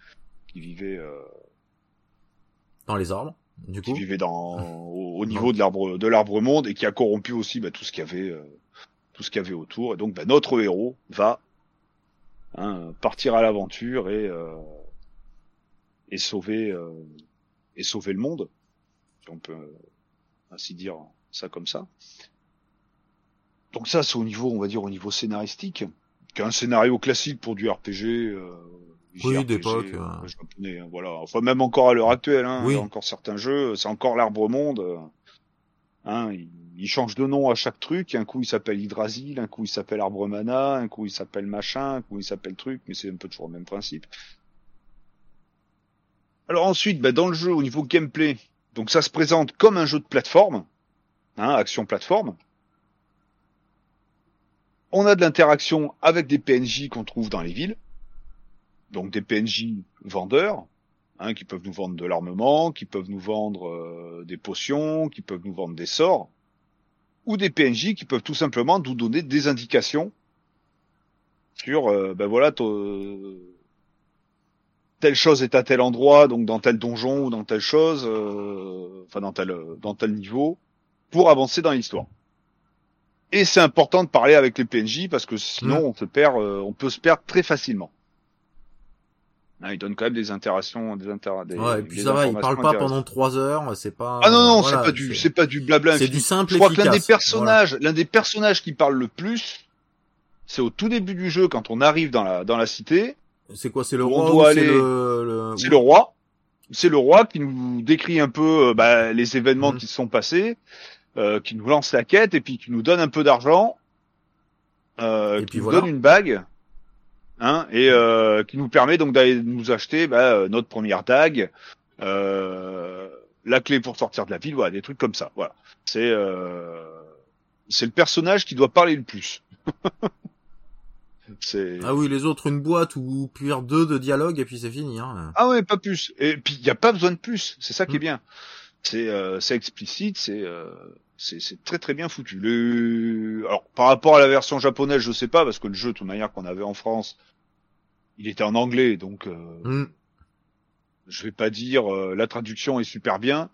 dans les arbres. Du coup, qui vivaient au niveau de l'arbre monde et qui a corrompu aussi tout ce qu'il y avait autour. Et donc notre héros va partir à l'aventure et sauver le monde, si on peut ainsi dire ça comme ça. Donc ça c'est au niveau scénaristique, qui est un scénario classique pour du RPG. Oui, d'époque. Japonais, voilà. Enfin, même encore à l'heure actuelle, il y a encore certains jeux, c'est encore l'arbre monde. Il change de nom à chaque truc. Un coup, il s'appelle Yggdrasil, un coup, il s'appelle Arbre Mana, un coup, il s'appelle machin, un coup, il s'appelle truc, mais c'est un peu toujours le même principe. Alors ensuite, dans le jeu, au niveau gameplay, donc ça se présente comme un jeu de plateforme, action plateforme. On a de l'interaction avec des PNJ qu'on trouve dans les villes. Donc des PNJ vendeurs, qui peuvent nous vendre de l'armement, qui peuvent nous vendre des potions, qui peuvent nous vendre des sorts, ou des PNJ qui peuvent tout simplement nous donner des indications sur, telle chose est à tel endroit, donc dans tel donjon ou dans telle chose, dans tel niveau, pour avancer dans l'histoire. Et c'est important de parler avec les PNJ parce que sinon on peut se perdre très facilement. Il donne quand même des interactions, et puis ça va, il parle pas pendant 3 heures, c'est pas. Ah non, c'est pas du blabla. C'est du simple. Je crois que l'un des personnages qui parle le plus, c'est au tout début du jeu quand on arrive dans la cité. C'est quoi, c'est le roi c'est le roi. C'est le roi qui nous décrit un peu les événements qui se sont passés, qui nous lance la quête et puis qui nous donne un peu d'argent, qui nous donne une bague. Qui nous permet donc d'aller nous acheter notre première dague, la clé pour sortir de la ville, voilà, des trucs comme ça. Voilà, c'est le personnage qui doit parler le plus. Ah oui, les autres une boîte ou puis 2 de dialogue et puis c'est fini. Ah ouais, pas plus. Et puis il y a pas besoin de plus. C'est ça qui est bien. C'est explicite, c'est très très bien foutu. Alors par rapport à la version japonaise, je sais pas parce que le jeu de toute manière qu'on avait en France, il était en anglais, donc je vais pas dire la traduction est super bien.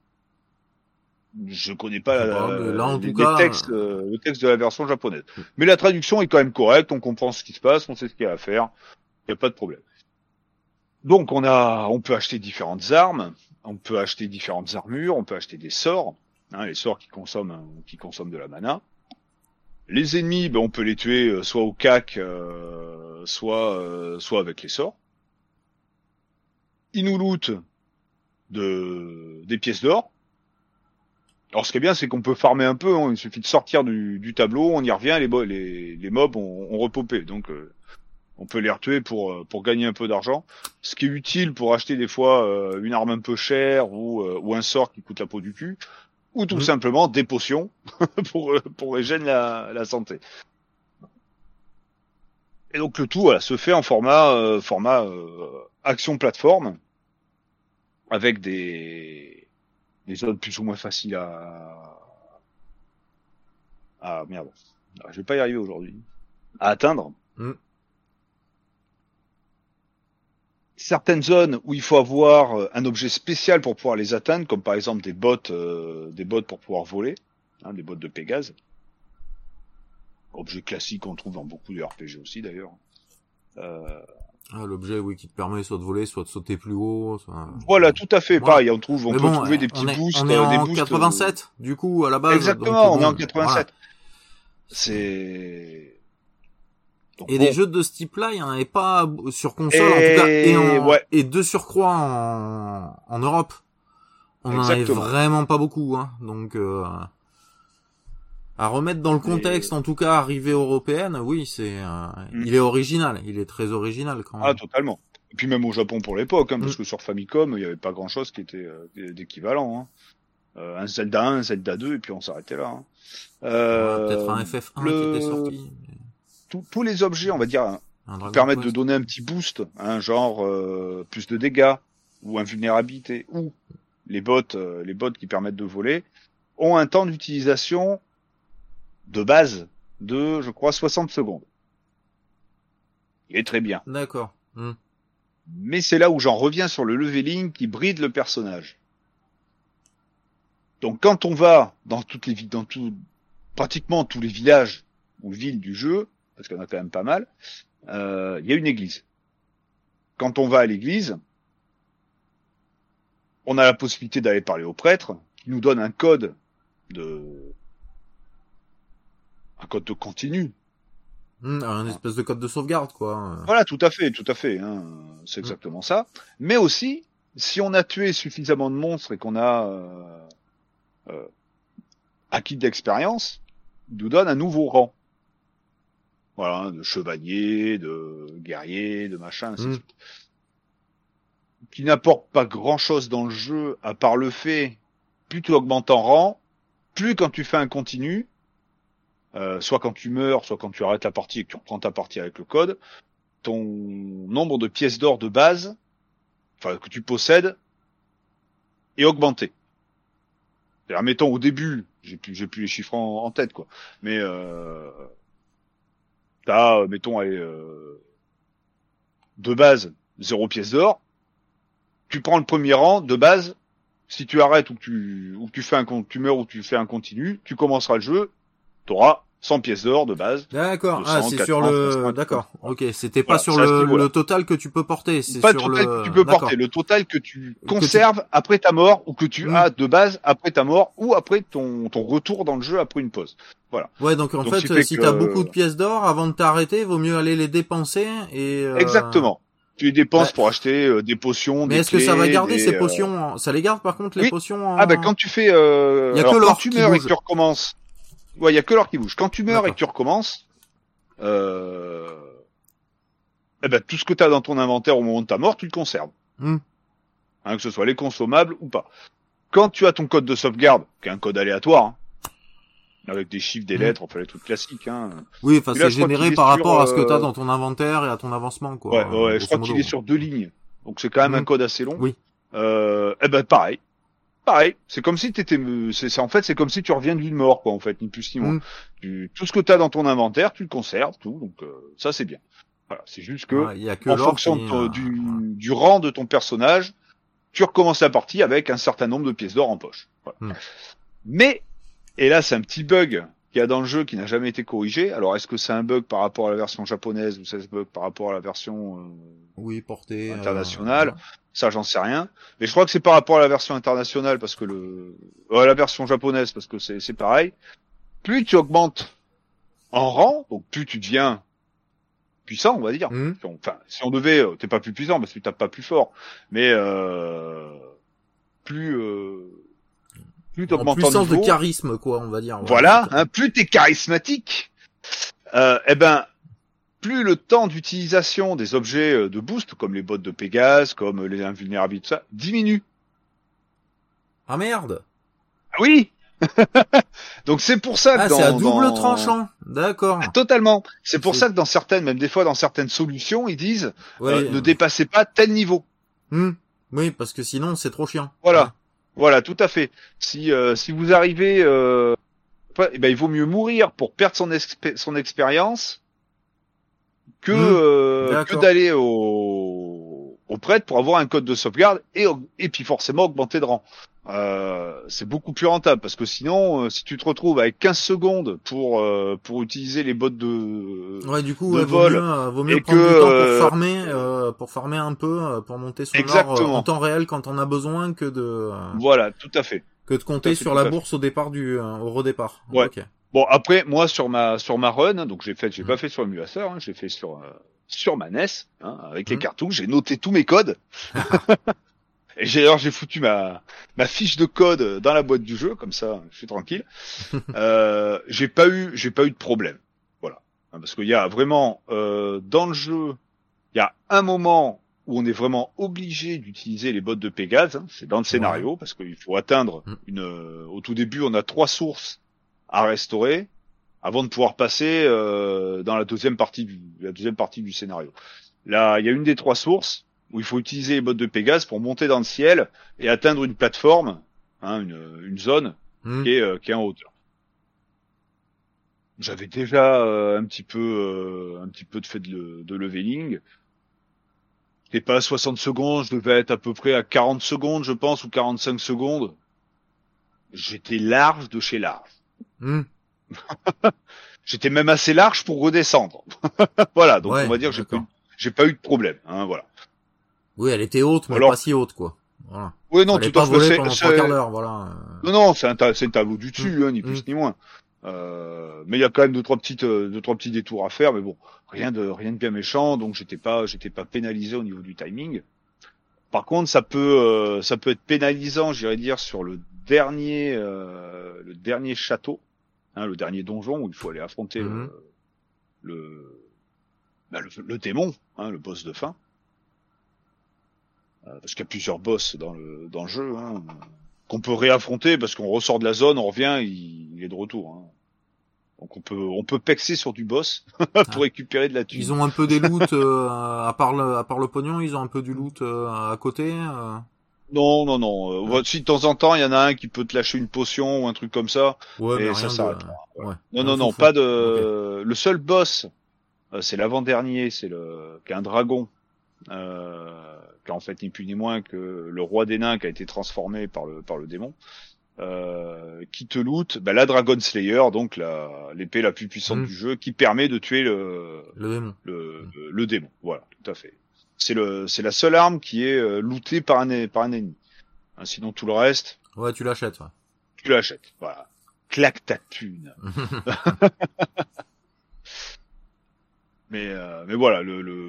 Je connais pas le texte de la version japonaise. Mais la traduction est quand même correcte, on comprend ce qui se passe, on sait ce qu'il y a à faire, il y a pas de problème. Donc on peut acheter différentes armes, on peut acheter différentes armures, on peut acheter des sorts, les sorts qui consomment de la mana. Les ennemis, on peut les tuer soit au cac, soit avec les sorts. Ils nous lootent des pièces d'or. Alors ce qui est bien, c'est qu'on peut farmer un peu, hein. Il suffit de sortir du tableau, on y revient, les mobs ont repopé, donc on peut les retuer pour gagner un peu d'argent. Ce qui est utile pour acheter des fois une arme un peu chère ou un sort qui coûte la peau du cul, ou tout simplement des potions pour régénérer la santé. Et donc le tout se fait en format action plateforme avec des zones plus ou moins faciles merde. Je vais pas y arriver aujourd'hui. À atteindre. Certaines zones où il faut avoir un objet spécial pour pouvoir les atteindre, comme par exemple des bottes pour pouvoir voler, des bottes de Pégase. Objet classique qu'on trouve dans beaucoup de RPG aussi d'ailleurs. L'objet, qui te permet soit de voler, soit de sauter plus haut. Voilà, tout à fait. Pareil, on peut trouver des petits boosts. On est en 87, du coup, à la base. Exactement, on est en 87. Voilà. C'est... Donc, des jeux de ce type-là, il y en avait pas sur console, en tout cas, et de surcroît en Europe. On en avait vraiment pas beaucoup, hein. Donc, à remettre dans le contexte, en tout cas, arrivée européenne, oui, il est original. Il est très original, quand même. Ah, totalement. Et puis même au Japon pour l'époque, parce que sur Famicom, il y avait pas grand chose qui était d'équivalent, un Zelda 1, un Zelda 2, et puis on s'arrêtait là, peut-être un FF1 qui était sorti. Tous les objets, on va dire, permettent de donner un petit boost, genre plus de dégâts ou invulnérabilité, ou les bots qui permettent de voler, ont un temps d'utilisation de base de, je crois, 60 secondes. Il est très bien. D'accord. Mais c'est là où j'en reviens sur le leveling qui bride le personnage. Donc quand on va dans pratiquement tous les villages ou villes du jeu, parce qu'il y en a quand même pas mal, il y a une église. Quand on va à l'église, on a la possibilité d'aller parler au prêtre, qui nous donne un code de continu. Un espèce de code de sauvegarde, quoi. Voilà, tout à fait, c'est exactement ça. Mais aussi, si on a tué suffisamment de monstres et qu'on a acquis d'expérience, il nous donne un nouveau rang. Voilà, de chevalier, de guerrier, de machin, ainsi de suite. Qui n'apporte pas grand-chose dans le jeu, à part le fait, plus tu augmentes en rang, plus quand tu fais un continu, soit quand tu meurs, soit quand tu arrêtes la partie et que tu reprends ta partie avec le code, ton nombre de pièces d'or de base, que tu possèdes, est augmenté. C'est-à-dire, mettons, au début, j'ai plus les chiffres en tête, quoi. Mais, t'as, mettons, de base, 0 pièces d'or. Tu prends le premier rang, de base, si tu arrêtes ou que tu meurs ou tu fais un continu, tu commenceras le jeu, t'auras 100 pièces d'or de base. D'accord. C'est sur le, d'accord. Ok. C'était pas sur le total que tu peux porter. C'est pas sur le total que tu peux porter. Le total que tu conserves après ta mort ou que tu as de base après ta mort ou après ton retour dans le jeu après une pause. Voilà. Ouais, donc en fait, si t'as beaucoup de pièces d'or, avant de t'arrêter, vaut mieux aller les dépenser et, Exactement. Tu les dépenses pour acheter des potions, mais est-ce que ça va garder ces potions? Ça les garde par contre, les potions quand tu fais, quand tu meurs et que tu recommences. Ouais, il y a que l'or qui bouge. Quand tu meurs et que tu recommences, tout ce que t'as dans ton inventaire au moment de ta mort, tu le conserves. Que ce soit les consommables ou pas. Quand tu as ton code de sauvegarde, qui est un code aléatoire, avec des chiffres, des lettres, les trucs classiques, Oui, c'est généré par rapport à ce que t'as dans ton inventaire et à ton avancement, quoi. Ouais, je crois qu'il est sur 2 lignes. Donc c'est quand même un code assez long. Oui. Pareil, c'est comme si c'est comme si tu reviens d'une mort, quoi, en fait, ni plus ni moins. Tout ce que t'as dans ton inventaire, tu le conserves, tout, donc ça c'est bien. Voilà, c'est juste que, en fonction du rang de ton personnage, tu recommences la partie avec un certain nombre de pièces d'or en poche. Voilà. Mais, et là c'est un petit bug qu'il y a dans le jeu qui n'a jamais été corrigé. Alors est-ce que c'est un bug par rapport à la version japonaise ou c'est un bug par rapport à la version portée internationale? Ça, j'en sais rien. Mais je crois que c'est par rapport à la version internationale parce que la version japonaise parce que c'est pareil. Plus tu augmentes en rang, donc plus tu deviens puissant, on va dire. Enfin, si on devait, t'es pas plus puissant parce que tu tapes pas plus fort, mais plus t'augmentes en puissance ton niveau, de charisme, quoi, on va dire. Voilà, plus t'es charismatique, plus le temps d'utilisation des objets de boost, comme les bottes de Pégase, comme les invulnérabilités, tout ça, diminue. Ah merde. Ah oui. Donc c'est pour ça que c'est à double tranchant. D'accord. Totalement. C'est pour ça que dans certaines, même des fois dans certaines solutions, ils disent ne dépassez pas tel niveau. Oui, parce que sinon c'est trop chiant. Voilà. Voilà, tout à fait. Si vous arrivez, il vaut mieux mourir pour perdre son expérience que d'aller au prêtre pour avoir un code de sauvegarde et puis forcément augmenter de rang. C'est beaucoup plus rentable parce que sinon, si tu te retrouves avec 15 secondes pour utiliser les bottes de vol, vaut mieux prendre du temps pour farmer un peu, pour monter son or en temps réel quand on a besoin que de voilà, tout à fait. Que de compter sur la bourse au départ au redépart. Ouais. Okay. Bon, après moi sur ma run, donc j'ai pas fait sur l'émulateur, j'ai fait sur ma NES, avec les cartouches, j'ai noté tous mes codes. Et j'ai foutu ma fiche de code dans la boîte du jeu, comme ça, je suis tranquille. J'ai pas eu de problème. Voilà. Parce qu'il y a vraiment, dans le jeu, il y a un moment où on est vraiment obligé d'utiliser les bottes de Pégase, c'est dans le scénario, parce qu'il faut atteindre au tout début, on a 3 sources à restaurer avant de pouvoir passer, dans la deuxième partie du scénario. Là, il y a une des 3 sources où il faut utiliser les bottes de Pégase pour monter dans le ciel et atteindre une plateforme, une zone qui est en hauteur. J'avais déjà un petit peu de fait de leveling. J'étais pas à 60 secondes, je devais être à peu près à 40 secondes, je pense, ou 45 secondes. J'étais large de chez large. J'étais même assez large pour redescendre. Voilà, donc on va dire que j'ai pas eu de problème, voilà. Oui, elle était haute, mais pas si haute, quoi. Voilà. Oui, non, tout à fait. Voler pendant 3 quarts d'heure, voilà. Non, c'est un tableau du dessus, ni plus ni moins. Mais il y a quand même deux, trois petits détours à faire, mais bon, rien de bien méchant, donc j'étais pas pénalisé au niveau du timing. Par contre, ça peut être pénalisant, j'irais dire, sur le dernier château, le dernier donjon où il faut aller affronter le démon, le boss de fin. Parce qu'il y a plusieurs boss dans le jeu, qu'on peut réaffronter parce qu'on ressort de la zone, on revient, il est de retour. Donc on peut pexer sur du boss pour récupérer de la thune. Ils ont un peu des loots à part le pognon, ils ont un peu du loot à côté. Non. Si de temps en temps il y en a un qui peut te lâcher une potion ou un truc comme ça, et ça s'arrête. Non, pas de. Okay. Le seul boss, c'est l'avant-dernier, qui est un dragon. Qui en fait ni plus ni moins que le roi des nains qui a été transformé par le démon, qui te loot la Dragon Slayer, donc l'épée la plus puissante du jeu, qui permet de tuer le démon. Voilà, tout à fait. C'est la seule arme qui est lootée par un ennemi. Sinon tout le reste. Ouais, tu l'achètes. Ouais. Tu l'achètes. Voilà. Claque ta thune. Mais voilà,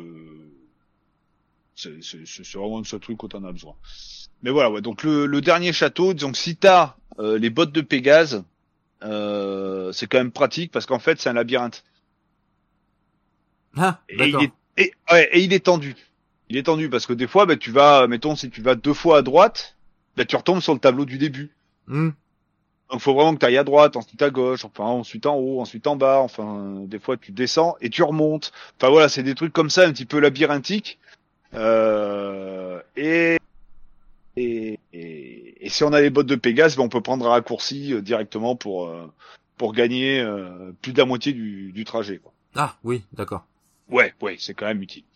c'est vraiment le seul truc quand on a besoin. Mais voilà, ouais. Donc le dernier château, disons que si t'as les bottes de Pégase, c'est quand même pratique parce qu'en fait c'est un labyrinthe. Ah, d'accord. Et il est tendu. Il est tendu parce que des fois, tu vas, mettons, si tu vas 2 fois à droite, tu retombes sur le tableau du début. Donc faut vraiment que tu ailles à droite, ensuite à gauche, enfin ensuite en haut, ensuite en bas, enfin des fois tu descends et tu remontes. Enfin voilà, c'est des trucs comme ça un petit peu labyrinthiques. Et si on a les bottes de Pégase, on peut prendre un raccourci directement pour gagner plus de la moitié du trajet, quoi. Ah oui, d'accord. Ouais, c'est quand même utile.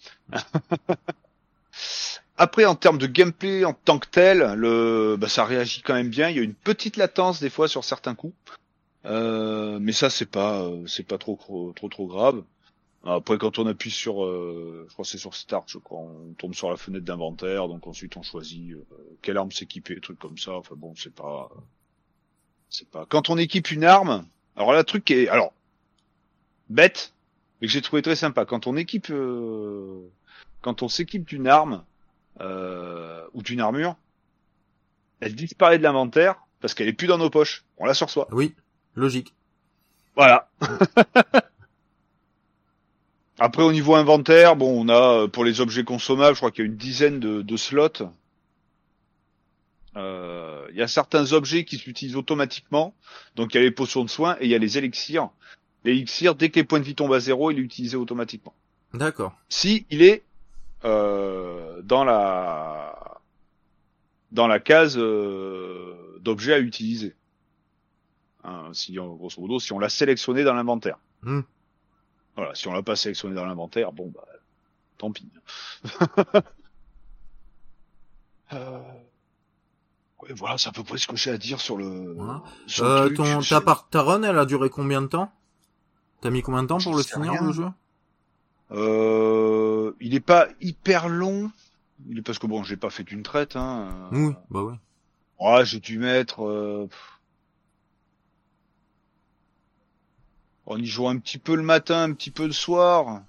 Après, en termes de gameplay en tant que tel, ça réagit quand même bien. Il y a une petite latence des fois sur certains coups, mais ça c'est pas trop grave. Après, quand on appuie sur, je crois que c'est sur Start, on tombe sur la fenêtre d'inventaire, donc ensuite on choisit quelle arme s'équiper, des trucs comme ça. Enfin bon, c'est pas. Quand on équipe une arme, alors là, le truc est, bête, mais que j'ai trouvé très sympa. Quand on s'équipe d'une arme ou d'une armure, elle disparaît de l'inventaire parce qu'elle est plus dans nos poches. On l'a sur soi. Oui, logique. Voilà. Après, au niveau inventaire, bon, on a pour les objets consommables, je crois qu'il y a une dizaine de slots. Il y a certains objets qui s'utilisent automatiquement. Donc il y a les potions de soins et il y a les élixirs. L'élixir, dès que les points de vie tombent à 0, il est utilisé automatiquement. D'accord. Si il est dans la case d'objets à utiliser. Hein, grosso modo, si on l'a sélectionné dans l'inventaire. Voilà, si on l'a pas sélectionné dans l'inventaire, bon bah tant pis. Ouais, voilà, c'est à peu près ce que j'ai à dire sur le. Voilà. Sur le truc. Ta run, elle a duré combien de temps? T'as mis combien de temps pour le finir, le jeu? Il est pas hyper long. Il est parce que bon, j'ai pas fait d'une traite, hein. Oui, bah oui. Ouais, j'ai dû mettre. On y joue un petit peu le matin, un petit peu le soir.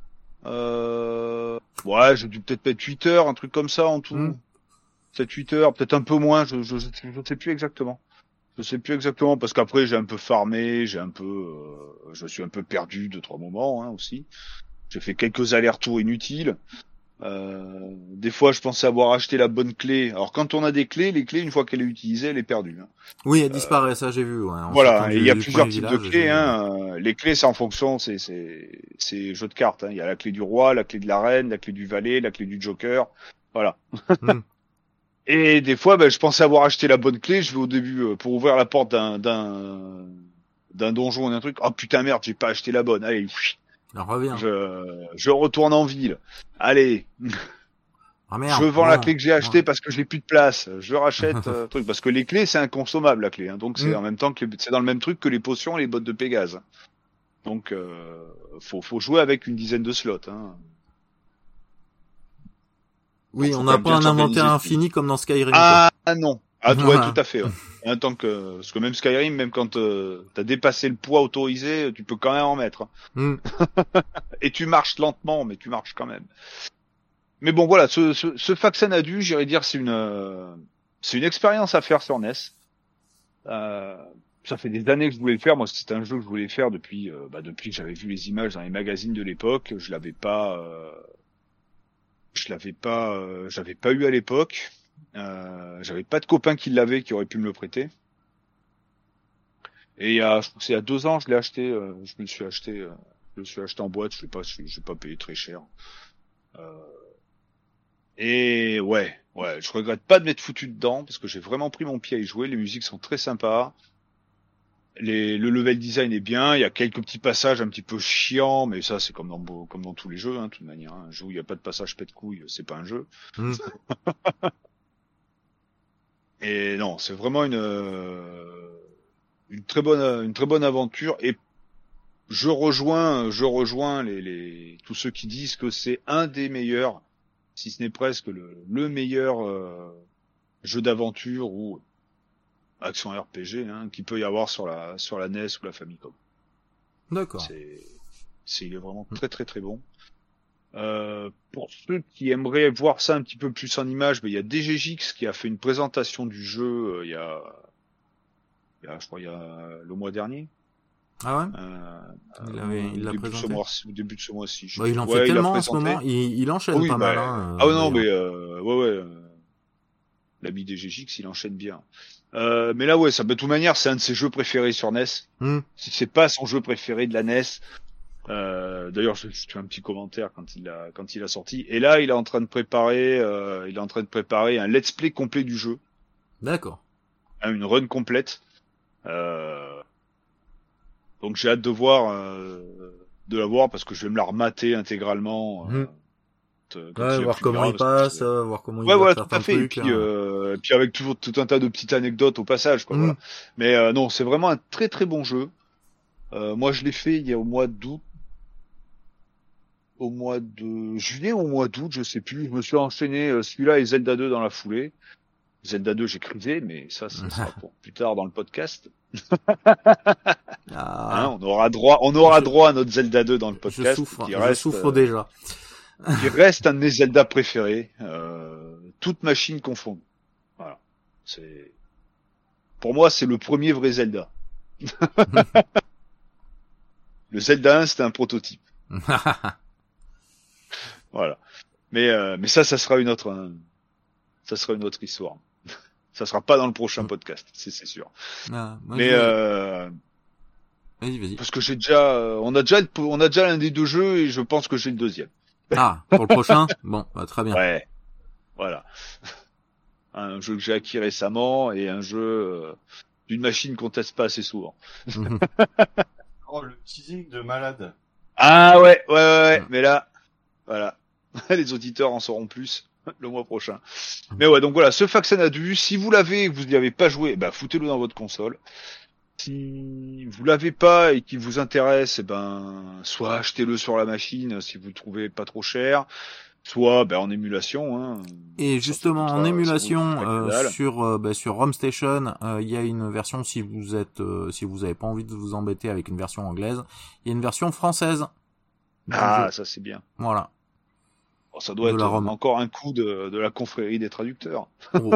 Ouais, j'ai dû peut-être mettre 8 heures, un truc comme ça en tout. 7-8 heures, peut-être un peu moins, je sais plus exactement. Je sais plus exactement parce qu'après j'ai un peu farmé, je suis un peu perdu 2-3 moments hein, aussi. J'ai fait quelques allers-retours inutiles. Des fois je pensais avoir acheté la bonne clé. Alors quand on a des clés, les clés une fois qu'elle est utilisée, elle est perdue. Hein. Oui, elle disparaît, ça j'ai vu. Ouais, voilà, et il y a plusieurs types de clés. Hein. Les clés c'est en fonction, c'est jeux de cartes. Hein. Il y a la clé du roi, la clé de la reine, la clé du valet, la clé du joker. Voilà. Et des fois, je pensais avoir acheté la bonne clé. Je vais au début pour ouvrir la porte d'un donjon ou d'un truc. Oh putain merde, j'ai pas acheté la bonne. Allez, reviens. Je retourne en ville. Allez. Ah merde. Je vends la clé que j'ai achetée parce que j'ai plus de place. Je rachète truc parce que les clés c'est inconsommable la clé. Hein. Donc c'est en même temps que c'est dans le même truc que les potions et les bottes de Pégase. Donc faut jouer avec une dizaine de slots. Hein. Oui, on n'a pas un inventaire infini comme dans Skyrim. Ah non. Ah ouais, tout à fait. Ouais. Parce que même Skyrim, même quand t'as dépassé le poids autorisé, tu peux quand même en mettre. Et tu marches lentement, mais tu marches quand même. Mais bon, voilà, ce Faxanadu, j'irais dire, c'est une expérience à faire sur NES. Ça fait des années que je voulais le faire. Moi, c'était un jeu que je voulais faire depuis que j'avais vu les images dans les magazines de l'époque. J'avais pas eu à l'époque. J'avais pas de copain qui l'avait, qui aurait pu me le prêter. Et je crois que c'est il y a 2 ans, je l'ai acheté. Je me le suis acheté en boîte. Je l'ai pas payé très cher. Et ouais, je regrette pas de m'être foutu dedans parce que j'ai vraiment pris mon pied à y jouer. Les musiques sont très sympas. Le level design est bien. Il y a quelques petits passages un petit peu chiants, mais ça c'est comme dans tous les jeux, hein, de toute manière. Un jeu où il y a pas de passage pète couille, c'est pas un jeu. Et non, c'est vraiment une très bonne aventure. Et je rejoins tous ceux qui disent que c'est un des meilleurs, si ce n'est presque le meilleur jeu d'aventure ou action RPG qu'il peut y avoir sur la NES ou la Famicom. D'accord. Il est vraiment très très très bon. Pour ceux qui aimeraient voir ça un petit peu plus en image, il y a DGJX qui a fait une présentation du jeu il y a le mois dernier. Ah ouais. Il l'a présenté. Au début de ce mois-ci. Il en fait tellement en ce moment. Il enchaîne pas mal. Hein, non, mais l'ami DGJX, il enchaîne bien. Mais là, de toute manière, c'est un de ses jeux préférés sur NES. Si c'est pas son jeu préféré de la NES. D'ailleurs, je fais un petit commentaire quand il a sorti. Et là, il est en train de préparer un let's play complet du jeu. D'accord. Une run complète. Donc j'ai hâte de la voir parce que je vais me la remater intégralement. Voir comment il passe, voir comment il va tout à fait. Et puis avec tout un tas de petites anecdotes au passage, quoi. Voilà. Mais non, c'est vraiment un très très bon jeu. Moi, je l'ai fait il y a au mois de juillet ou au mois d'août, je sais plus. Je me suis enchaîné celui-là et Zelda 2 dans la foulée. Zelda 2, j'ai crisé, mais ça sera pour plus tard dans le podcast. Hein, on aura droit à notre Zelda 2 dans le podcast. Je souffre déjà. Qui reste un de mes Zelda préférés, toute machine confondue. Voilà. Pour moi, c'est le premier vrai Zelda. Le Zelda 1, c'était un prototype. Voilà. Mais ça sera une autre histoire. Ça sera pas dans le prochain podcast, c'est sûr. Vas-y. Parce que on a déjà l'un des deux jeux et je pense que j'ai le deuxième. Pour le prochain? Bon, très bien. Ouais. Voilà. Un jeu que j'ai acquis récemment et un jeu d'une machine qu'on teste pas assez souvent. Oh, le teasing de malade. Ah ouais. Mais là, voilà. Les auditeurs en sauront plus le mois prochain. Mais ouais, donc voilà, ce Faxanadu, si vous l'avez et que vous n'y avez pas joué, foutez-le dans votre console. Si vous l'avez pas et qu'il vous intéresse, soit achetez-le sur la machine si vous le trouvez pas trop cher, soit en émulation. Hein. Et justement, en émulation sur ROM Station, il y a une version si vous avez pas envie de vous embêter avec une version anglaise, il y a une version française. Ça c'est bien. Voilà. Ça doit être encore un coup de la confrérie des traducteurs. Oh.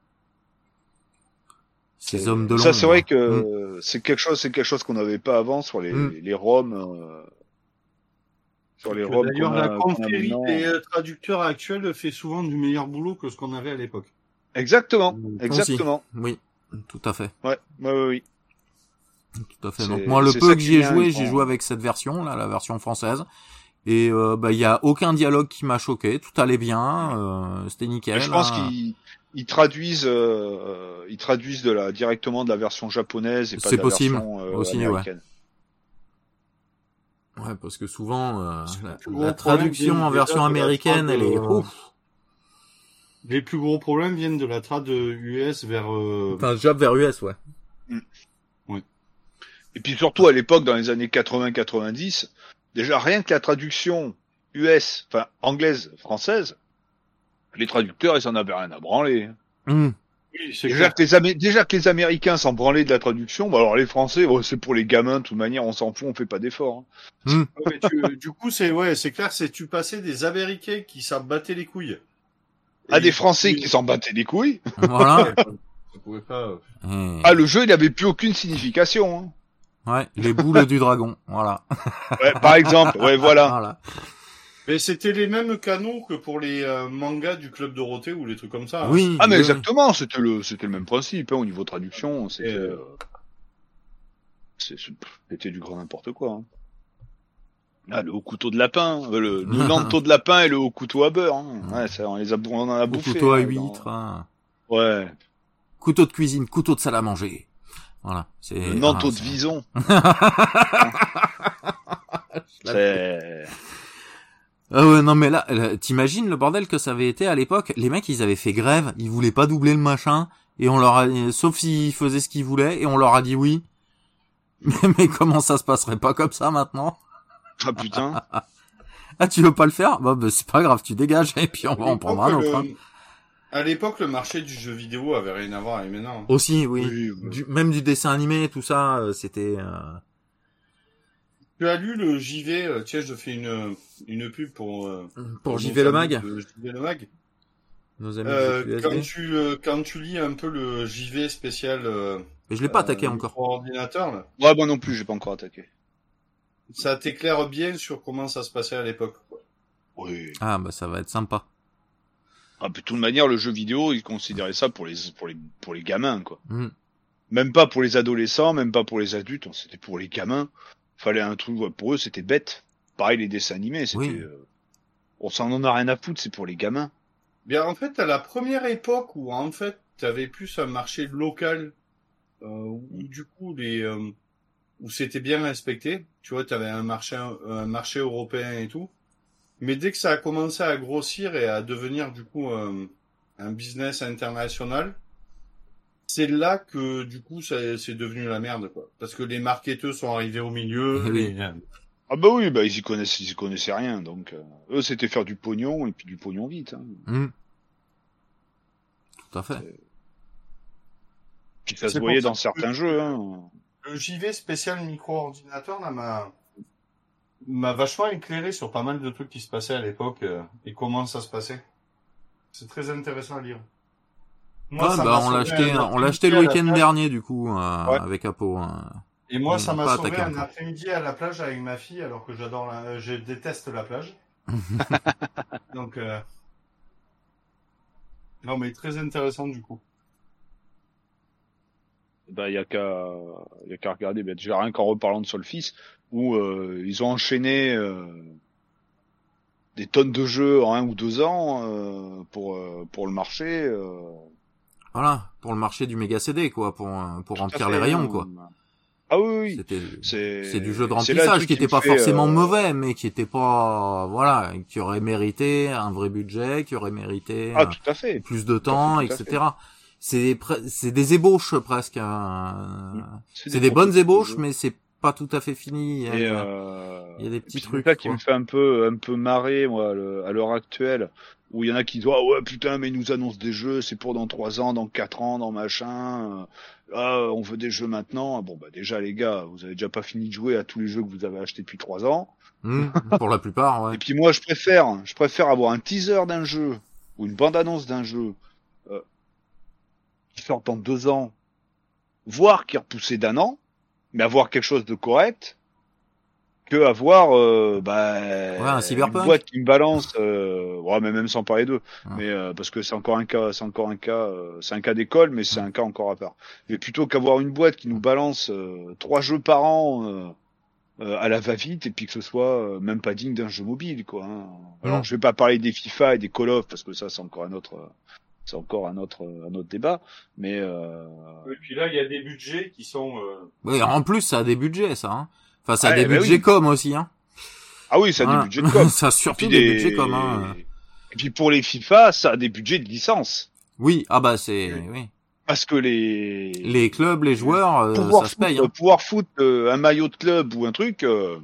Ces hommes de l'ombre. Ça c'est vrai que c'est quelque chose qu'on n'avait pas avant sur les ROM. Sur les ROM. D'ailleurs, la confrérie des traducteurs actuels fait souvent du meilleur boulot que ce qu'on avait à l'époque. Exactement. Oui, tout à fait. Ouais. Tout à fait. Donc moi, le peu que j'y ai joué, j'ai joué avec cette version, là, la version française. Et il y a aucun dialogue qui m'a choqué, tout allait bien, c'était nickel. Je pense qu'ils traduisent directement de la version japonaise et pas de la version américaine. Ouais, parce que souvent la traduction en version américaine, elle est Les plus gros problèmes viennent de la trad US vers Jap vers US, ouais. Ouais. Et puis surtout à l'époque dans les années 80-90, déjà rien que la traduction US, anglaise, française, les traducteurs ils en avaient rien à branler. Oui, déjà que les Américains s'en branlaient de la traduction, alors les Français, c'est pour les gamins, de toute manière, on s'en fout, on fait pas d'efforts. Hein. Du coup, c'est clair, tu passais des Américains qui s'en battaient les couilles. À des Français qui s'en battaient les couilles. Voilà. Ça pouvait pas. Le jeu, il avait plus aucune signification. Hein. Ouais, les boules du dragon, voilà. Ouais, par exemple, voilà. Mais c'était les mêmes canons que pour les mangas du Club Dorothée ou les trucs comme ça. Oui. Mais exactement, c'était le même principe au niveau traduction. C'était du grand n'importe quoi. Hein. Le haut couteau de lapin, le lanteau de lapin et le haut couteau à beurre. Hein. Ouais, ça, on en a bouffé. Couteau à huître. Ouais. Couteau de cuisine, couteau de salle à manger. Voilà. C'est le nanteau de vison. C'est... non mais là, t'imagines le bordel que ça avait été à l'époque. Les mecs, ils avaient fait grève, ils voulaient pas doubler le machin, et on leur a, sauf s'ils faisaient ce qu'ils voulaient, et on leur a dit oui. Mais comment ça se passerait pas comme ça maintenant? Ah putain. Tu veux pas le faire? C'est pas grave, tu dégages, et puis on va en prendre un autre. À l'époque, le marché du jeu vidéo avait rien à voir avec maintenant. Aussi, oui. Même du dessin animé, tout ça, c'était... Tu as lu le JV, tiens, je fais une pub pour JV le Mag. JV le Mag. Nos amis quand tu lis un peu le JV spécial. Mais je l'ai pas attaqué encore. Pour ordinateur, là. Ouais, moi non plus, j'ai pas encore attaqué. Ça t'éclaire bien sur comment ça se passait à l'époque. Oui. Ah, ça va être sympa. De toute manière, le jeu vidéo, ils considéraient ça pour les gamins, quoi. Même pas pour les adolescents, même pas pour les adultes, c'était pour les gamins. Fallait un truc, pour eux, c'était bête. Pareil, les dessins animés, c'était, on s'en en a rien à foutre, c'est pour les gamins. Bien, en fait, à la première époque où, en fait, t'avais plus un marché local, où du coup, où c'était bien respecté. Tu vois, t'avais un marché européen et tout. Mais dès que ça a commencé à grossir et à devenir du coup un business international, c'est là que du coup c'est devenu la merde, quoi. Parce que les marketeurs sont arrivés au milieu. Ah bah oui, ils y connaissaient rien, donc eux c'était faire du pognon et puis du pognon vite. Hein. Tout à fait. Puis ça se voyait dans certains jeux. Hein. Le JV spécial micro-ordinateur là m'a vachement éclairé sur pas mal de trucs qui se passaient à l'époque et comment ça se passait. C'est très intéressant à lire. Moi, on l'a acheté le week-end dernier du coup avec Apo. Et moi, ça m'a sauvé un après-midi à la plage avec ma fille, alors que je déteste la plage. Donc, non, mais très intéressant du coup. Bah, y a qu'à regarder, déjà rien qu'en reparlant de Solfis, où ils ont enchaîné des tonnes de jeux en 1 ou 2 ans pour le marché. Voilà, pour le marché du méga CD, quoi, pour remplir les rayons, quoi. Ah oui, c'est du jeu de remplissage qui était pas forcément mauvais, mais qui était pas, voilà, qui aurait mérité un vrai budget, qui aurait mérité tout à fait. plus de temps, etc. C'est des ébauches presque. C'est des bonnes ébauches, mais c'est pas tout à fait fini. Il y a des petits trucs. C'est ça qui me fait un peu marrer, moi, à l'heure actuelle, où il y en a qui disent ouais putain, mais ils nous annoncent des jeux, c'est pour dans 3 ans, dans 4 ans, dans machin. On veut des jeux maintenant. Bon bah déjà les gars, vous avez déjà pas fini de jouer à tous les jeux que vous avez achetés depuis 3 ans. Pour la plupart, ouais. Et puis moi je préfère avoir un teaser d'un jeu ou une bande-annonce d'un jeu qui sort dans 2 ans, voire qui est repoussé d'1 an, mais avoir quelque chose de correct, que avoir un Cyberpunk, une boîte qui me balance mais même sans parler d'eux, mais parce que c'est un cas d'école, mais c'est un cas encore à part. Mais plutôt qu'avoir une boîte qui nous balance 3 jeux par an à la va-vite, et puis que ce soit même pas digne d'un jeu mobile, quoi. Hein. Alors je vais pas parler des FIFA et des Call of parce que ça c'est encore un autre débat, mais et puis là il y a des budgets qui sont oui, en plus ça a des budgets, ça, hein. Enfin, ça a des budgets com aussi, hein. Ah oui, ça a des budgets de com. Ça a surtout des budgets com, hein. Et puis pour les FIFA, ça a des budgets de licence. Oui, oui. Parce que les clubs, les joueurs, ça se paye, hein. Pouvoir foutre un maillot de club ou un truc,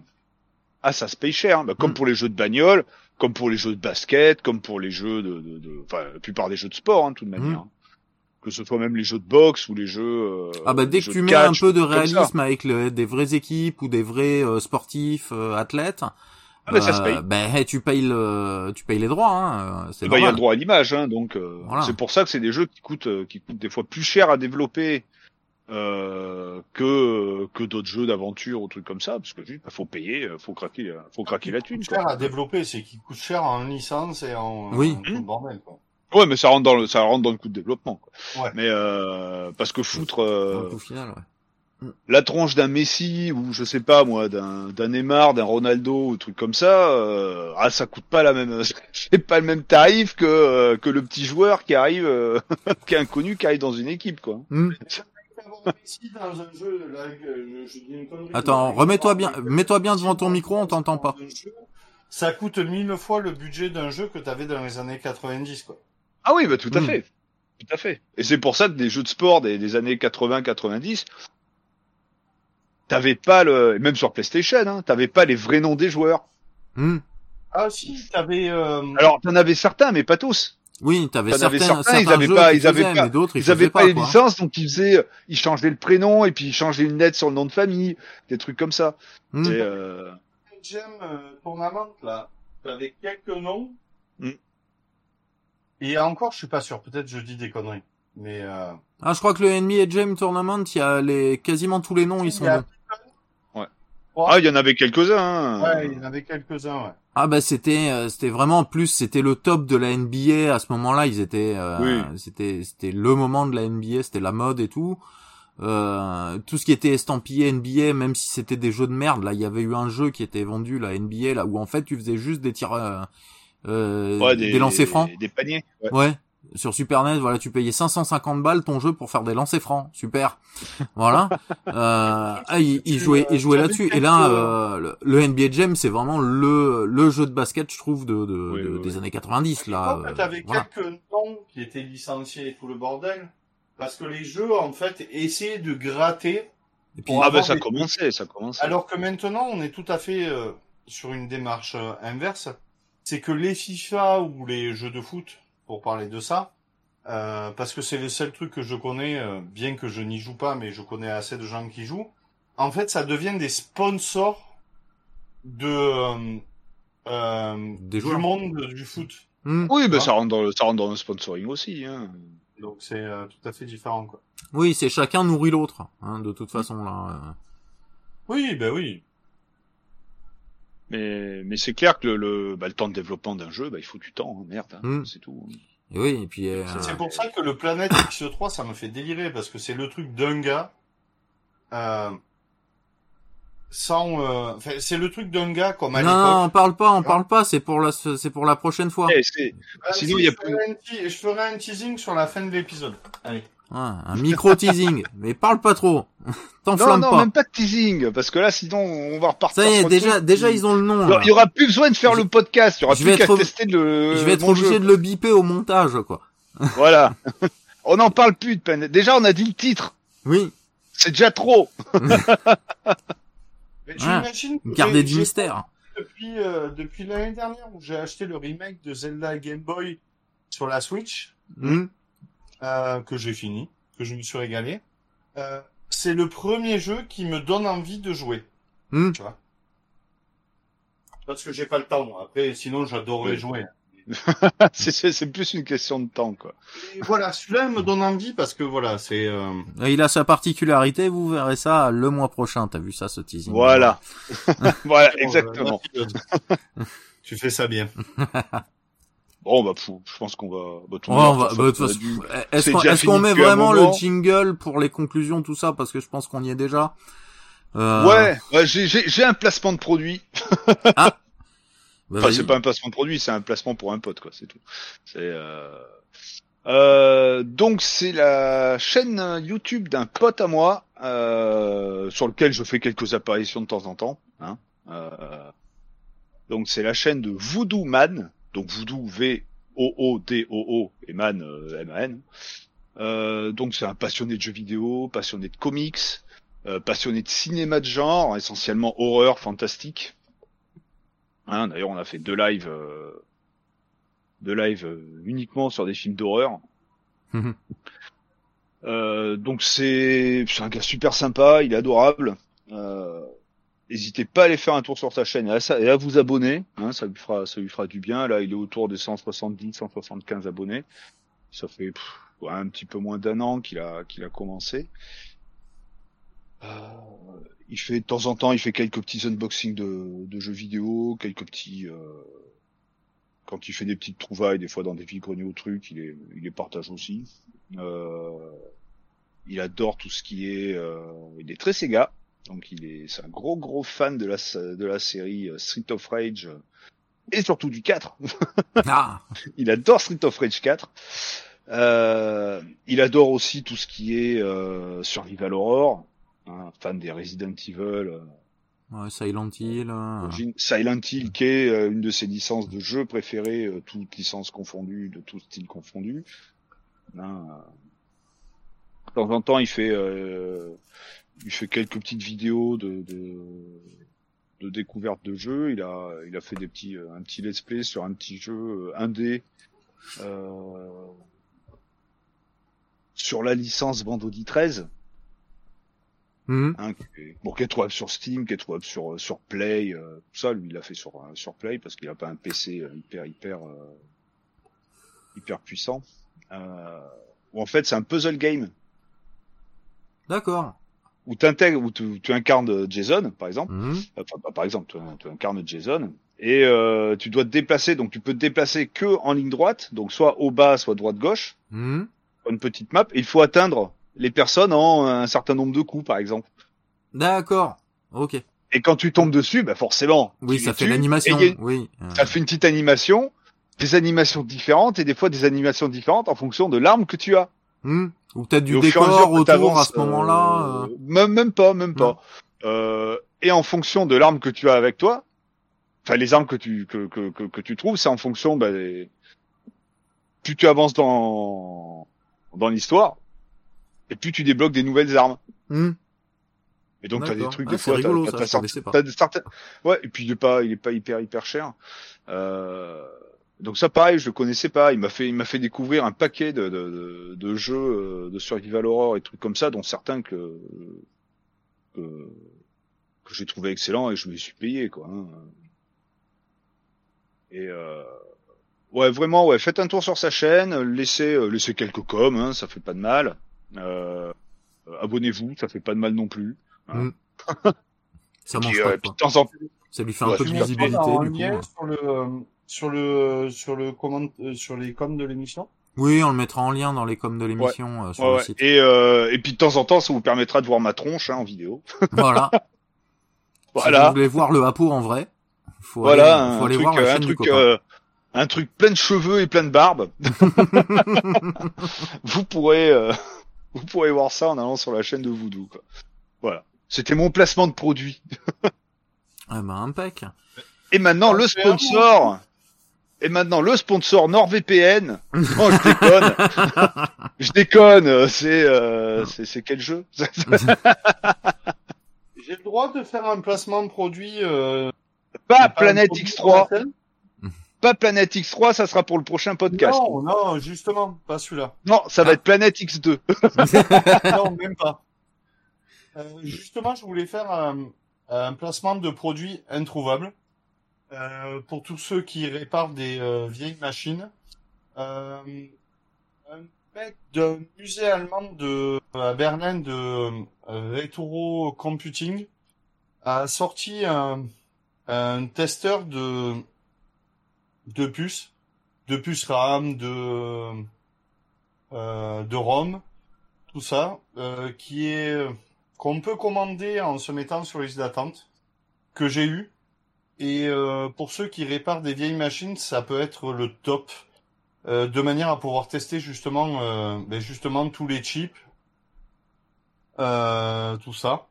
ça se paye cher, hein. Comme pour les jeux de bagnole, comme pour les jeux de basket, comme pour les jeux enfin, la plupart des jeux de sport, hein, de toute manière. Que ce soit même les jeux de boxe ou les jeux dès que tu mets un peu de réalisme avec des vraies équipes ou des vrais sportifs athlètes, ça se paye. Tu payes les droits, hein. Il y a le droit à l'image, hein, donc voilà. C'est pour ça que c'est des jeux qui coûtent des fois plus cher à développer que d'autres jeux d'aventure ou trucs comme ça, parce que faut payer, faut craquer la thune. Cher à développer, c'est qu'il coûte cher en licence et en bordel, quoi. Ouais, mais ça rentre dans le coût de développement, quoi. Ouais. Mais parce que foutre au final, la tronche d'un Messi ou je sais pas moi d'un Neymar, d'un Ronaldo ou truc comme ça, ça coûte pas c'est pas le même tarif que le petit joueur qui arrive qui est inconnu, qui arrive dans une équipe, quoi. Attends, mets-toi bien devant ton micro, on t'entend pas. Ça coûte 1000 fois le budget d'un jeu que t'avais dans les années 90, quoi. Ah oui, tout à fait. Tout à fait. Et c'est pour ça que des jeux de sport des années 80-90, t'avais pas même sur PlayStation, hein, t'avais pas les vrais noms des joueurs. Ah si, t'avais Alors, t'en avais certains, mais pas tous. Oui, t'avais certains ils avaient pas les quoi. licences, donc ils changeaient le prénom et puis ils changeaient une lettre sur le nom de famille, des trucs comme ça. Gem Tournament, là, t'avais quelques noms. Et encore, je suis pas sûr. Peut-être je dis des conneries. Mais je crois que le NBA Jam Tournament, il y a quasiment tous les noms, ils sont bons. Ouais. Il y en avait quelques-uns. Hein. Ouais, il y en avait quelques-uns, ouais. C'était vraiment, plus, c'était le top de la NBA à ce moment-là. Ils étaient, c'était le moment de la NBA, c'était la mode et tout. Tout ce qui était estampillé NBA, même si c'était des jeux de merde, là, il y avait eu un jeu qui était vendu, la NBA, là, où en fait, tu faisais juste des tirs, des lancers francs. Des paniers. Ouais. Sur Super NES, voilà, tu payais 550 balles ton jeu pour faire des lancers francs. Super. Voilà. Il jouait là-dessus. Et là, le NBA Jam, c'est vraiment le jeu de basket, je trouve, des années 90, là. T'avais quelques noms qui étaient licenciés et tout le bordel. Parce que les jeux, en fait, essayaient de gratter. Et puis, ça commençait. Alors que maintenant, on est tout à fait sur une démarche inverse. C'est que les FIFA ou les jeux de foot, pour parler de ça, parce que c'est le seul truc que je connais, bien que je n'y joue pas, mais je connais assez de gens qui jouent. En fait, ça devient des sponsors du monde du foot. Oui, ben ça rentre dans le sponsoring aussi. Hein. Donc c'est tout à fait différent, quoi. Oui, c'est chacun nourrit l'autre, hein, de toute façon là. Oui, ben oui. Mais c'est clair que le temps de développement d'un jeu, il faut du temps, merde, c'est tout. Et oui, et puis c'est pour ça que le Planète X3, ça me fait délirer parce que c'est le truc d'un gars c'est le truc d'un gars comme à l'époque. Non, on parle pas, c'est pour la prochaine fois. Sinon il y a plus. Je ferai un teasing sur la fin de l'épisode. Allez. Un micro teasing, mais parle pas trop. T'enflamme pas. Non, même pas de teasing, parce que là, sinon, on va repartir. Ça y est, déjà, ils ont le nom. Il y aura plus besoin de faire le podcast. Il y aura plus qu'à tester Je vais être obligé de le biper au montage, quoi. Voilà. On n'en parle plus de peine. Déjà, on a dit le titre. Oui. C'est déjà trop. Mais tu imagines garder du mystère. Depuis l'année dernière où j'ai acheté le remake de Zelda Game Boy sur la Switch. Que j'ai fini, que je me suis régalé. C'est le premier jeu qui me donne envie de jouer. Tu vois. Parce que j'ai pas le temps, moi. Après, sinon, j'adorerais jouer. c'est plus une question de temps, quoi. Et voilà, celui-là me donne envie parce que voilà, c'est... Il a sa particularité, vous verrez ça le mois prochain. T'as vu ça, ce teasing? Voilà. Voilà, exactement. Tu fais ça bien. Bon, je pense qu'on va... Est-ce qu'on met vraiment le jingle pour les conclusions, tout ça, parce que je pense qu'on y est déjà. Ouais, j'ai un placement de produit. Ah. Enfin, c'est pas un placement de produit, c'est un placement pour un pote, quoi, c'est tout. Donc c'est la chaîne YouTube d'un pote à moi, sur lequel je fais quelques apparitions de temps en temps. Hein. Donc c'est la chaîne de Voodoo Man. Donc Voodoo V-O-O-D-O-O et Man M-A-N. Donc c'est un passionné de jeux vidéo, passionné de comics, passionné de cinéma de genre, essentiellement horreur, fantastique. Hein, d'ailleurs on a fait deux lives uniquement sur des films d'horreur. Donc c'est un gars super sympa, il est adorable. N'hésitez pas à aller faire un tour sur sa chaîne et à vous abonner, hein, ça lui fera du bien. Là, il est autour des 175 abonnés. Ça fait un petit peu moins d'un an qu'il a commencé. Il fait de temps en temps, il fait quelques petits unboxings de jeux vidéo, quelques petits quand il fait des petites trouvailles, des fois dans des vide-greniers ou trucs, il les partage aussi. Il adore tout ce qui est il est très Sega. Donc c'est un gros fan de la série Street of Rage et surtout du 4. Ah. Il adore Street of Rage 4. Il adore aussi tout ce qui est survival horror, hein, fan des Resident Evil. Silent Hill. Silent Hill qui est une de ses licences de jeux préférées, toutes licences confondues, de tout style confondu. Hein, de temps en temps, il fait quelques petites vidéos de découverte de jeux. Il a fait un petit let's play sur un petit jeu indé sur la licence Vendredi 13. Hein, qui est trouvable sur Steam, qui est trouvable sur Play, tout ça. Lui, il l'a fait sur Play parce qu'il a pas un PC hyper puissant. Où en fait, c'est un puzzle game. D'accord. Où tu incarnes Jason, par exemple. Enfin, par exemple, tu incarnes Jason et tu dois te déplacer. Donc, tu peux te déplacer que en ligne droite, donc soit au bas, soit droite-gauche. Une petite map. Et il faut atteindre les personnes en un certain nombre de coups, par exemple. D'accord. Ok. Et quand tu tombes dessus, forcément. Oui, ça fait l'animation. Oui. Ça fait une petite animation, des animations différentes et des fois des animations différentes en fonction de l'arme que tu as. Ou peut-être du décor autour à ce moment-là. Même pas. Et en fonction de l'arme que tu as avec toi, enfin les armes que tu trouves, c'est en fonction plus tu avances dans l'histoire et plus tu débloques des nouvelles armes. Et donc t'as des trucs des fois t'as certaines... Ouais, et puis il est pas hyper cher. Donc ça, pareil, je le connaissais pas. Il m'a fait découvrir un paquet de jeux de survival horror et trucs comme ça, dont certains que j'ai trouvé excellents et je me suis payé, quoi. Hein. Et ouais, vraiment, ouais, faites un tour sur sa chaîne, laissez quelques coms, hein, ça fait pas de mal. Abonnez-vous, ça fait pas de mal non plus. Hein. Ça mange pas, de temps en temps, ça lui fait un peu de visibilité, du coup. Sur les coms de l'émission. Oui, on le mettra en lien dans les coms de l'émission sur le site. Et puis de temps en temps, ça vous permettra de voir ma tronche en vidéo. Voilà. Voilà. Si vous voulez voir le Apo en vrai, faut aller voir la chaîne du copain. Un truc plein de cheveux et plein de barbe. Vous pourrez voir ça en allant sur la chaîne de Voodoo, quoi. Voilà. C'était mon placement de produit. Ah bah, impec. Et maintenant, le sponsor NordVPN. Non, je déconne. Je déconne. C'est quel jeu? J'ai le droit de faire un placement de produit, pas Planète X3. Pas Planète X3, ça sera pour le prochain podcast. Non, justement, pas celui-là. Non, ça va être Planète X2. Non, même pas. Justement, je voulais faire un placement de produits introuvables pour tous ceux qui réparent des vieilles machines. Un mec d'un musée allemand à Berlin de Retro Computing a sorti un testeur de puces RAM, de ROM, tout ça, qu'on peut commander en se mettant sur liste d'attente, que j'ai eu. Et pour ceux qui réparent des vieilles machines, ça peut être le top, de manière à pouvoir tester justement tous les chips, tout ça.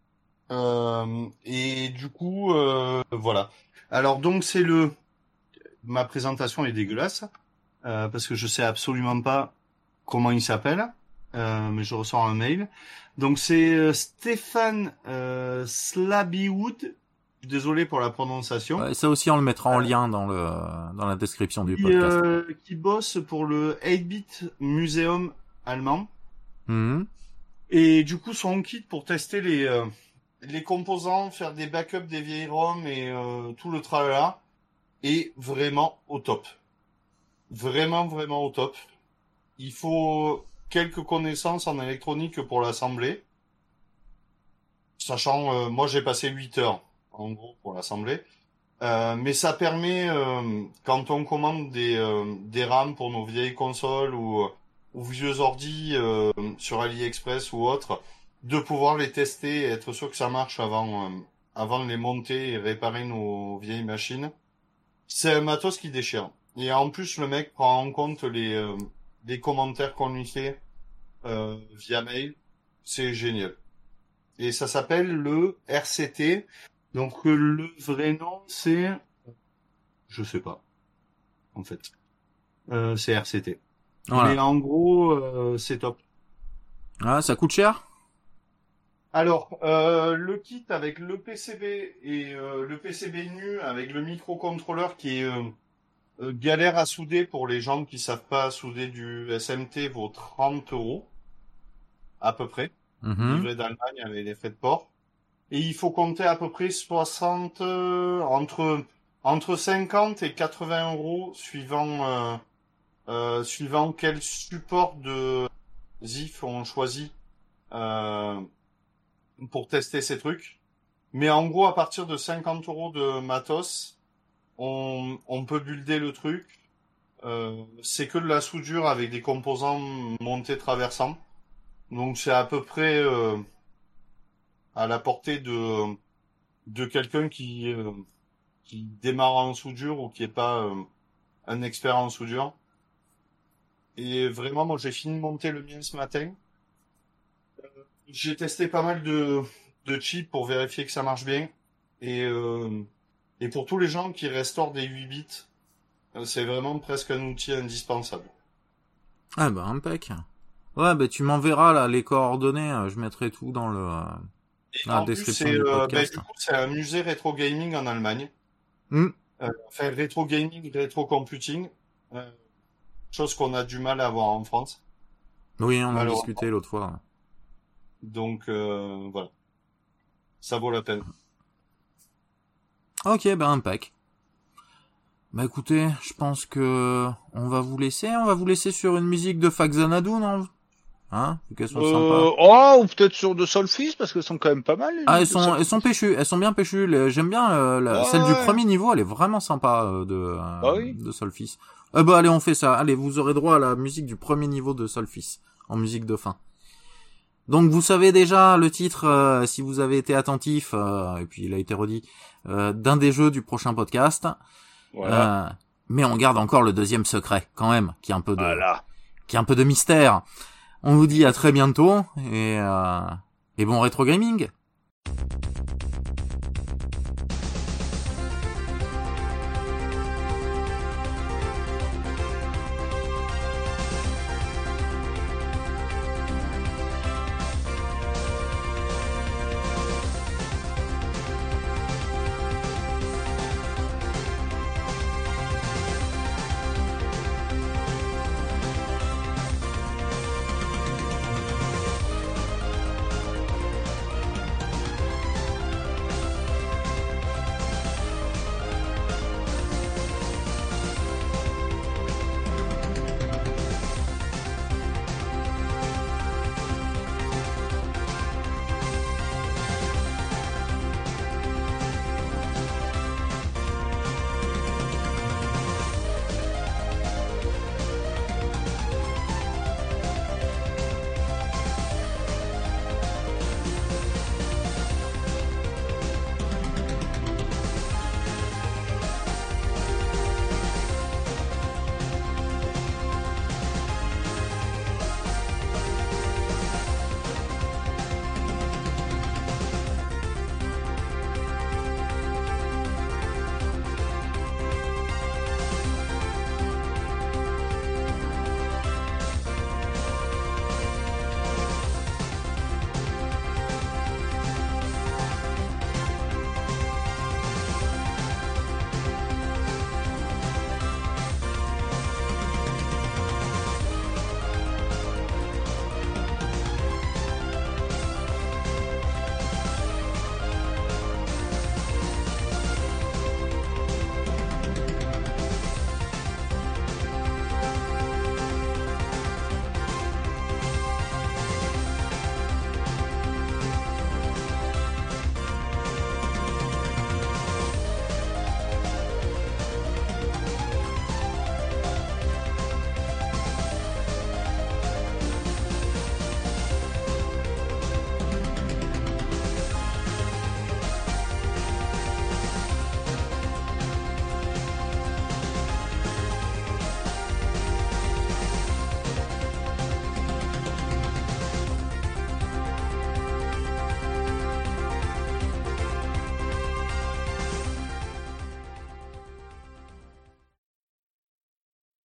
Et du coup, voilà. Alors donc ma présentation est dégueulasse, parce que je sais absolument pas comment il s'appelle, mais je ressors un mail. Donc c'est Stéphane Slabywood. Désolé pour la prononciation. Ouais, ça aussi, on le mettra en lien dans la description du podcast. Qui bosse pour le 8-bit Museum allemand. Mmh. Et du coup, son kit pour tester les composants, faire des backups des vieilles ROM et tout le tralala est vraiment au top. Vraiment, vraiment au top. Il faut quelques connaissances en électronique pour l'assembler. Sachant, moi j'ai passé 8 heures, en gros, pour l'assembler. Mais ça permet, quand on commande des RAM pour nos vieilles consoles ou vieux ordi sur AliExpress ou autre, de pouvoir les tester et être sûr que ça marche avant de les monter et réparer nos vieilles machines. C'est un matos qui déchire. Et en plus, le mec prend en compte les commentaires qu'on lui fait via mail. C'est génial. Et ça s'appelle le RCT. Donc le vrai nom, c'est... Je sais pas. En fait. C'est RCT. Voilà. Mais en gros, c'est top. Ah, ça coûte cher ? Alors, le kit avec le PCB et le PCB nu avec le microcontrôleur qui est galère à souder pour les gens qui savent pas souder du SMT vaut 30 € à peu près. Livré d'Allemagne avec les frais de port. Et il faut compter à peu près 60 entre 50 et 80 € suivant quel support de ZIF on choisit pour tester ces trucs. Mais en gros, à partir de 50 € de matos, on peut builder le truc. C'est que de la soudure avec des composants montés traversants. Donc c'est à peu près à la portée de quelqu'un qui démarre en soudure ou qui est pas un expert en soudure. Et vraiment, moi j'ai fini de monter le mien ce matin. J'ai testé pas mal de chips pour vérifier que ça marche bien. Et pour tous les gens qui restaurent des 8 bits, c'est vraiment presque un outil indispensable. Ah bah impec. Ouais, bah tu m'enverras là les coordonnées, je mettrai tout dans la description du podcast. Du coup, c'est un musée rétro gaming en Allemagne. Enfin, rétro gaming, rétro computing, chose qu'on a du mal à avoir en France. Oui, on en discutait l'autre fois. Donc voilà, ça vaut la peine. Ok, ben impec. Bah écoutez, je pense que on va vous laisser sur une musique de Faxanadu, non? Hein? Faut qu'elle soit sympa. Ou peut-être sur de Solfis, parce qu'elles sont quand même pas mal. Elles sont péchues, elles sont bien péchues. J'aime bien celle du premier niveau, elle est vraiment sympa de Solfis. Bah allez, on fait ça. Allez, vous aurez droit à la musique du premier niveau de Solfis, en musique de fin. Donc vous savez déjà le titre, si vous avez été attentif, et puis il a été redit, d'un des jeux du prochain podcast. Voilà. Mais on garde encore le deuxième secret, quand même, qui est un peu de mystère. On vous dit à très bientôt, et bon rétro gaming.